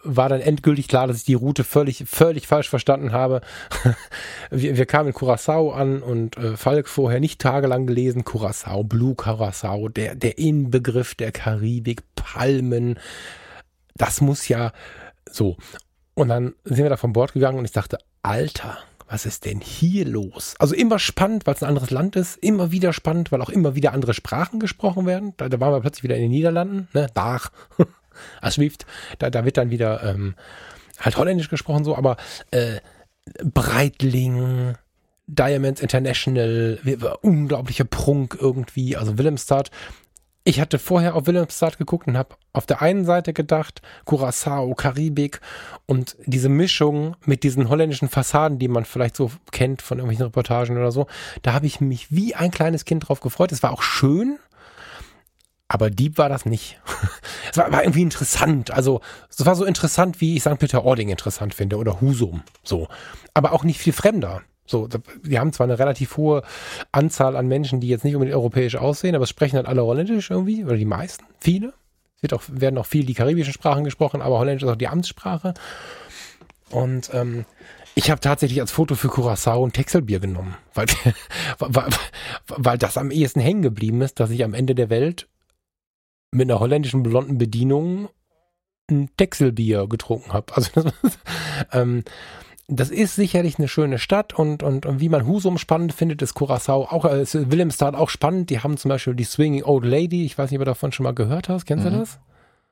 war dann endgültig klar, dass ich die Route völlig, völlig falsch verstanden habe. wir, wir kamen in Curaçao an und äh, Falk vorher nicht tagelang gelesen. Curaçao, Blue Curaçao, der, der Inbegriff der Karibik, Palmen. Das muss ja so. Und dann sind wir da von Bord gegangen und ich dachte, Alter, was ist denn hier los? Also immer spannend, weil es ein anderes Land ist, immer wieder spannend, weil auch immer wieder andere Sprachen gesprochen werden. Da, da waren wir plötzlich wieder in den Niederlanden, ne, Dach, Aswift, da, da wird dann wieder ähm, halt Holländisch gesprochen so, aber äh, Breitling, Diamonds International, unglaublicher Prunk irgendwie, also Willemstad. Ich hatte vorher auf Willemstad geguckt und habe auf der einen Seite gedacht, Curaçao, Karibik und diese Mischung mit diesen holländischen Fassaden, die man vielleicht so kennt von irgendwelchen Reportagen oder so, da habe ich mich wie ein kleines Kind drauf gefreut. Es war auch schön, aber deep war das nicht. Es war, war irgendwie interessant. Also es war so interessant, wie ich Sankt Peter-Ording interessant finde oder Husum. So, aber auch nicht viel fremder. So, wir haben zwar eine relativ hohe Anzahl an Menschen, die jetzt nicht unbedingt europäisch aussehen, aber es sprechen halt alle Holländisch irgendwie, oder die meisten, viele. Es wird auch, werden auch viel die karibischen Sprachen gesprochen, aber Holländisch ist auch die Amtssprache. Und ähm, ich habe tatsächlich als Foto für Curaçao ein Texelbier genommen, weil, weil, weil das am ehesten hängen geblieben ist, dass ich am Ende der Welt mit einer holländischen blonden Bedienung ein Texelbier getrunken habe. Also das, ähm, das ist sicherlich eine schöne Stadt und, und, und wie man Husum spannend findet, ist Curaçao auch, äh, ist Willemstad auch spannend. Die haben zum Beispiel die Swinging Old Lady. Ich weiß nicht, ob du davon schon mal gehört hast. Kennst mhm. du das?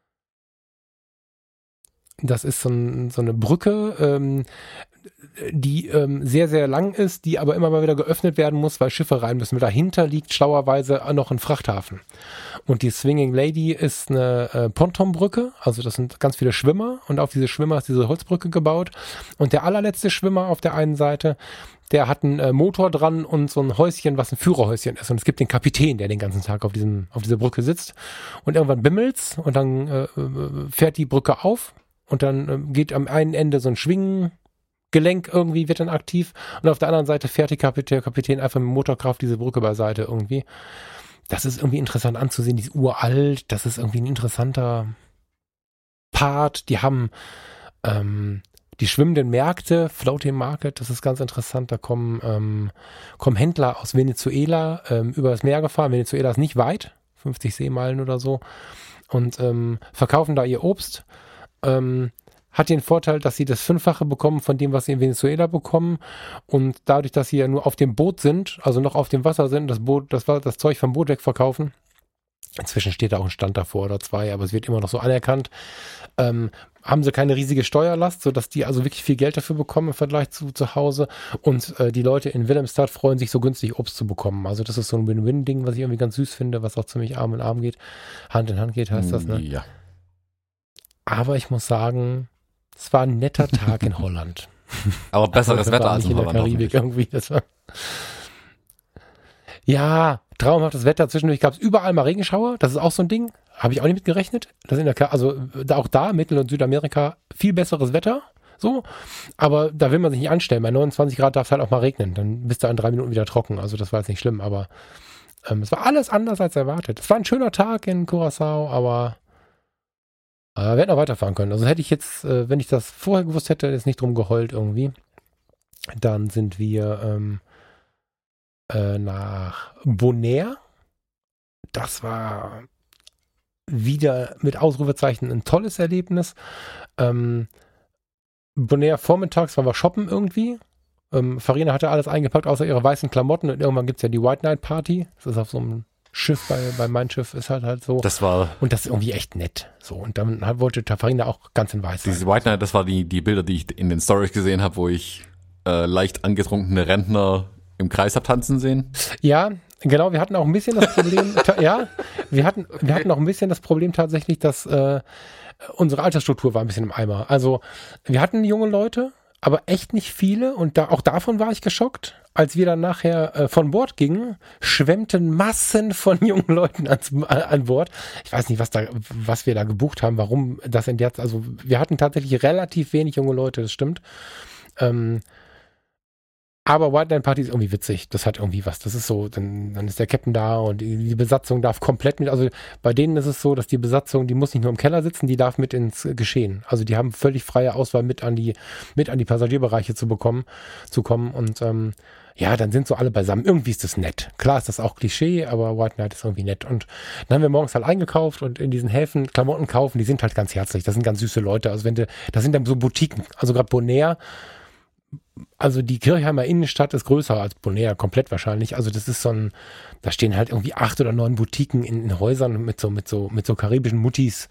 Das ist so, ein, so eine Brücke, ähm, die ähm, sehr, sehr lang ist, die aber immer mal wieder geöffnet werden muss, weil Schiffe rein müssen. Dahinter liegt schlauerweise noch ein Frachthafen. Und die Swinging Lady ist eine äh, Pontonbrücke, also das sind ganz viele Schwimmer und auf diese Schwimmer ist diese Holzbrücke gebaut. Und der allerletzte Schwimmer auf der einen Seite, der hat einen äh, Motor dran und so ein Häuschen, was ein Führerhäuschen ist. Und es gibt den Kapitän, der den ganzen Tag auf diesem auf dieser Brücke sitzt. Und irgendwann bimmelt's und dann äh, fährt die Brücke auf und dann äh, geht am einen Ende so ein Schwingen Gelenk irgendwie wird dann aktiv und auf der anderen Seite fährt die Kapitän, Kapitän einfach mit Motorkraft diese Brücke beiseite irgendwie. Das ist irgendwie interessant anzusehen, die ist uralt, das ist irgendwie ein interessanter Part. Die haben ähm, die schwimmenden Märkte, Floating Market, das ist ganz interessant, da kommen, ähm, kommen Händler aus Venezuela ähm, über das Meer gefahren. Venezuela ist nicht weit, fünfzig Seemeilen oder so und ähm, verkaufen da ihr Obst. Ähm, hat den Vorteil, dass sie das Fünffache bekommen von dem, was sie in Venezuela bekommen. Und dadurch, dass sie ja nur auf dem Boot sind, also noch auf dem Wasser sind, das Boot, das war das Zeug vom Boot wegverkaufen. Inzwischen steht da auch ein Stand davor oder zwei, aber es wird immer noch so anerkannt. Ähm, haben sie keine riesige Steuerlast, sodass die also wirklich viel Geld dafür bekommen im Vergleich zu zu Hause. Und äh, die Leute in Willemstad freuen sich, so günstig Obst zu bekommen. Also das ist so ein Win-Win-Ding, was ich irgendwie ganz süß finde, was auch ziemlich Arm in Arm geht. Hand in Hand geht, heißt das, ne? Ja. Aber ich muss sagen, es war ein netter Tag in Holland. Aber besseres Wetter als in, in der Holland. Karibik irgendwie. Das war ja, traumhaftes Wetter. Zwischendurch gab es überall mal Regenschauer. Das ist auch so ein Ding. Habe ich auch nicht mit gerechnet. Das in der Ka- also da, auch da, Mittel- und Südamerika, viel besseres Wetter. So. Aber da will man sich nicht anstellen. Bei neunundzwanzig Grad darf es halt auch mal regnen. Dann bist du in drei Minuten wieder trocken. Also das war jetzt nicht schlimm. Aber ähm, es war alles anders als erwartet. Es war ein schöner Tag in Curaçao, aber Aber wir hätten auch weiterfahren können. Also hätte ich jetzt, äh, wenn ich das vorher gewusst hätte, jetzt nicht drum geheult irgendwie. Dann sind wir ähm, äh, nach Bonaire. Das war wieder mit Ausrufezeichen ein tolles Erlebnis. Ähm, Bonaire vormittags waren wir shoppen irgendwie. Ähm, Farina hatte alles eingepackt, außer ihre weißen Klamotten. Und irgendwann gibt es ja die White Night Party. Das ist auf so einem Schiff, bei, bei Mein Schiff ist halt halt so. Das war. Und das ist irgendwie echt nett. So. Und dann hat, wollte Farina auch ganz in weiß sein. Diese White Night, das war die, die Bilder, die ich in den Stories gesehen habe, wo ich äh, leicht angetrunkene Rentner im Kreis hab tanzen sehen. Ja, genau. Wir hatten auch ein bisschen das Problem, ta- ja, wir hatten, wir hatten auch ein bisschen das Problem tatsächlich, dass äh, unsere Altersstruktur war ein bisschen im Eimer. Also, wir hatten junge Leute, aber echt nicht viele. Und da, auch davon war ich geschockt. Als wir dann nachher äh, von Bord gingen, schwemmten Massen von jungen Leuten ans, an, an Bord. Ich weiß nicht, was da, was wir da gebucht haben, warum das in der, also wir hatten tatsächlich relativ wenig junge Leute, das stimmt. Ähm, Aber White Night Party ist irgendwie witzig. Das hat irgendwie was. Das ist so, dann, dann ist der Captain da und die, die Besatzung darf komplett mit. Also bei denen ist es so, dass die Besatzung, die muss nicht nur im Keller sitzen, die darf mit ins Geschehen. Also die haben völlig freie Auswahl, mit an die, mit an die Passagierbereiche zu bekommen, zu kommen. Und ähm, ja, dann sind so alle beisammen. Irgendwie ist das nett. Klar ist das auch Klischee, aber White Night ist irgendwie nett. Und dann haben wir morgens halt eingekauft und in diesen Häfen Klamotten kaufen. Die sind halt ganz herzlich. Das sind ganz süße Leute. Also wenn du, das sind dann so Boutiquen. Also gerade Bonaire. Also die Kirchheimer Innenstadt ist größer als Bonaire, komplett wahrscheinlich. Also das ist so ein, da stehen halt irgendwie acht oder neun Boutiquen in, in Häusern mit so, mit so, mit so karibischen Muttis,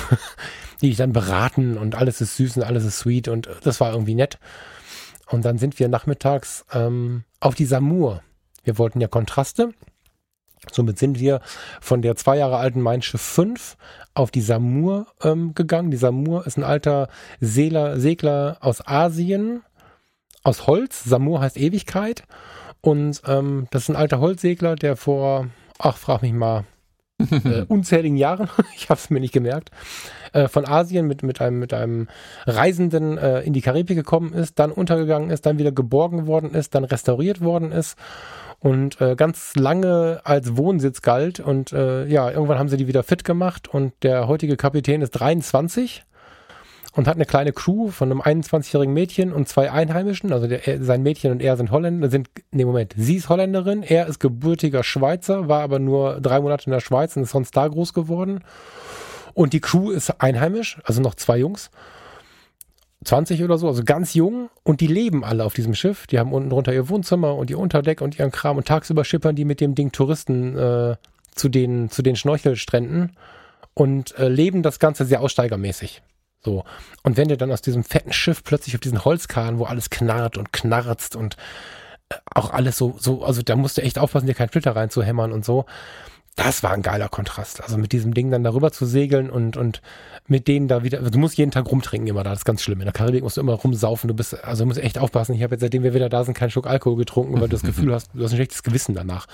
die dich dann beraten und alles ist süß und alles ist sweet und das war irgendwie nett. Und dann sind wir nachmittags ähm, auf die Samur. Wir wollten ja Kontraste. Somit sind wir von der zwei Jahre alten Mein Schiff fünf auf die Samur ähm, gegangen. Die Samur ist ein alter Segler, Segler aus Asien, aus Holz. Samur heißt Ewigkeit. Und ähm, das ist ein alter Holzsegler, der vor, ach, frag mich mal, äh, unzähligen Jahren, ich habe es mir nicht gemerkt, äh, von Asien mit, mit, einem, mit einem Reisenden äh, in die Karibik gekommen ist, dann untergegangen ist, dann wieder geborgen worden ist, dann restauriert worden ist und äh, ganz lange als Wohnsitz galt. Und äh, ja, irgendwann haben sie die wieder fit gemacht und der heutige Kapitän ist dreiundzwanzig und hat eine kleine Crew von einem einundzwanzigjährigen Mädchen und zwei Einheimischen. Also der, er, sein Mädchen und er sind Holländer, sind, nee, Moment, sie ist Holländerin, er ist gebürtiger Schweizer, war aber nur drei Monate in der Schweiz und ist sonst da groß geworden. Und die Crew ist einheimisch, also noch zwei Jungs, zwanzig oder so, also ganz jung. Und die leben alle auf diesem Schiff. Die haben unten drunter ihr Wohnzimmer und ihr Unterdeck und ihren Kram. Und tagsüber schippern die mit dem Ding Touristen äh, zu den, zu den Schnorchelstränden und äh, leben das Ganze sehr aussteigermäßig. So. Und wenn du dann aus diesem fetten Schiff plötzlich auf diesen Holzkahn, wo alles knarrt und knarzt und äh, auch alles so, so, also da musst du echt aufpassen, dir keinen Splitter reinzuhämmern und so. Das war ein geiler Kontrast. Also mit diesem Ding dann darüber zu segeln und, und mit denen da wieder, du musst jeden Tag rumtrinken immer da, das ist ganz schlimm. In der Karibik musst du immer rumsaufen, du bist, also du musst echt aufpassen. Ich habe jetzt, seitdem wir wieder da sind, keinen Schluck Alkohol getrunken, weil du das Gefühl hast, du hast ein schlechtes Gewissen danach.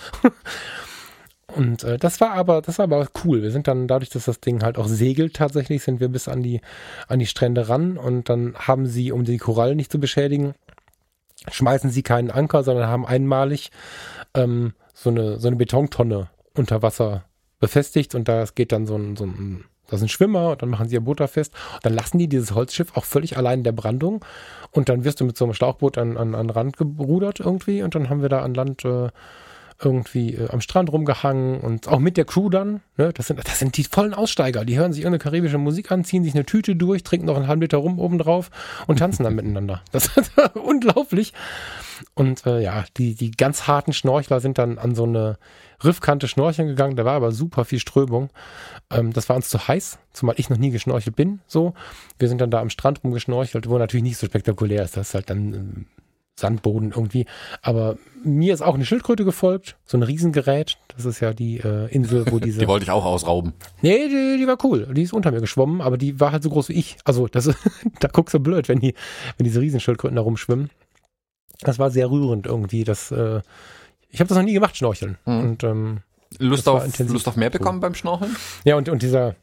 Und äh, das war aber, das war aber cool. Wir sind dann, dadurch, dass das Ding halt auch segelt tatsächlich, sind wir bis an die, an die Strände ran und dann haben sie, um die Korallen nicht zu beschädigen, schmeißen sie keinen Anker, sondern haben einmalig ähm, so eine, so eine Betontonne unter Wasser befestigt und da geht dann so ein, so ein, das ist ein Schwimmer und dann machen sie ihr Boot da fest. Und dann lassen die dieses Holzschiff auch völlig allein in der Brandung und dann wirst du mit so einem Schlauchboot an, an, an Rand gerudert irgendwie und dann haben wir da an Land äh, irgendwie äh, am Strand rumgehangen und auch mit der Crew dann, ne, das sind, das sind die vollen Aussteiger, die hören sich irgendeine karibische Musik an, ziehen sich eine Tüte durch, trinken noch einen halben Liter rum oben drauf und tanzen dann miteinander. Das ist unglaublich. Und äh, ja, die, die ganz harten Schnorchler sind dann an so eine Riffkante schnorcheln gegangen, da war aber super viel Strömung. Ähm, das war uns zu heiß, zumal ich noch nie geschnorchelt bin, so. Wir sind dann da am Strand rumgeschnorchelt, wo natürlich nicht so spektakulär ist, das ist halt dann ähm, Sandboden irgendwie. Aber mir ist auch eine Schildkröte gefolgt, so ein Riesengerät. Das ist ja die äh, Insel, wo diese... Die wollte ich auch ausrauben. Nee, die, die war cool. Die ist unter mir geschwommen, aber die war halt so groß wie ich. Also das da guckst du blöd, wenn die, wenn diese Riesenschildkröten da rumschwimmen. Das war sehr rührend irgendwie. Das, äh, ich habe das noch nie gemacht, Schnorcheln. Mhm. Und ähm, Lust auf, Lust auf mehr bekommen so. Beim Schnorcheln? Ja, und, und dieser...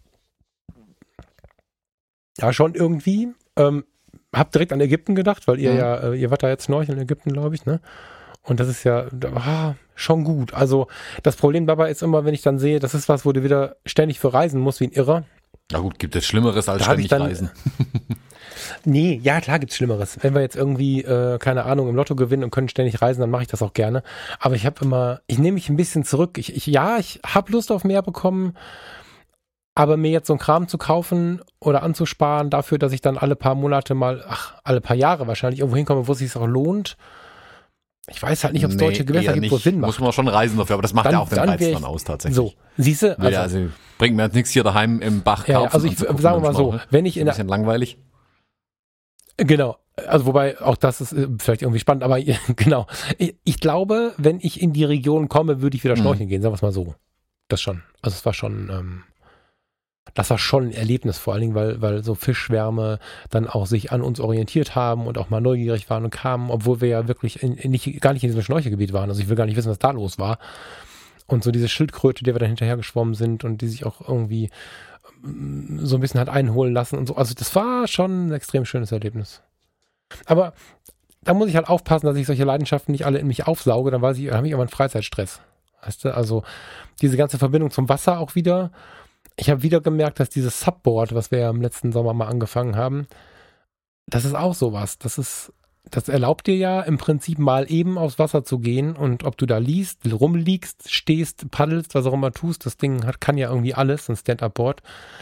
Ja, schon irgendwie... Ähm, hab direkt an Ägypten gedacht, weil ihr mhm. ja, äh, ihr wart da jetzt schnorcheln in Ägypten, glaube ich, ne? Und das ist ja ah, schon gut. Also das Problem dabei ist immer, wenn ich dann sehe, das ist was, wo du wieder ständig für reisen musst, wie ein Irrer. Na gut, gibt es Schlimmeres als da ständig dann, reisen? Nee, ja klar gibt's Schlimmeres. Wenn wir jetzt irgendwie, äh, keine Ahnung, im Lotto gewinnen und können ständig reisen, dann mache ich das auch gerne. Aber ich habe immer, ich nehme mich ein bisschen zurück. Ich, ich, ja, ich habe Lust auf mehr bekommen, aber mir jetzt so einen Kram zu kaufen oder anzusparen dafür, dass ich dann alle paar Monate mal, ach, alle paar Jahre wahrscheinlich irgendwo hinkomme, wo es sich auch lohnt. Ich weiß halt nicht, ob es nee, deutsche Gewässer gibt, wo es Sinn macht. Muss man schon reisen dafür, aber das macht dann, ja auch den Reiz dann aus tatsächlich. So, siehst du? Also, ja, also bringt mir jetzt nichts hier daheim im Bach kaufen. Ja, also ich sagen wir mal so, wenn ich in ein bisschen langweilig. Genau. Also wobei, auch das ist vielleicht irgendwie spannend, aber genau. Ich, ich glaube, wenn ich in die Region komme, würde ich wieder schnorcheln mhm. gehen, sagen wir es mal so. Das schon. Also es war schon... Ähm, Das war schon ein Erlebnis, vor allen Dingen, weil, weil so Fischschwärme dann auch sich an uns orientiert haben und auch mal neugierig waren und kamen, obwohl wir ja wirklich in, in nicht, gar nicht in diesem Schnorchelgebiet waren. Also ich will gar nicht wissen, was da los war. Und so diese Schildkröte, der wir dann hinterher geschwommen sind und die sich auch irgendwie so ein bisschen hat einholen lassen und so. Also das war schon ein extrem schönes Erlebnis. Aber da muss ich halt aufpassen, dass ich solche Leidenschaften nicht alle in mich aufsauge, dann weiß ich, dann habe ich aber einen Freizeitstress. Weißt du, also diese ganze Verbindung zum Wasser auch wieder. Ich habe wieder gemerkt, dass dieses Subboard, was wir ja im letzten Sommer mal angefangen haben, das ist auch sowas. Das ist, das erlaubt dir ja im Prinzip mal eben aufs Wasser zu gehen und ob du da liest, rumliegst, stehst, paddelst, was auch immer tust, das Ding hat, kann ja irgendwie alles, ein Stand-Up-Board.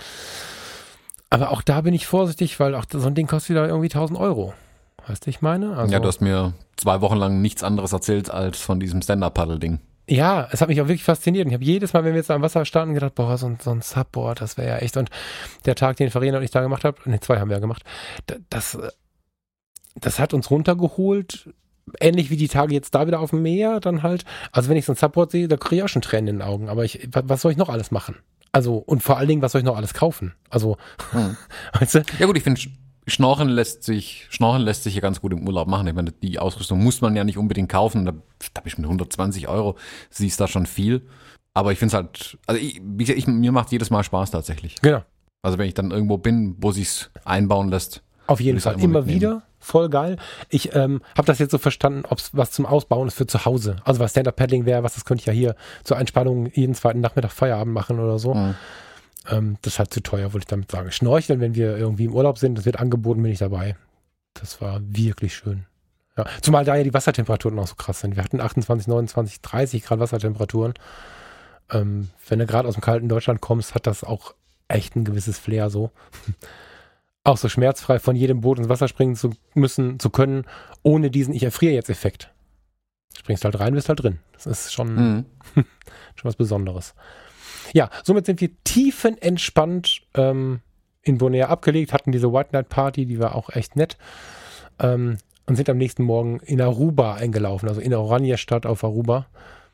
Aber auch da bin ich vorsichtig, weil auch so ein Ding kostet wieder irgendwie tausend Euro. Weißt du, ich meine? Also, ja, du hast mir zwei Wochen lang nichts anderes erzählt als von diesem Stand-Up-Paddle-Ding. Ja, es hat mich auch wirklich fasziniert. Ich habe jedes Mal, wenn wir jetzt am Wasser standen, gedacht, boah, so ein, so ein Subboard, das wäre ja echt. Und der Tag, den Farina und ich da gemacht haben, ne, zwei haben wir ja gemacht, das, das hat uns runtergeholt. Ähnlich wie die Tage jetzt da wieder auf dem Meer, dann halt. Also wenn ich so ein Subboard sehe, da kriege ich auch schon Tränen in den Augen. Aber ich, was soll ich noch alles machen? Also, und vor allen Dingen, was soll ich noch alles kaufen? Also, hm. weißt du? Ja gut, ich finde, Schnorcheln lässt sich, Schnorcheln lässt sich ja ganz gut im Urlaub machen. Ich meine, die Ausrüstung muss man ja nicht unbedingt kaufen. Da, da bin ich mit hundertzwanzig Euro, siehst da schon viel. Aber ich finde es halt, also ich, ich, mir macht jedes Mal Spaß tatsächlich. Genau. Also wenn ich dann irgendwo bin, wo sich's einbauen lässt. Auf jeden Fall, halt immer mitnehmen. wieder, voll geil. Ich ähm, habe das jetzt so verstanden, ob es was zum Ausbauen ist für zu Hause. Also was Stand-Up-Paddling wäre, was das könnte ich ja hier zur Entspannung jeden zweiten Nachmittag Feierabend machen oder so. Mhm. Ähm, das ist halt zu teuer, wollte ich damit sagen. Schnorcheln, wenn wir irgendwie im Urlaub sind, das wird angeboten, bin ich dabei. Das war wirklich schön. Ja. Zumal da ja die Wassertemperaturen auch so krass sind. Wir hatten achtundzwanzig, neunundzwanzig, dreißig Grad Wassertemperaturen. Ähm, wenn du gerade aus dem kalten Deutschland kommst, hat das auch echt ein gewisses Flair so. Auch so schmerzfrei von jedem Boot ins Wasser springen zu müssen, zu können, ohne diesen Ich erfriere jetzt Effekt. Springst halt rein, bist halt drin. Das ist schon, Mhm. schon was Besonderes. Ja, somit sind wir tiefenentspannt ähm, in Bonaire abgelegt, hatten diese White Night Party, die war auch echt nett ähm, und sind am nächsten Morgen in Aruba eingelaufen, also in der Oranje-Stadt auf Aruba.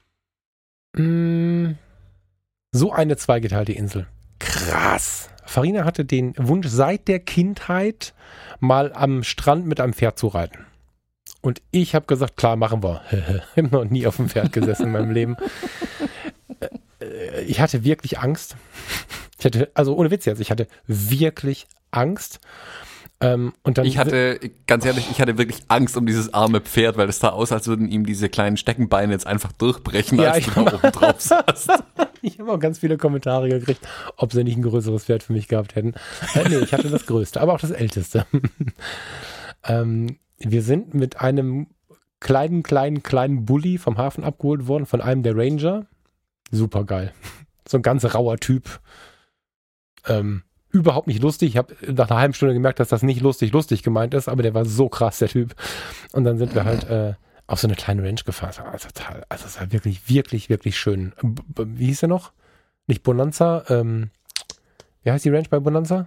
Mm, so eine zweigeteilte Insel. Krass. Farina hatte den Wunsch seit der Kindheit, mal am Strand mit einem Pferd zu reiten. Und ich habe gesagt, klar, machen wir. Ich habe noch nie auf dem Pferd gesessen in meinem Leben. Ich hatte wirklich Angst. Ich hatte, also ohne Witz jetzt, ich hatte wirklich Angst. Ähm, und dann Ich hatte, ganz ehrlich, ich hatte wirklich Angst um dieses arme Pferd, weil es sah aus, als würden ihm diese kleinen Steckenbeine jetzt einfach durchbrechen, Ja, als ich- du da oben drauf saßt. Ich habe auch ganz viele Kommentare gekriegt, ob sie nicht ein größeres Pferd für mich gehabt hätten. Äh, nee, ich hatte das größte, aber auch das älteste. ähm, wir sind mit einem kleinen, kleinen, kleinen Bulli vom Hafen abgeholt worden, von einem der Ranger. Super geil. So ein ganz rauer Typ. Ähm, überhaupt nicht lustig. Ich habe nach einer halben Stunde gemerkt, dass das nicht lustig, lustig gemeint ist, aber der war so krass, der Typ. Und dann sind wir halt äh, auf so eine kleine Ranch gefahren. Das war total, also es war wirklich, wirklich, wirklich schön. B b wie hieß der noch? Nicht Bonanza, ähm, wie heißt die Ranch bei Bonanza?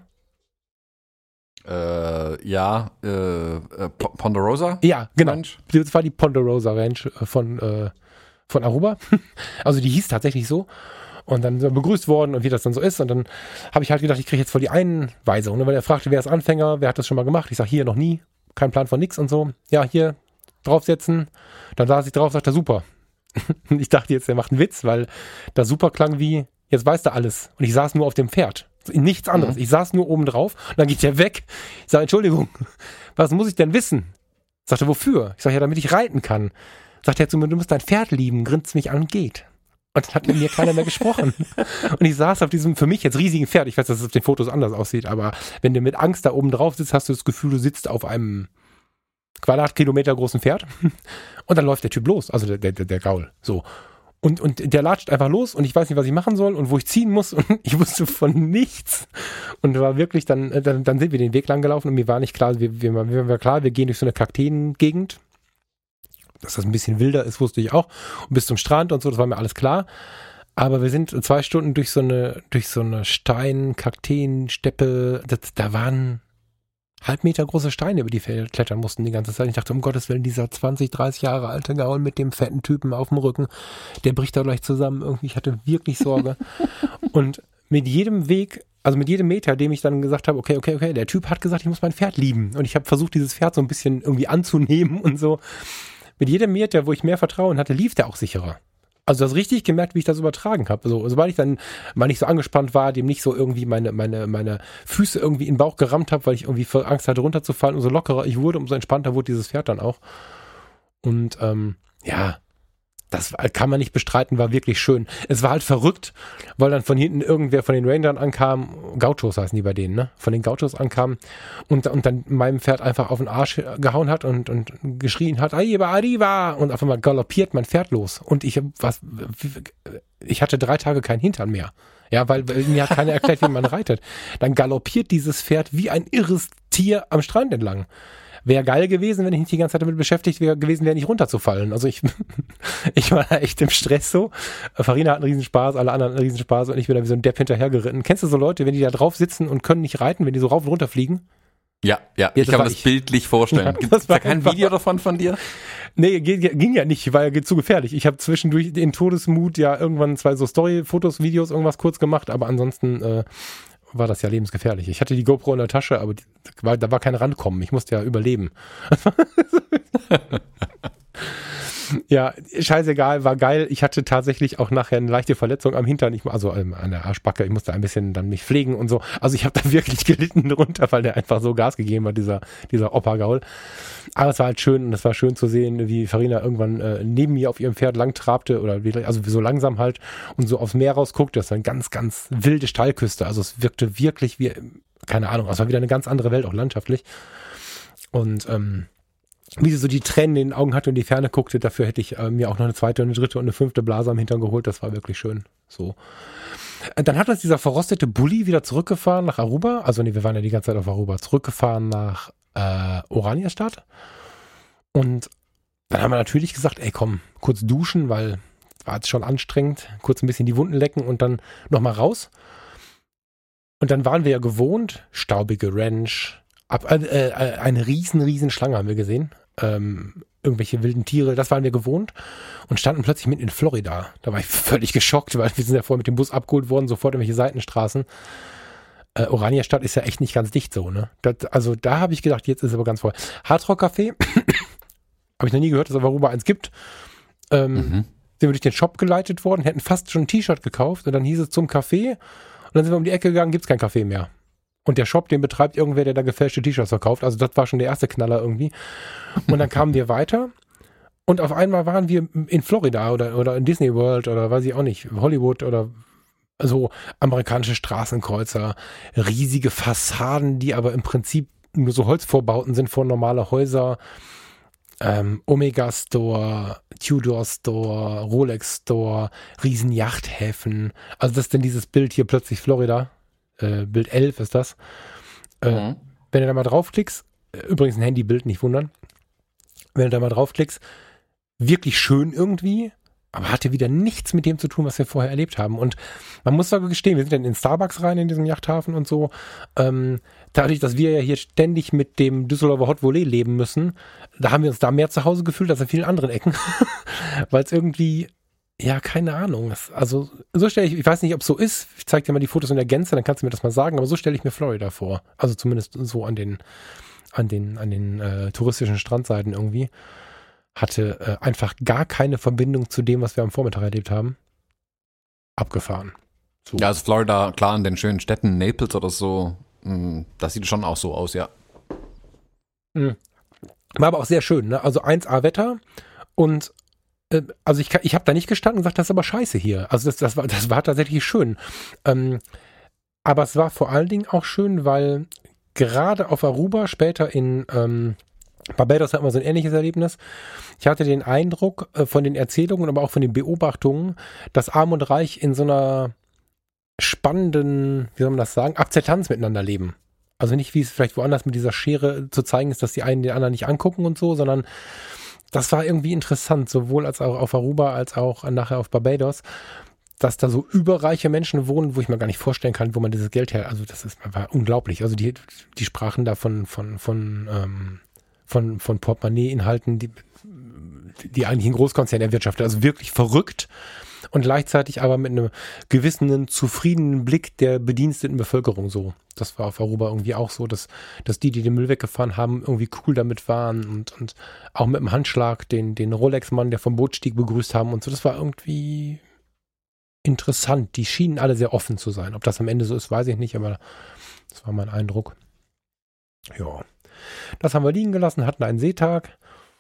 Äh, ja, äh, äh, P- Ponderosa? Ja, genau. Ranch? Das war die Ponderosa Ranch äh, von, äh, von Aruba. Also die hieß tatsächlich so. Und dann sind wir begrüßt worden und wie das dann so ist. Und dann habe ich halt gedacht, ich kriege jetzt voll die Einweisung. Ne? Weil er fragte, wer ist Anfänger, wer hat das schon mal gemacht? Ich sage, hier noch nie, kein Plan von nix und so. Ja, hier draufsetzen. Dann saß ich drauf, sagte, super. Ich dachte jetzt, er macht einen Witz, weil das super klang wie, jetzt weiß er alles. Und ich saß nur auf dem Pferd. Nichts anderes. Mhm. Ich saß nur oben drauf und dann geht er weg. Ich sage, Entschuldigung, was muss ich denn wissen? Sagt er, wofür? Ich sage, ja, damit ich reiten kann. Sagt er zu mir, du musst dein Pferd lieben, grinst mich an und geht. Und dann hat mit mir keiner mehr gesprochen. Und ich saß auf diesem für mich jetzt riesigen Pferd. Ich weiß, dass es auf den Fotos anders aussieht, aber wenn du mit Angst da oben drauf sitzt, hast du das Gefühl, du sitzt auf einem Quadratkilometer großen Pferd. Und dann läuft der Typ los, also der, der, der Gaul. So. Und, und der latscht einfach los und ich weiß nicht, was ich machen soll und wo ich ziehen muss und ich wusste von nichts. Und war wirklich dann, dann, dann sind wir den Weg lang gelaufen und mir war nicht klar, wir, wir, mir war klar, wir gehen durch so eine Kakteengegend. Dass das ein bisschen wilder ist, wusste ich auch. Und bis zum Strand und so, das war mir alles klar. Aber wir sind zwei Stunden durch so eine, durch so eine Stein-, Kakteen-Steppe, das, da waren halb Meter große Steine, über die wir klettern mussten die ganze Zeit. Ich dachte, um Gottes Willen, dieser zwanzig, dreißig Jahre alte Gaul mit dem fetten Typen auf dem Rücken, der bricht da gleich zusammen irgendwie. Ich hatte wirklich Sorge. Und mit jedem Weg, also mit jedem Meter, dem ich dann gesagt habe, okay, okay, okay, der Typ hat gesagt, ich muss mein Pferd lieben. Und ich habe versucht, dieses Pferd so ein bisschen irgendwie anzunehmen und so. Mit jedem Meter, wo ich mehr Vertrauen hatte, lief der auch sicherer. Also du hast richtig gemerkt, wie ich das übertragen habe. Also, sobald ich dann mal nicht so angespannt war, dem nicht so irgendwie meine, meine, meine Füße irgendwie in den Bauch gerammt habe, weil ich irgendwie Angst hatte, runterzufallen, umso lockerer ich wurde, umso entspannter wurde dieses Pferd dann auch. Und ähm, ja, das kann man nicht bestreiten, war wirklich schön. Es war halt verrückt, weil dann von hinten irgendwer von den Rangern ankam, Gauchos heißen die bei denen, ne? Von den Gauchos ankam und, und dann meinem Pferd einfach auf den Arsch gehauen hat und, und geschrien hat, Arriba, Arriba! Und auf einmal galoppiert mein Pferd los. Und ich was, ich hatte drei Tage keinen Hintern mehr. Ja, weil, weil mir hat keiner erklärt, wie man reitet. Dann galoppiert dieses Pferd wie ein irres Tier am Strand entlang. Wäre geil gewesen, wenn ich nicht die ganze Zeit damit beschäftigt wäre, gewesen wäre, nicht runterzufallen. Also ich, ich war da echt im Stress so. Farina hat einen Riesenspaß, alle anderen hatten einen Riesenspaß und ich bin da wie so ein Depp hinterhergeritten. Kennst du so Leute, wenn die da drauf sitzen und können nicht reiten, wenn die so rauf und runter fliegen? Ja, ja, Ja, ich das kann war mir das ich. bildlich vorstellen. Ja, Gibt das es da war kein einfach- Video davon von dir? Nee, ging, ging ja nicht, weil zu gefährlich. Ich habe zwischendurch in Todesmut ja irgendwann zwei so Story-Fotos, Videos, irgendwas kurz gemacht, aber ansonsten äh, war das ja lebensgefährlich. Ich hatte die GoPro in der Tasche, aber die, war, da war kein Rankommen. Ich musste ja überleben. Ja, scheißegal, war geil. Ich hatte tatsächlich auch nachher eine leichte Verletzung am Hintern, ich, also ähm, an der Arschbacke. Ich musste ein bisschen dann mich pflegen und so. Also ich habe da wirklich gelitten drunter, weil der einfach so Gas gegeben hat, dieser, dieser Opa-Gaul. Aber es war halt schön und es war schön zu sehen, wie Farina irgendwann äh, neben mir auf ihrem Pferd lang trabte oder wie, also so langsam halt und so aufs Meer rausguckte. Das war eine ganz, ganz wilde Steilküste. Also es wirkte wirklich wie, keine Ahnung, es war wieder eine ganz andere Welt, auch landschaftlich. Und ähm, wie sie so die Tränen in den Augen hatte und in die Ferne guckte, dafür hätte ich äh, mir auch noch eine zweite, eine dritte und eine fünfte Blase am Hintern geholt. Das war wirklich schön. So. Äh, Dann hat uns dieser verrostete Bulli wieder zurückgefahren nach Aruba. Also nee, wir waren ja die ganze Zeit auf Aruba. Zurückgefahren nach äh, Oranjestadt. Und dann haben wir natürlich gesagt, ey komm, kurz duschen, weil war jetzt schon anstrengend. Kurz ein bisschen die Wunden lecken und dann nochmal raus. Und dann waren wir ja gewohnt, staubige Ranch, ab, äh, äh, eine riesen, riesen Schlange haben wir gesehen. Ähm, irgendwelche wilden Tiere, das waren wir gewohnt und standen plötzlich mitten in Florida. Da war ich völlig geschockt, weil wir sind ja vorher mit dem Bus abgeholt worden, sofort irgendwelche Seitenstraßen. Äh, Oranjestadt ist ja echt nicht ganz dicht so, ne? Das, also da habe ich gedacht, jetzt ist es aber ganz voll. Hardrock Café, habe ich noch nie gehört, dass es auf Aruba eins gibt. Ähm, Mhm. Sind wir durch den Shop geleitet worden, hätten fast schon ein T-Shirt gekauft und dann hieß es zum Café und dann sind wir um die Ecke gegangen, gibt's kein Café mehr. Und der Shop, den betreibt irgendwer, der da gefälschte T-Shirts verkauft. Also das war schon der erste Knaller irgendwie. Und dann kamen wir weiter und auf einmal waren wir in Florida oder, oder in Disney World oder weiß ich auch nicht, Hollywood oder so amerikanische Straßenkreuzer, riesige Fassaden, die aber im Prinzip nur so Holzvorbauten sind vor normale Häuser. Ähm, Omega Store, Tudor Store, Rolex Store, riesen Yachthäfen. Also das ist denn dieses Bild hier plötzlich Florida. Äh, Bild elf ist das. Äh, Mhm. Wenn du da mal draufklickst, äh, übrigens ein Handybild, nicht wundern. Wenn du da mal draufklickst, wirklich schön irgendwie, aber hatte wieder nichts mit dem zu tun, was wir vorher erlebt haben. Und man muss sogar gestehen, wir sind dann in Starbucks rein in diesem Yachthafen und so. Ähm, dadurch, dass wir ja hier ständig mit dem Düsseldorfer Hot Volley leben müssen, da haben wir uns da mehr zu Hause gefühlt als in vielen anderen Ecken. Weil es irgendwie, ja, keine Ahnung. Es, also so stelle ich, ich weiß nicht, ob es so ist. Ich zeige dir mal die Fotos in der Gänze, dann kannst du mir das mal sagen. Aber so stelle ich mir Florida vor. Also zumindest so an den, an den, an den äh, touristischen Strandseiten irgendwie. Hatte äh, einfach gar keine Verbindung zu dem, was wir am Vormittag erlebt haben. Abgefahren. So. Ja, also Florida, klar, in den schönen Städten, Naples oder so, mh, das sieht schon auch so aus, ja. Mhm. War aber auch sehr schön, ne? Also eins A Wetter und äh, also ich, kann- ich habe da nicht gestanden und gesagt, das ist aber scheiße hier. Also das, das, war, das war tatsächlich schön. Ähm, aber es war vor allen Dingen auch schön, weil gerade auf Aruba, später in ähm, Barbados hatten wir so ein ähnliches Erlebnis. Ich hatte den Eindruck äh, von den Erzählungen, aber auch von den Beobachtungen, dass Arm und Reich in so einer spannenden, wie soll man das sagen, Akzeptanz miteinander leben. Also nicht, wie es vielleicht woanders mit dieser Schere zu zeigen ist, dass die einen den anderen nicht angucken und so, sondern das war irgendwie interessant, sowohl als auch auf Aruba als auch nachher auf Barbados, dass da so überreiche Menschen wohnen, wo ich mir gar nicht vorstellen kann, wo man dieses Geld her, also das ist war unglaublich. Also die, die sprachen da von, von, von, ähm, von, von Portemonnaie-Inhalten, die, die eigentlich ein Großkonzern erwirtschaftet. Also wirklich verrückt. und gleichzeitig aber mit einem gewissen, zufriedenen Blick der bediensteten Bevölkerung so. Das war auf Aruba irgendwie auch so, dass, dass die, die den Müll weggefahren haben, irgendwie cool damit waren und, und auch mit dem Handschlag den, den Rolex-Mann, der vom Boot stieg, begrüßt haben und so. Das war irgendwie interessant. Die schienen alle sehr offen zu sein. Ob das am Ende so ist, weiß ich nicht, aber das war mein Eindruck. Ja, das haben wir liegen gelassen, hatten einen Seetag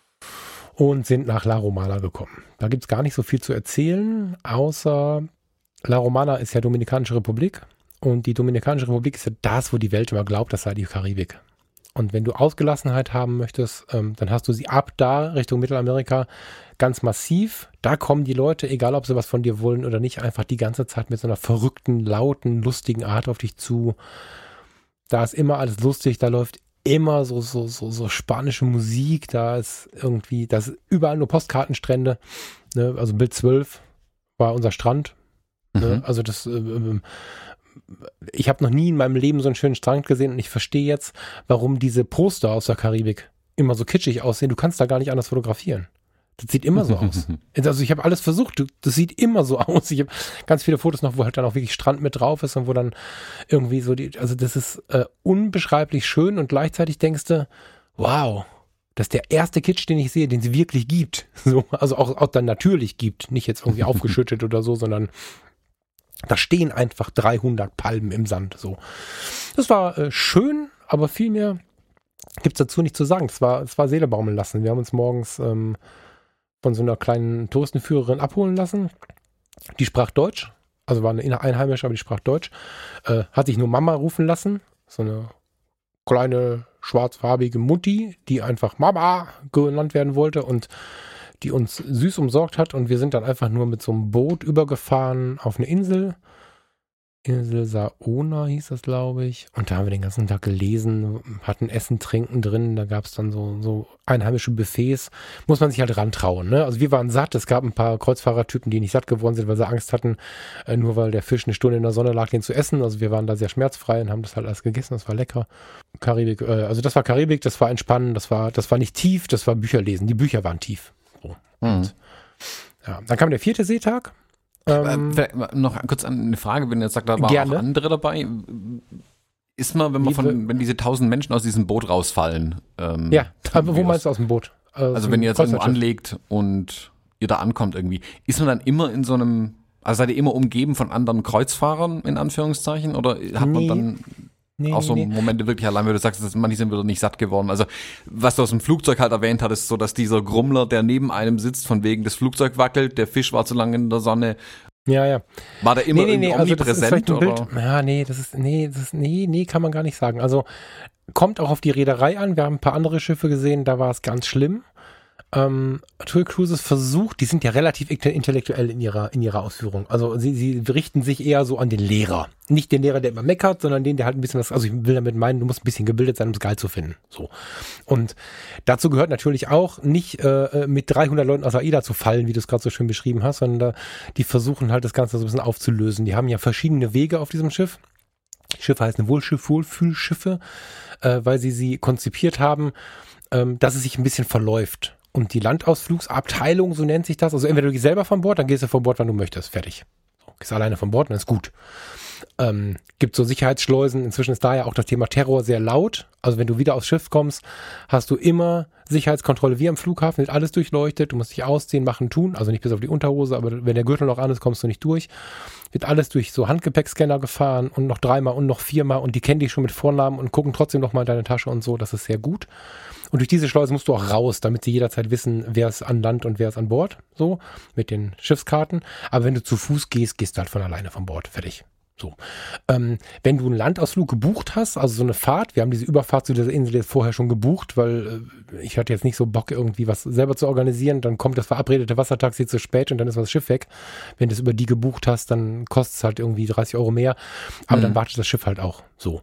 und sind nach La Romana gekommen. Da gibt es gar nicht so viel zu erzählen, außer La Romana ist ja Dominikanische Republik. Und die Dominikanische Republik ist ja das, wo die Welt immer glaubt, das sei die Karibik. Und wenn du Ausgelassenheit haben möchtest, ähm, dann hast du sie ab da Richtung Mittelamerika ganz massiv. Da kommen die Leute, egal ob sie was von dir wollen oder nicht, einfach die ganze Zeit mit so einer verrückten, lauten, lustigen Art auf dich zu. Da ist immer alles lustig, da läuft immer so, so, so, so spanische Musik, da ist irgendwie, da ist überall nur Postkartenstrände. Ne? Also Bild zwölf war unser Strand. Mhm. Ne? Also das... Äh, ich habe noch nie in meinem Leben so einen schönen Strand gesehen und ich verstehe jetzt, warum diese Poster aus der Karibik immer so kitschig aussehen. Du kannst da gar nicht anders fotografieren. Das sieht immer so aus. Also ich habe alles versucht. Das sieht immer so aus. Ich habe ganz viele Fotos noch, wo halt dann auch wirklich Strand mit drauf ist und wo dann irgendwie so die, also das ist äh, unbeschreiblich schön und gleichzeitig denkst du, wow, das ist der erste Kitsch, den ich sehe, den es wirklich gibt. So, also auch, auch dann natürlich gibt. Nicht jetzt irgendwie aufgeschüttet oder so, sondern da stehen einfach dreihundert Palmen im Sand. So, das war äh, schön, aber viel mehr gibt es dazu nicht zu sagen. Es war, es war Seele baumeln lassen. Wir haben uns morgens ähm, von so einer kleinen Touristenführerin abholen lassen. Die sprach Deutsch, also war eine Einheimische, aber die sprach Deutsch. Äh, hat sich nur Mama rufen lassen. So eine kleine schwarzfarbige Mutti, die einfach Mama genannt werden wollte und die uns süß umsorgt hat und wir sind dann einfach nur mit so einem Boot übergefahren auf eine Insel. Insel Saona hieß das, glaube ich. Und da haben wir den ganzen Tag gelesen, hatten Essen, Trinken drin. Da gab es dann so, so einheimische Buffets. Muss man sich halt rantrauen. Ne? Also wir waren satt. Es gab ein paar Kreuzfahrertypen, die nicht satt geworden sind, weil sie Angst hatten, äh, nur weil der Fisch eine Stunde in der Sonne lag, den zu essen. Also wir waren da sehr schmerzfrei und haben das halt alles gegessen. Das war lecker. Karibik, äh, also das war Karibik, das war entspannend, das war, das war nicht tief, das war Bücherlesen. Die Bücher waren tief. So. Und, mhm. ja, dann kam der vierte Seetag. Ähm, noch kurz eine Frage, wenn ihr jetzt sagt, da waren gerne. auch andere dabei. Ist man, wenn man von, wenn diese tausend Menschen aus diesem Boot rausfallen? Ähm, ja, aber wo meinst du aus dem Boot? Aus also wenn ihr jetzt irgendwo anlegt und ihr da ankommt irgendwie, ist man dann immer in so einem, also seid ihr immer umgeben von anderen Kreuzfahrern, in Anführungszeichen, oder hat nee. man dann Nee, auch so nee, Momente wirklich allein, weil du sagst, dass manche sind wieder nicht satt geworden. Also was du aus dem Flugzeug halt erwähnt hattest, ist so, dass dieser Grummler, der neben einem sitzt, von wegen das Flugzeug wackelt, der Fisch war zu lange in der Sonne. Ja, ja. War der immer nee, nee, nee, omnipräsent? Also das ist ein oder? Bild. Ja, nee, das ist, nee, das ist, nee, nee, kann man gar nicht sagen. Also kommt auch auf die Reederei an. Wir haben ein paar andere Schiffe gesehen, da war es ganz schlimm. Ähm, Tui Cruises versucht, die sind ja relativ intellektuell in ihrer, in ihrer Ausführung. Also sie, sie richten sich eher so an den Lehrer. Nicht den Lehrer, der immer meckert, sondern den, der halt ein bisschen was, also ich will damit meinen, du musst ein bisschen gebildet sein, um es geil zu finden. So. Und dazu gehört natürlich auch nicht äh, mit dreihundert Leuten aus AIDA zu fallen, wie du es gerade so schön beschrieben hast, sondern da, die versuchen halt das Ganze so ein bisschen aufzulösen. Die haben ja verschiedene Wege auf diesem Schiff. Die Schiffe heißen Wohlschiff, Wohlfühlschiffe, äh, weil sie sie konzipiert haben, ähm, dass es sich ein bisschen verläuft. Und die Landausflugsabteilung, so nennt sich das, also entweder du gehst selber von Bord, dann gehst du von Bord, wann du möchtest, fertig. So, gehst alleine von Bord, dann ist gut. Ähm, gibt so Sicherheitsschleusen, inzwischen ist da ja auch das Thema Terror sehr laut. Also wenn du wieder aufs Schiff kommst, hast du immer Sicherheitskontrolle wie am Flughafen, wird alles durchleuchtet, du musst dich ausziehen, machen, tun, also nicht bis auf die Unterhose, aber wenn der Gürtel noch an ist, kommst du nicht durch. Wird alles durch so Handgepäckscanner gefahren und noch dreimal und noch viermal und die kennen dich schon mit Vornamen und gucken trotzdem noch mal in deine Tasche und so, das ist sehr gut. Und durch diese Schleuse musst du auch raus, damit sie jederzeit wissen, wer ist an Land und wer ist an Bord, so, mit den Schiffskarten. Aber wenn du zu Fuß gehst, gehst du halt von alleine von Bord, fertig. So. Ähm, wenn du einen Landausflug gebucht hast, also so eine Fahrt, wir haben diese Überfahrt zu dieser Insel jetzt vorher schon gebucht, weil äh, ich hatte jetzt nicht so Bock, irgendwie was selber zu organisieren, dann kommt das verabredete Wassertaxi zu spät und dann ist das Schiff weg. Wenn du es über die gebucht hast, dann kostet es halt irgendwie dreißig Euro mehr, aber mhm. dann wartet das Schiff halt auch so.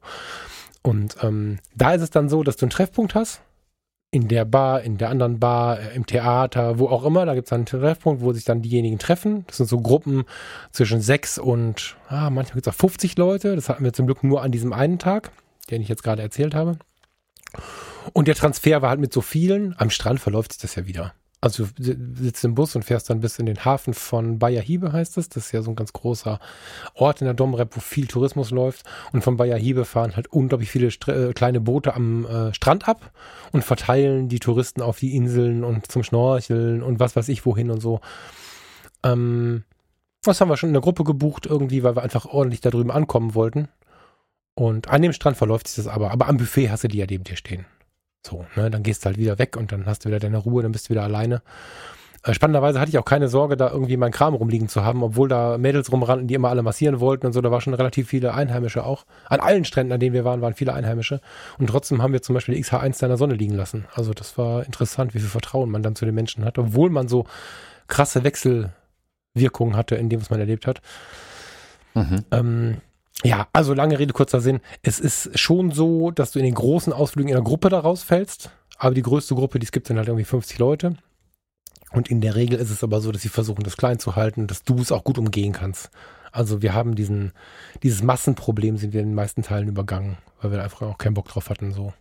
Und ähm, da ist es dann so, dass du einen Treffpunkt hast, in der Bar, in der anderen Bar, im Theater, wo auch immer, da gibt es einen Treffpunkt, wo sich dann diejenigen treffen. Das sind so Gruppen zwischen sechs und, ah, manchmal gibt es auch fünfzig Leute. Das hatten wir zum Glück nur an diesem einen Tag, den ich jetzt gerade erzählt habe. Und der Transfer war halt mit so vielen. Am Strand verläuft sich das ja wieder. Also du sitzt im Bus und fährst dann bis in den Hafen von Bayahibe, heißt es. Das ist ja so ein ganz großer Ort in der Domrep, wo viel Tourismus läuft. Und von Bayahibe fahren halt unglaublich viele Stre- äh, kleine Boote am äh, Strand ab und verteilen die Touristen auf die Inseln und zum Schnorcheln und was weiß ich wohin und so. Ähm, das haben wir schon in der Gruppe gebucht irgendwie, weil wir einfach ordentlich da drüben ankommen wollten. Und an dem Strand verläuft sich das aber. Aber am Buffet hast du die ja neben dir stehen. So, ne, dann gehst du halt wieder weg und dann hast du wieder deine Ruhe, dann bist du wieder alleine. Äh, spannenderweise hatte ich auch keine Sorge, da irgendwie meinen Kram rumliegen zu haben, obwohl da Mädels rumrannten, die immer alle massieren wollten und so. Da war schon relativ viele Einheimische auch. An allen Stränden, an denen wir waren, waren viele Einheimische. Und trotzdem haben wir zum Beispiel die X H eins da in der Sonne liegen lassen. Also das war interessant, wie viel Vertrauen man dann zu den Menschen hat, obwohl man so krasse Wechselwirkungen hatte in dem, was man erlebt hat. Mhm. Ähm, Ja, also lange Rede, kurzer Sinn. Es ist schon so, dass du in den großen Ausflügen in der Gruppe da rausfällst. Aber die größte Gruppe, die es gibt, sind halt irgendwie fünfzig Leute. Und in der Regel ist es aber so, dass sie versuchen, das klein zu halten, dass du es auch gut umgehen kannst. Also wir haben diesen, dieses Massenproblem sind wir in den meisten Teilen übergangen, weil wir einfach auch keinen Bock drauf hatten, so.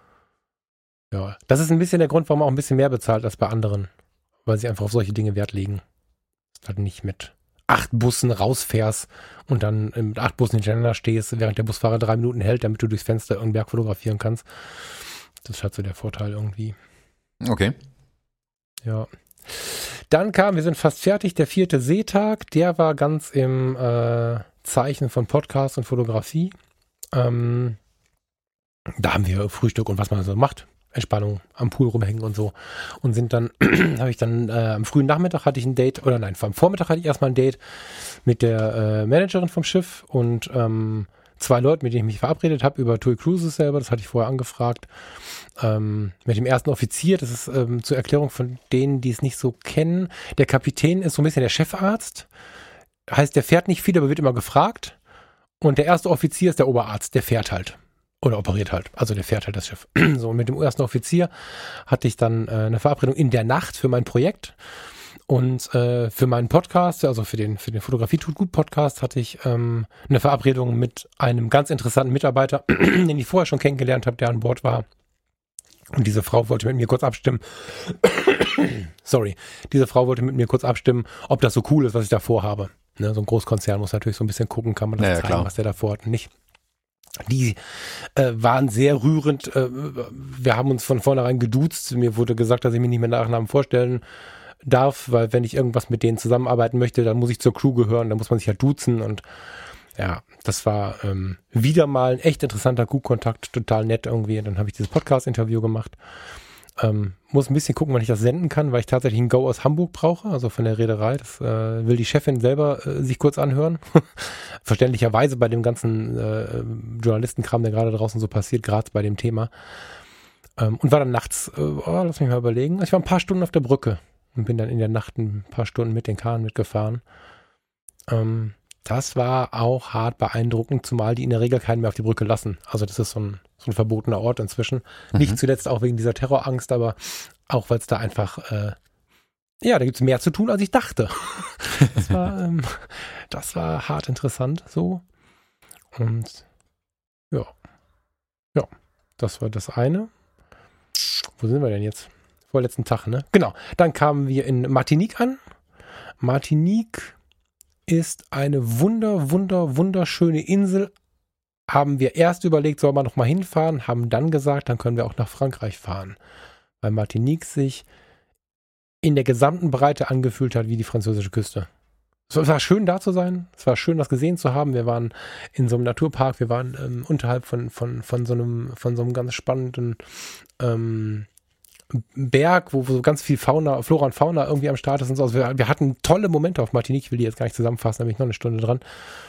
Ja, das ist ein bisschen der Grund, warum man auch ein bisschen mehr bezahlt als bei anderen. Weil sie einfach auf solche Dinge Wert legen. Ist halt nicht mit acht Bussen rausfährst und dann mit acht Bussen hintereinander stehst, während der Busfahrer drei Minuten hält, damit du durchs Fenster irgendeinen Berg fotografieren kannst. Das ist halt so der Vorteil irgendwie. Okay. Ja. Dann kam, wir sind fast fertig, der vierte Seetag. Der war ganz im äh, Zeichen von Podcast und Fotografie. Ähm, da haben wir Frühstück und was man so macht. Entspannung, am Pool rumhängen und so. Und sind dann, habe ich dann, äh, am frühen Nachmittag hatte ich ein Date, oder nein, am Vormittag hatte ich erstmal ein Date mit der äh, Managerin vom Schiff und ähm, zwei Leuten, mit denen ich mich verabredet habe, über TUI Cruises selber, das hatte ich vorher angefragt. Ähm, mit dem ersten Offizier, das ist ähm, zur Erklärung von denen, die es nicht so kennen. Der Kapitän ist so ein bisschen der Chefarzt. Heißt, der fährt nicht viel, aber wird immer gefragt. Und der erste Offizier ist der Oberarzt, der fährt halt. Oder operiert halt. Also der fährt halt das Schiff. So, und mit dem ersten Offizier hatte ich dann äh, eine Verabredung in der Nacht für mein Projekt. Und äh, für meinen Podcast, also für den, für den Fotografie tut gut Podcast, hatte ich ähm, eine Verabredung mit einem ganz interessanten Mitarbeiter, den ich vorher schon kennengelernt habe, der an Bord war. Und diese Frau wollte mit mir kurz abstimmen. Sorry. Diese Frau wollte mit mir kurz abstimmen, ob das so cool ist, was ich da vorhabe. Ne, so ein Großkonzern muss natürlich so ein bisschen gucken, kann man das ja, zeigen, klar. was der da vorhat und nicht. Die äh, waren sehr rührend. Äh, wir haben uns von vornherein geduzt. Mir wurde gesagt, dass ich mich nicht mehr Nachnamen vorstellen darf, weil wenn ich irgendwas mit denen zusammenarbeiten möchte, dann muss ich zur Crew gehören, dann muss man sich halt duzen und ja, das war ähm, wieder mal ein echt interessanter Q-Kontakt, total nett irgendwie. Und dann habe ich dieses Podcast-Interview gemacht. Ähm, muss ein bisschen gucken, wann ich das senden kann, weil ich tatsächlich ein Go aus Hamburg brauche, also von der Reederei. Das äh, will die Chefin selber äh, sich kurz anhören. Verständlicherweise bei dem ganzen äh, Journalistenkram, der gerade draußen so passiert, gerade bei dem Thema. Ähm, und war dann nachts, äh, oh, lass mich mal überlegen, ich war ein paar Stunden auf der Brücke und bin dann in der Nacht ein paar Stunden mit den Kahn mitgefahren. Ähm, das war auch hart beeindruckend, zumal die in der Regel keinen mehr auf die Brücke lassen. Also das ist so ein, so ein verbotener Ort inzwischen. Mhm. Nicht zuletzt auch wegen dieser Terrorangst, aber auch, weil es da einfach, äh, ja, da gibt es mehr zu tun, als ich dachte. Das war, ähm, das war hart interessant so. Und ja, ja, das war das eine. Wo sind wir denn jetzt? Vorletzten Tag, ne? Genau. Dann kamen wir in Martinique an. Martinique ist eine wunder, wunder, wunderschöne Insel. Haben wir erst überlegt, soll man noch mal hinfahren, haben dann gesagt, dann können wir auch nach Frankreich fahren. Weil Martinique sich in der gesamten Breite angefühlt hat wie die französische Küste. Es war schön da zu sein, es war schön, das gesehen zu haben. Wir waren in so einem Naturpark, wir waren ähm, unterhalb von, von, von, so einem, von so einem ganz spannenden ähm, Berg, wo, wo so ganz viel Fauna, Flora und Fauna irgendwie am Start ist und so. Also wir, wir hatten tolle Momente auf Martinique, ich will die jetzt gar nicht zusammenfassen, da bin ich noch eine Stunde dran.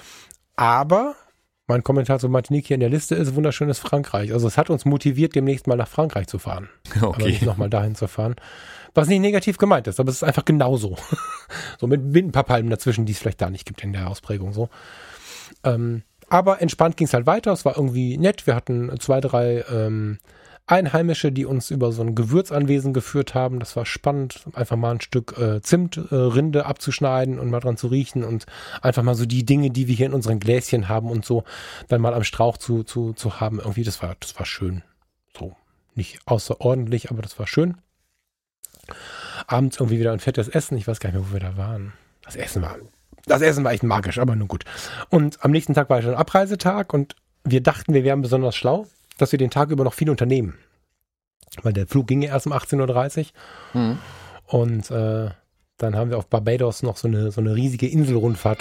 Aber mein Kommentar zu Martinique hier in der Liste ist wunderschönes Frankreich. Also es hat uns motiviert, demnächst mal nach Frankreich zu fahren. Okay. Aber nicht nochmal dahin zu fahren. Was nicht negativ gemeint ist, aber es ist einfach genauso. So mit ein paar Palmen dazwischen, die es vielleicht da nicht gibt in der Ausprägung so. Ähm, aber entspannt ging es halt weiter. Es war irgendwie nett. Wir hatten zwei, drei ähm, Einheimische, die uns über so ein Gewürzanwesen geführt haben. Das war spannend, einfach mal ein Stück äh, Zimtrinde äh, abzuschneiden und mal dran zu riechen und einfach mal so die Dinge, die wir hier in unseren Gläschen haben und so, dann mal am Strauch zu, zu, zu haben. Irgendwie, das war, das war schön. So, nicht außerordentlich, aber das war schön. abends irgendwie wieder ein fettes Essen. Ich weiß gar nicht mehr, wo wir da waren. Das Essen war, das Essen war echt magisch, aber nun gut. Und am nächsten Tag war schon Abreisetag und wir dachten, wir wären besonders schlau, dass wir den Tag über noch viel unternehmen. Weil der Flug ging ja erst um achtzehn Uhr dreißig. Mhm. Und äh, dann haben wir auf Barbados noch so eine, so eine riesige Inselrundfahrt.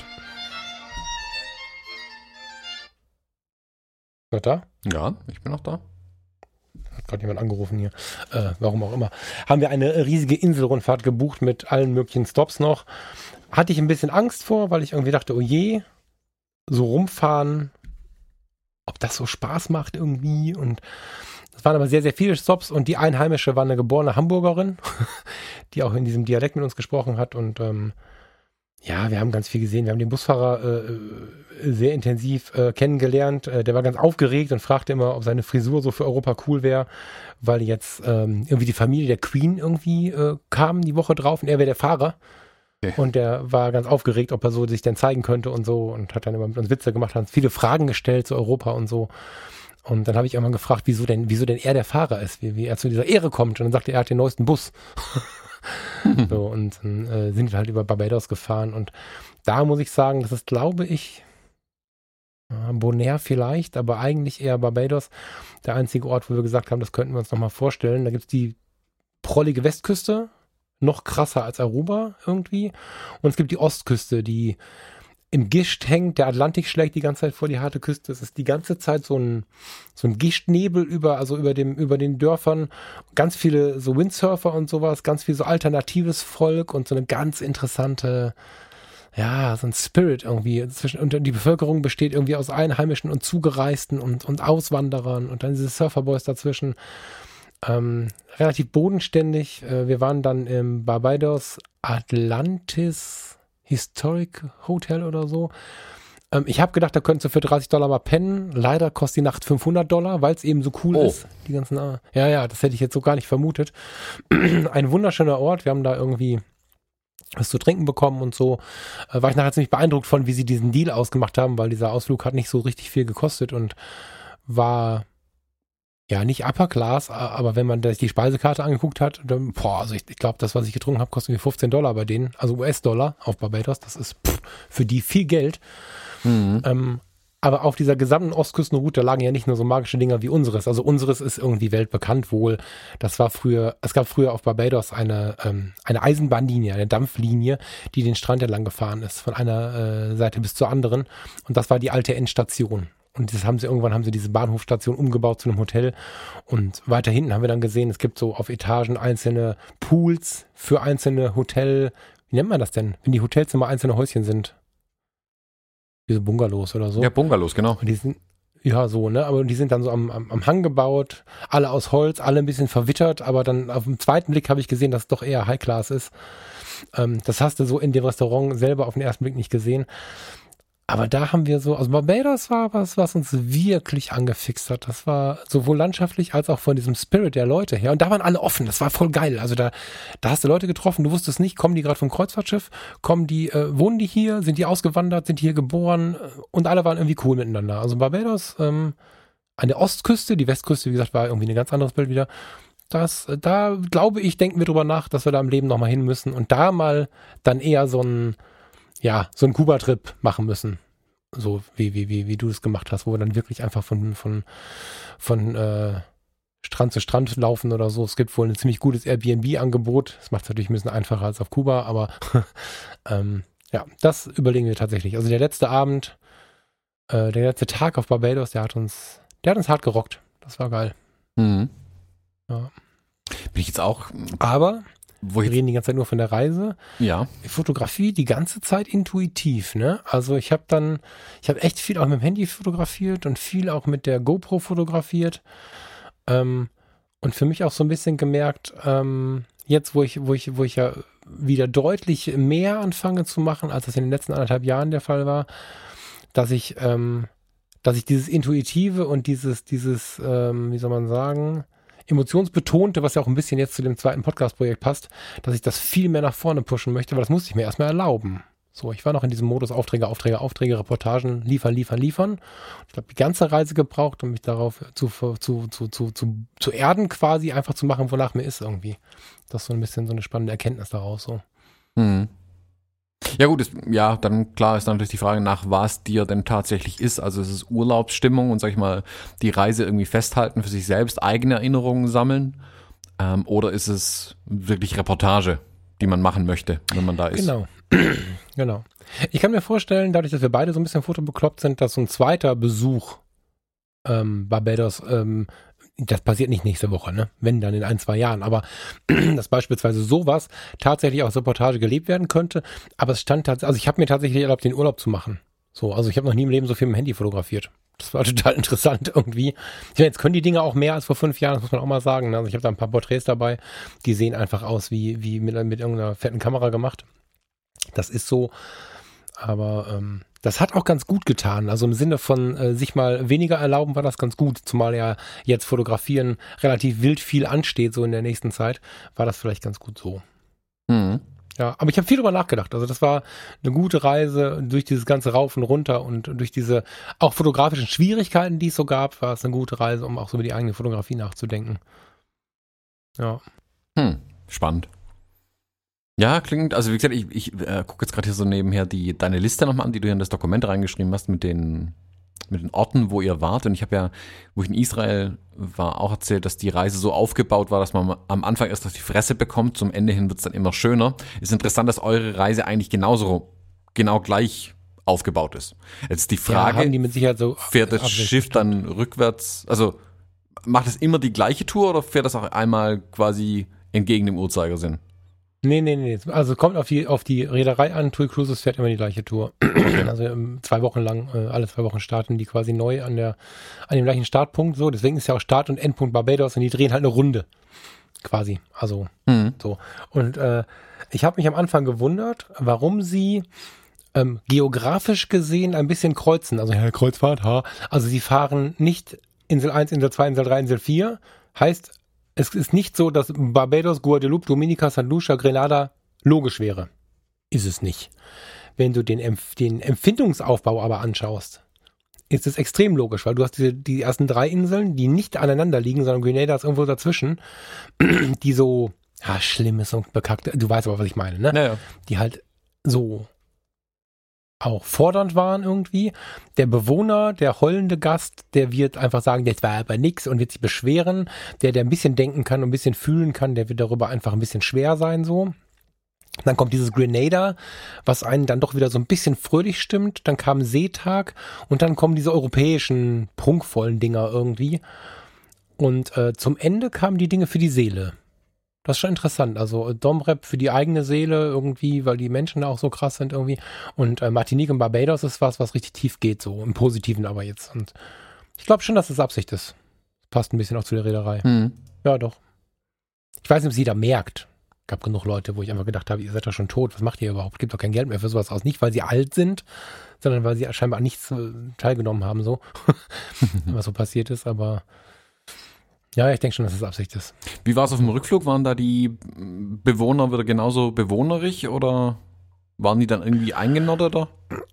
Noch da? Ja, ich bin noch da. Hat gerade jemand angerufen hier. Äh, warum auch immer. Haben wir eine riesige Inselrundfahrt gebucht mit allen möglichen Stops noch. Hatte ich ein bisschen Angst vor, weil ich irgendwie dachte, oh je, so rumfahren, ob das so Spaß macht irgendwie. Und es waren aber sehr, sehr viele Stops und die Einheimische war eine geborene Hamburgerin, die auch in diesem Dialekt mit uns gesprochen hat. Und ähm, ja, wir haben ganz viel gesehen. Wir haben den Busfahrer äh, sehr intensiv äh, kennengelernt. Äh, der war ganz aufgeregt und fragte immer, ob seine Frisur so für Europa cool wäre, weil jetzt ähm, irgendwie die Familie der Queen irgendwie äh, kam die Woche drauf und er wäre der Fahrer. Okay. Und der war ganz aufgeregt, ob er so sich denn zeigen könnte und so und hat dann immer mit uns Witze gemacht, hat uns viele Fragen gestellt zu Europa und so. Und dann habe ich irgendwann gefragt, wieso denn, wieso denn er der Fahrer ist, wie, wie er zu dieser Ehre kommt. Und dann sagte er, er hat den neuesten Bus. So, und dann äh, sind wir halt über Barbados gefahren. Und da muss ich sagen, das ist, glaube ich, äh, Bonaire vielleicht, aber eigentlich eher Barbados. Der einzige Ort, wo wir gesagt haben, das könnten wir uns nochmal vorstellen. Da gibt es die prollige Westküste, noch krasser als Aruba irgendwie. Und es gibt die Ostküste, die im Gischt hängt, der Atlantik schlägt die ganze Zeit vor die harte Küste. Es ist die ganze Zeit so ein, so ein Gischtnebel über, also über dem, über den Dörfern. Ganz viele so Windsurfer und sowas, ganz viel so alternatives Volk und so eine ganz interessante, ja, so ein Spirit irgendwie zwischen, und die Bevölkerung besteht irgendwie aus Einheimischen und Zugereisten und, und Auswanderern und dann diese Surferboys dazwischen. Ähm, relativ bodenständig. Äh, wir waren dann im Barbados Atlantis Historic Hotel oder so. Ähm, ich habe gedacht, da könntest du für dreißig Dollar mal pennen. Leider kostet die Nacht fünfhundert Dollar, weil es eben so cool oh. ist. Die ganzen, ah, ja, ja, das hätte ich jetzt so gar nicht vermutet. Ein wunderschöner Ort. Wir haben da irgendwie was zu trinken bekommen und so. Äh, war ich nachher ziemlich beeindruckt von, wie sie diesen Deal ausgemacht haben, weil dieser Ausflug hat nicht so richtig viel gekostet und war ja, nicht Upper Class, aber wenn man sich die Speisekarte angeguckt hat, dann, boah, also ich, ich glaube, das, was ich getrunken habe, kostet wie fünfzehn Dollar bei denen, also U S-Dollar auf Barbados, das ist pff, für die viel Geld. Mhm. Ähm, aber auf dieser gesamten Ostküstenroute lagen ja nicht nur so magische Dinger wie unseres, also unseres ist irgendwie weltbekannt wohl. Das war früher, es gab früher auf Barbados eine, ähm, eine Eisenbahnlinie, eine Dampflinie, die den Strand entlang gefahren ist, von einer äh, Seite bis zur anderen und das war die alte Endstation. Und das haben sie, irgendwann haben sie diese Bahnhofstation umgebaut zu einem Hotel. Und weiter hinten haben wir dann gesehen, es gibt so auf Etagen einzelne Pools für einzelne Hotel, wie nennt man das denn? Wenn die Hotelzimmer einzelne Häuschen sind. Diese Bungalows oder so. Ja, Bungalows, genau. Und die sind, ja, so, ne? Aber die sind dann so am, am, am Hang gebaut, alle aus Holz, alle ein bisschen verwittert, aber dann auf dem zweiten Blick habe ich gesehen, dass es doch eher High Class ist. Ähm, das hast du so in dem Restaurant selber auf den ersten Blick nicht gesehen. Aber da haben wir so, also Barbados war was, was uns wirklich angefixt hat. Das war sowohl landschaftlich als auch von diesem Spirit der Leute her. Und da waren alle offen, das war voll geil. Also da, da hast du Leute getroffen, du wusstest nicht, kommen die gerade vom Kreuzfahrtschiff, kommen die, äh, wohnen die hier, sind die ausgewandert, sind die hier geboren und alle waren irgendwie cool miteinander. Also Barbados, ähm, an der Ostküste, die Westküste, wie gesagt, war irgendwie ein ganz anderes Bild wieder. Das, da glaube ich, denken wir drüber nach, dass wir da im Leben nochmal hin müssen und da mal dann eher so ein ja, so einen Kuba-Trip machen müssen. So wie, wie, wie, wie du es gemacht hast, wo wir dann wirklich einfach von, von, von äh, Strand zu Strand laufen oder so. Es gibt wohl ein ziemlich gutes Airbnb-Angebot. Das macht es natürlich ein bisschen einfacher als auf Kuba, aber ähm, ja, das überlegen wir tatsächlich. Also der letzte Abend, äh, der letzte Tag auf Barbados, der hat uns, der hat uns hart gerockt. Das war geil. Mhm. Ja. Bin ich jetzt auch. Aber Wo wir reden die ganze Zeit nur von der Reise. Ja. Fotografie die ganze Zeit intuitiv, ne? Also ich habe dann, ich habe echt viel auch mit dem Handy fotografiert und viel auch mit der GoPro fotografiert. Ähm, und für mich auch so ein bisschen gemerkt, ähm, jetzt wo ich, wo ich, wo ich ja wieder deutlich mehr anfange zu machen, als das in den letzten anderthalb Jahren der Fall war, dass ich, ähm, dass ich dieses Intuitive und dieses, dieses, ähm, wie soll man sagen, emotionsbetonte, was ja auch ein bisschen jetzt zu dem zweiten Podcast-Projekt passt, dass ich das viel mehr nach vorne pushen möchte, weil das musste ich mir erstmal erlauben. So, ich war noch in diesem Modus Aufträge, Aufträge, Aufträge, Reportagen, liefern, liefern, liefern. Ich glaube, die ganze Reise gebraucht, um mich darauf zu, zu, zu, zu, zu, zu erden quasi, einfach zu machen, wonach mir ist irgendwie. Das ist so ein bisschen so eine spannende Erkenntnis daraus so. Hm. Ja gut, ist, ja, dann klar ist dann natürlich die Frage nach, was dir denn tatsächlich ist. Also es ist Urlaubsstimmung und sag ich mal, die Reise irgendwie festhalten für sich selbst, eigene Erinnerungen sammeln. Ähm, oder ist es wirklich Reportage, die man machen möchte, wenn man da ist? Genau. Genau. Ich kann mir vorstellen, dadurch, dass wir beide so ein bisschen fotobekloppt sind, dass so ein zweiter Besuch ähm, Barbados, ähm, das passiert nicht nächste Woche, ne? Wenn, dann in ein, zwei Jahren. Aber dass beispielsweise sowas tatsächlich als Reportage gelebt werden könnte. Aber es stand tatsächlich, also ich habe mir tatsächlich erlaubt, den Urlaub zu machen. So, also ich habe noch nie im Leben so viel mit dem Handy fotografiert. Das war total interessant irgendwie. Ich meine, jetzt können die Dinge auch mehr als vor fünf Jahren, das muss man auch mal sagen. Also ich habe da ein paar Porträts dabei, die sehen einfach aus wie, wie mit, mit irgendeiner fetten Kamera gemacht. Das ist so, aber ähm, das hat auch ganz gut getan. Also im Sinne von äh, sich mal weniger erlauben war das ganz gut, zumal ja jetzt Fotografieren relativ wild viel ansteht, so in der nächsten Zeit, war das vielleicht ganz gut so. Mhm. Ja, aber ich habe viel drüber nachgedacht. Also das war eine gute Reise durch dieses ganze Rauf und runter und durch diese auch fotografischen Schwierigkeiten, die es so gab, war es eine gute Reise, um auch so über die eigene Fotografie nachzudenken. Ja. Hm, spannend. Ja, klingt, also wie gesagt, ich, ich äh, gucke jetzt gerade hier so nebenher die deine Liste nochmal an, die du hier in das Dokument reingeschrieben hast mit den mit den Orten, wo ihr wart. Und ich habe ja, wo ich in Israel war, auch erzählt, dass die Reise so aufgebaut war, dass man am Anfang erst auf die Fresse bekommt, zum Ende hin wird es dann immer schöner. Ist interessant, dass eure Reise eigentlich genauso, genau gleich aufgebaut ist. Jetzt die Frage, ja, haben die mit Sicherheit so fährt das Schiff dann rückwärts, also macht es immer die gleiche Tour oder fährt das auch einmal quasi entgegen dem Uhrzeigersinn? Nee, nee, nee. Also kommt auf die auf die Reederei an. TUI Cruises fährt immer die gleiche Tour. Also ähm, zwei Wochen lang, äh, alle zwei Wochen starten die quasi neu an der an dem gleichen Startpunkt. So, deswegen ist ja auch Start- und Endpunkt Barbados und die drehen halt eine Runde. Quasi. Also Mhm. so. Und äh, ich habe mich am Anfang gewundert, warum sie ähm, geografisch gesehen ein bisschen kreuzen. Also ja, Kreuzfahrt, ha. Also sie fahren nicht Insel eins, Insel zwei, Insel drei, Insel vier. Heißt, es ist nicht so, dass Barbados, Guadeloupe, Dominica, Saint Lucia, Grenada logisch wäre. Ist es nicht. Wenn du den, Empf- den Empfindungsaufbau aber anschaust, ist es extrem logisch, weil du hast diese, die ersten drei Inseln, die nicht aneinander liegen, sondern Grenada ist irgendwo dazwischen, die so, ja, schlimm ist und bekackt, du weißt aber, was ich meine, ne? Naja. Die halt so auch fordernd waren irgendwie. Der Bewohner, der heulende Gast, der wird einfach sagen, das war aber nix und wird sich beschweren. Der, der ein bisschen denken kann und ein bisschen fühlen kann, der wird darüber einfach ein bisschen schwer sein so. Dann kommt dieses Grenada, was einen dann doch wieder so ein bisschen fröhlich stimmt. Dann kam Seetag und dann kommen diese europäischen, prunkvollen Dinger irgendwie. Und äh, zum Ende kamen die Dinge für die Seele. Das ist schon interessant. Also Domrep für die eigene Seele irgendwie, weil die Menschen da auch so krass sind irgendwie. Und äh, Martinique und Barbados ist was, was richtig tief geht, so im Positiven aber jetzt. Und ich glaube schon, dass das Absicht ist. Passt ein bisschen auch zu der Reederei. Mhm. Ja, doch. Ich weiß nicht, ob sie da merkt. Gab genug Leute, wo ich einfach gedacht habe, ihr seid doch schon tot. Was macht ihr überhaupt? Gibt doch kein Geld mehr für sowas aus. Nicht, weil sie alt sind, sondern weil sie scheinbar an nichts äh, teilgenommen haben, so. Was so passiert ist, aber ja, ich denke schon, dass das Absicht ist. Wie war es auf dem Rückflug? Waren da die Bewohner wieder genauso bewohnerig oder waren die dann irgendwie eingenoddeter?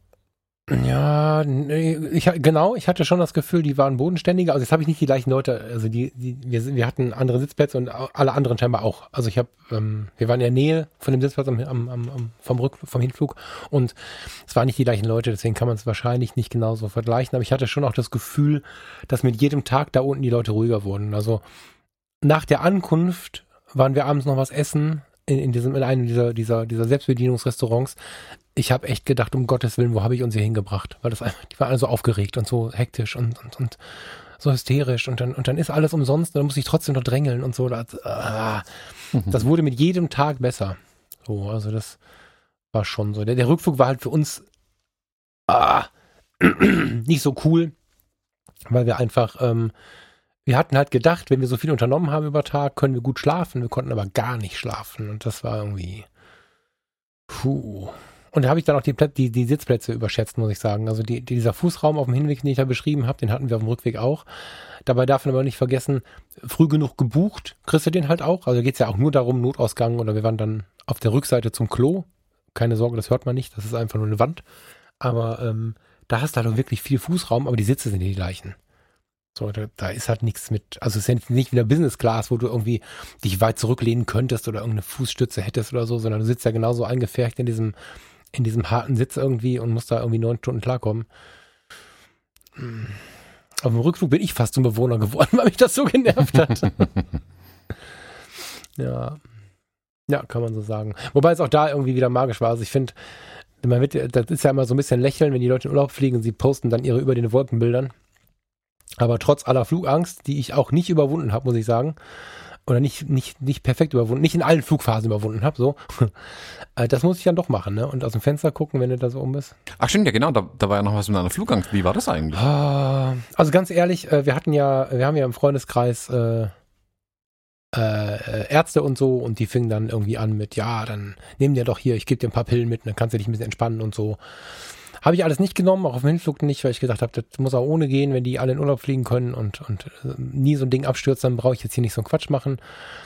Ja, nee, ich, genau, ich hatte schon das Gefühl, die waren bodenständiger. Also jetzt habe ich nicht die gleichen Leute, also die, die wir, wir hatten andere Sitzplätze und alle anderen scheinbar auch. Also ich habe, ähm, wir waren in der Nähe von dem Sitzplatz am, am, am, vom Rückflug, vom Hinflug und es waren nicht die gleichen Leute, deswegen kann man es wahrscheinlich nicht genauso vergleichen. Aber ich hatte schon auch das Gefühl, dass mit jedem Tag da unten die Leute ruhiger wurden. Also nach der Ankunft waren wir abends noch was essen in, in diesem in einem dieser dieser dieser Selbstbedienungsrestaurants. Ich habe echt gedacht, um Gottes Willen, wo habe ich uns hier hingebracht? Weil das einfach, die waren alle so aufgeregt und so hektisch und, und, und so hysterisch und dann, und dann ist alles umsonst und dann muss ich trotzdem noch drängeln und so. Das, ah, mhm. das wurde mit jedem Tag besser. So, also das war schon so. Der, der Rückflug war halt für uns ah, nicht so cool, weil wir einfach, ähm, wir hatten halt gedacht, wenn wir so viel unternommen haben über Tag, können wir gut schlafen. Wir konnten aber gar nicht schlafen und das war irgendwie puh. Und da habe ich dann auch die, die, die Sitzplätze überschätzt, muss ich sagen. Also die, dieser Fußraum auf dem Hinweg, den ich da beschrieben habe, den hatten wir auf dem Rückweg auch. Dabei darf man aber nicht vergessen, früh genug gebucht, kriegst du den halt auch. Also geht es ja auch nur darum, Notausgang oder wir waren dann auf der Rückseite zum Klo. Keine Sorge, das hört man nicht, das ist einfach nur eine Wand. Aber ähm, da hast du halt auch wirklich viel Fußraum, aber die Sitze sind die gleichen. So, da, da ist halt nichts mit, also es ist ja nicht wieder Business Class, wo du irgendwie dich weit zurücklehnen könntest oder irgendeine Fußstütze hättest oder so, sondern du sitzt ja genauso eingefärbt in diesem, in diesem harten Sitz irgendwie und musst da irgendwie neun Stunden klarkommen. Auf dem Rückflug bin ich fast zum Bewohner geworden, weil mich das so genervt hat. Ja. Ja, kann man so sagen. Wobei es auch da irgendwie wieder magisch war. Also ich finde, man wird, das ist ja immer so ein bisschen lächeln, wenn die Leute in Urlaub fliegen, sie posten dann ihre über den Wolkenbildern. Aber trotz aller Flugangst, die ich auch nicht überwunden habe, muss ich sagen, oder nicht, nicht, nicht perfekt überwunden, nicht in allen Flugphasen überwunden habe, so, das muss ich dann doch machen, ne? Und aus dem Fenster gucken, wenn du da so um bist. Ach stimmt, ja genau, da, da war ja noch was mit einer Flugangst. Wie war das eigentlich? Also ganz ehrlich, wir hatten ja, wir haben ja im Freundeskreis äh, äh, Ärzte und so und die fingen dann irgendwie an mit, ja, dann nehmen dir doch hier, ich gebe dir ein paar Pillen mit, dann kannst du dich ein bisschen entspannen und so. Habe ich alles nicht genommen, auch auf dem Hinflug nicht, weil ich gedacht habe, das muss auch ohne gehen, wenn die alle in Urlaub fliegen können und, und nie so ein Ding abstürzt, dann brauche ich jetzt hier nicht so einen Quatsch machen.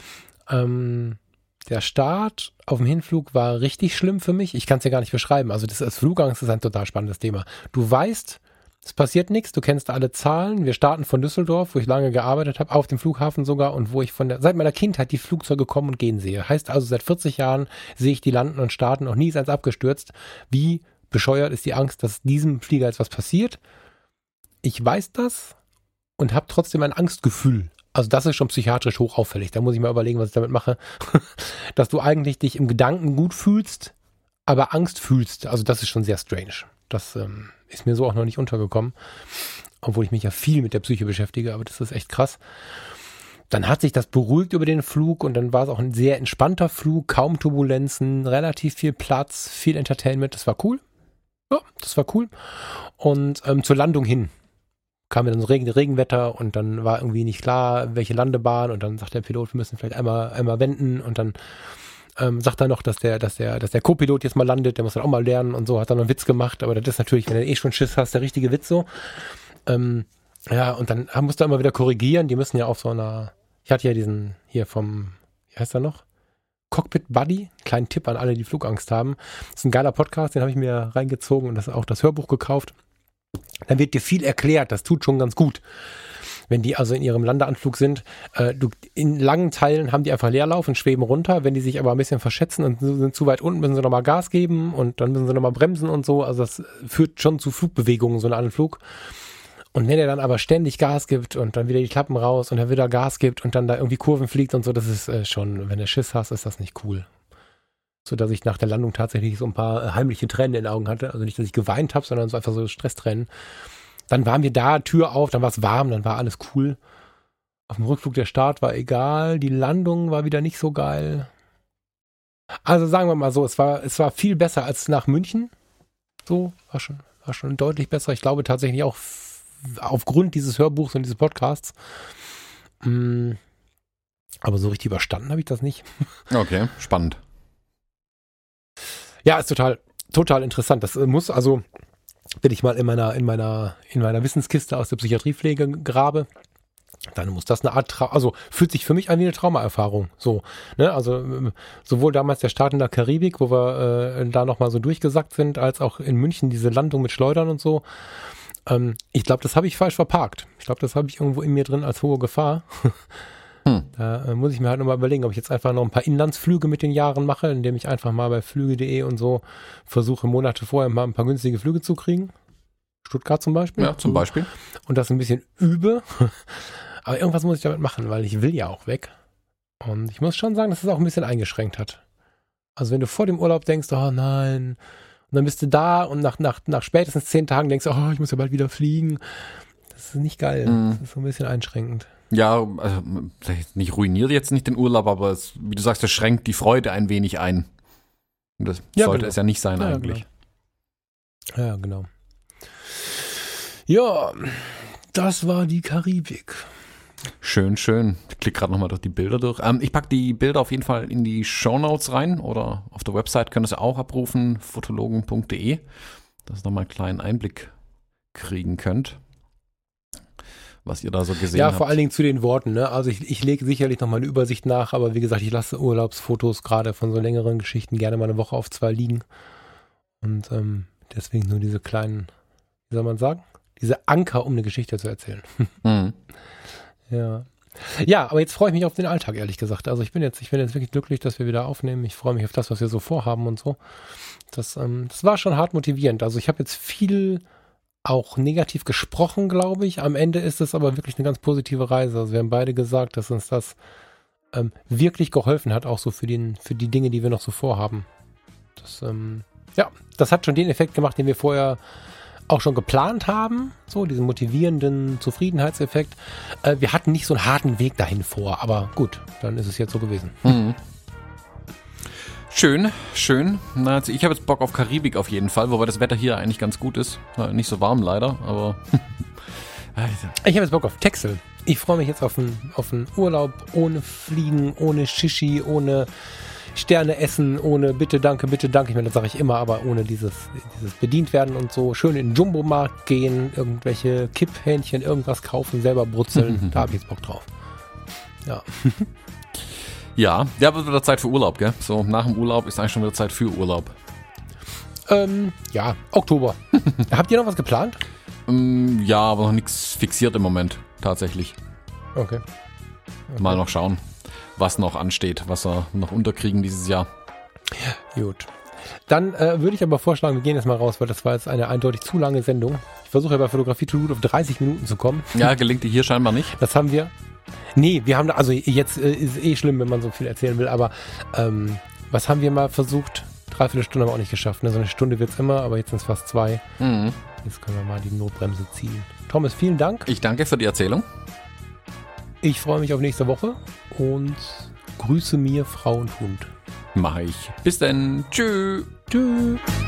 Ähm, der Start auf dem Hinflug war richtig schlimm für mich. Ich kann es ja gar nicht beschreiben. Also das als Flugangst ist ein total spannendes Thema. Du weißt, es passiert nichts, du kennst alle Zahlen. Wir starten von Düsseldorf, wo ich lange gearbeitet habe, auf dem Flughafen sogar und wo ich von der, seit meiner Kindheit die Flugzeuge kommen und gehen sehe. Heißt also, seit vierzig Jahren sehe ich die landen und starten und nie ist eins abgestürzt. Wie bescheuert ist die Angst, dass diesem Flieger jetzt was passiert. Ich weiß das und habe trotzdem ein Angstgefühl. Also das ist schon psychiatrisch hoch auffällig. Da muss ich mal überlegen, was ich damit mache. Dass du eigentlich dich im Gedanken gut fühlst, aber Angst fühlst. Also das ist schon sehr strange. Das ähm, ist mir so auch noch nicht untergekommen. Obwohl ich mich ja viel mit der Psyche beschäftige, aber das ist echt krass. Dann hat sich das beruhigt über den Flug und dann war es auch ein sehr entspannter Flug, kaum Turbulenzen, relativ viel Platz, viel Entertainment. Das war cool. Ja, das war cool. Und ähm, zur Landung hin kam dann so Regen, Regenwetter und dann war irgendwie nicht klar, welche Landebahn und dann sagt der Pilot, wir müssen vielleicht einmal, einmal wenden und dann ähm, sagt er noch, dass der, dass der, dass der Co-Pilot jetzt mal landet, der muss dann auch mal lernen und so, hat dann einen Witz gemacht, aber das ist natürlich, wenn du eh schon Schiss hast, der richtige Witz so. Ähm, ja, und dann musst du immer wieder korrigieren, die müssen ja auf so einer, ich hatte ja diesen hier vom, wie heißt er noch? Cockpit Buddy, kleinen Tipp an alle, die Flugangst haben. Das ist ein geiler Podcast, den habe ich mir reingezogen und das auch das Hörbuch gekauft. Dann wird dir viel erklärt, das tut schon ganz gut. Wenn die also in ihrem Landeanflug sind, äh, du, in langen Teilen haben die einfach Leerlauf und schweben runter. Wenn die sich aber ein bisschen verschätzen und sind zu weit unten, müssen sie nochmal Gas geben und dann müssen sie nochmal bremsen und so. Also das führt schon zu Flugbewegungen, so einen Anflug. Und wenn er dann aber ständig Gas gibt und dann wieder die Klappen raus und er wieder Gas gibt und dann da irgendwie Kurven fliegt und so, das ist äh, schon, wenn du Schiss hast, ist das nicht cool. So dass ich nach der Landung tatsächlich so ein paar äh, heimliche Tränen in den Augen hatte. Also nicht, dass ich geweint habe, sondern so einfach so Stresstränen. Dann waren wir da, Tür auf, dann war es warm, dann war alles cool. Auf dem Rückflug der Start war egal, die Landung war wieder nicht so geil. Also sagen wir mal so, es war, es war viel besser als nach München. So, war schon, war schon deutlich besser. Ich glaube tatsächlich auch aufgrund dieses Hörbuchs und dieses Podcasts. Aber so richtig überstanden habe ich das nicht. Okay, spannend. Ja, ist total, total interessant. Das muss also, wenn ich mal in meiner, in meiner, in meiner Wissenskiste aus der Psychiatriepflege grabe, dann muss das eine Art, Trau- also fühlt sich für mich an wie eine Traumaerfahrung. So, ne? Also sowohl damals der Start in der Karibik, wo wir äh, da nochmal so durchgesackt sind, als auch in München diese Landung mit Schleudern und so. Ähm, ich glaube, das habe ich falsch verparkt. Ich glaube, das habe ich irgendwo in mir drin als hohe Gefahr. Hm. Da äh, muss ich mir halt nochmal überlegen, ob ich jetzt einfach noch ein paar Inlandsflüge mit den Jahren mache, indem ich einfach mal bei flüge punkt de und so versuche, Monate vorher mal ein paar günstige Flüge zu kriegen. Stuttgart zum Beispiel. Ja, zum Beispiel. Und das ein bisschen übe. Aber irgendwas muss ich damit machen, weil ich will ja auch weg. Und ich muss schon sagen, dass es auch ein bisschen eingeschränkt hat. Also wenn du vor dem Urlaub denkst, oh nein, und dann bist du da und nach, nach, nach spätestens zehn Tagen denkst du, oh, ich muss ja bald wieder fliegen. Das ist nicht geil. Mhm. Das ist so ein bisschen einschränkend. Ja, also nicht ruiniert jetzt nicht den Urlaub, aber es, wie du sagst, das schränkt die Freude ein wenig ein. Und das ja, sollte genau. es ja nicht sein ja, eigentlich. Genau. Ja, genau. Ja, das war die Karibik. Schön, schön. Ich klicke gerade nochmal durch die Bilder durch. Ähm, ich packe die Bilder auf jeden Fall in die Shownotes rein oder auf der Website könnt ihr es auch abrufen, fotologen punkt de, dass ihr nochmal einen kleinen Einblick kriegen könnt. was ihr da so gesehen ja, habt. Ja, vor allen Dingen zu den Worten. Ne? Also ich, ich lege sicherlich noch mal eine Übersicht nach, aber wie gesagt, ich lasse Urlaubsfotos gerade von so längeren Geschichten gerne mal eine Woche auf zwei liegen. Und ähm, deswegen nur diese kleinen, wie soll man sagen, diese Anker, um eine Geschichte zu erzählen. Mhm. Ja. Ja, aber jetzt freue ich mich auf den Alltag, ehrlich gesagt. Also ich bin jetzt, ich bin jetzt wirklich glücklich, dass wir wieder aufnehmen. Ich freue mich auf das, was wir so vorhaben und so. Das, ähm, das war schon hart motivierend. Also ich habe jetzt viel auch negativ gesprochen, glaube ich. Am Ende ist es aber wirklich eine ganz positive Reise. Also wir haben beide gesagt, dass uns das ähm, wirklich geholfen hat, auch so für den, für die Dinge, die wir noch so vorhaben. Das, ähm, ja, das hat schon den Effekt gemacht, den wir vorher auch schon geplant haben, so diesen motivierenden Zufriedenheitseffekt. Äh, wir hatten nicht so einen harten Weg dahin vor, aber gut, dann ist es jetzt so gewesen. Mhm. Schön, schön. Na, also ich habe jetzt Bock auf Karibik auf jeden Fall, wobei das Wetter hier eigentlich ganz gut ist. Nicht so warm leider, aber... Ich habe jetzt Bock auf Texel. Ich freue mich jetzt auf einen, auf einen Urlaub ohne Fliegen, ohne Shishi, ohne Sterne essen, ohne bitte, danke, bitte, danke. Ich meine, das sage ich immer, aber ohne dieses, dieses bedient werden und so. Schön in den Jumbo-Markt gehen, irgendwelche Kipphähnchen, irgendwas kaufen, selber brutzeln. Da habe ich jetzt Bock drauf. Ja. Ja, ja, wird wieder Zeit für Urlaub, gell? So, nach dem Urlaub ist eigentlich schon wieder Zeit für Urlaub. Ähm, ja, Oktober. Habt ihr noch was geplant? Ähm, ja, aber noch nichts fixiert im Moment, tatsächlich. Okay. okay. Mal noch schauen, was noch ansteht, was wir noch unterkriegen dieses Jahr. Gut. Dann äh, würde ich aber vorschlagen, wir gehen jetzt mal raus, weil das war jetzt eine eindeutig zu lange Sendung. Ich versuche ja bei Fotografie to do auf dreißig Minuten zu kommen. Ja, gelingt dir hier scheinbar nicht. Das haben wir... Nee, wir haben, also jetzt äh, ist eh schlimm, wenn man so viel erzählen will, aber ähm, was haben wir mal versucht? Dreiviertel Stunde haben wir auch nicht geschafft. Ne? So eine Stunde wird es immer, aber jetzt sind es fast zwei. Mhm. Jetzt können wir mal die Notbremse ziehen. Thomas, vielen Dank. Ich danke für die Erzählung. Ich freue mich auf nächste Woche und grüße mir Frau und Hund. Mach ich. Bis dann. Tschüss. Tschüss.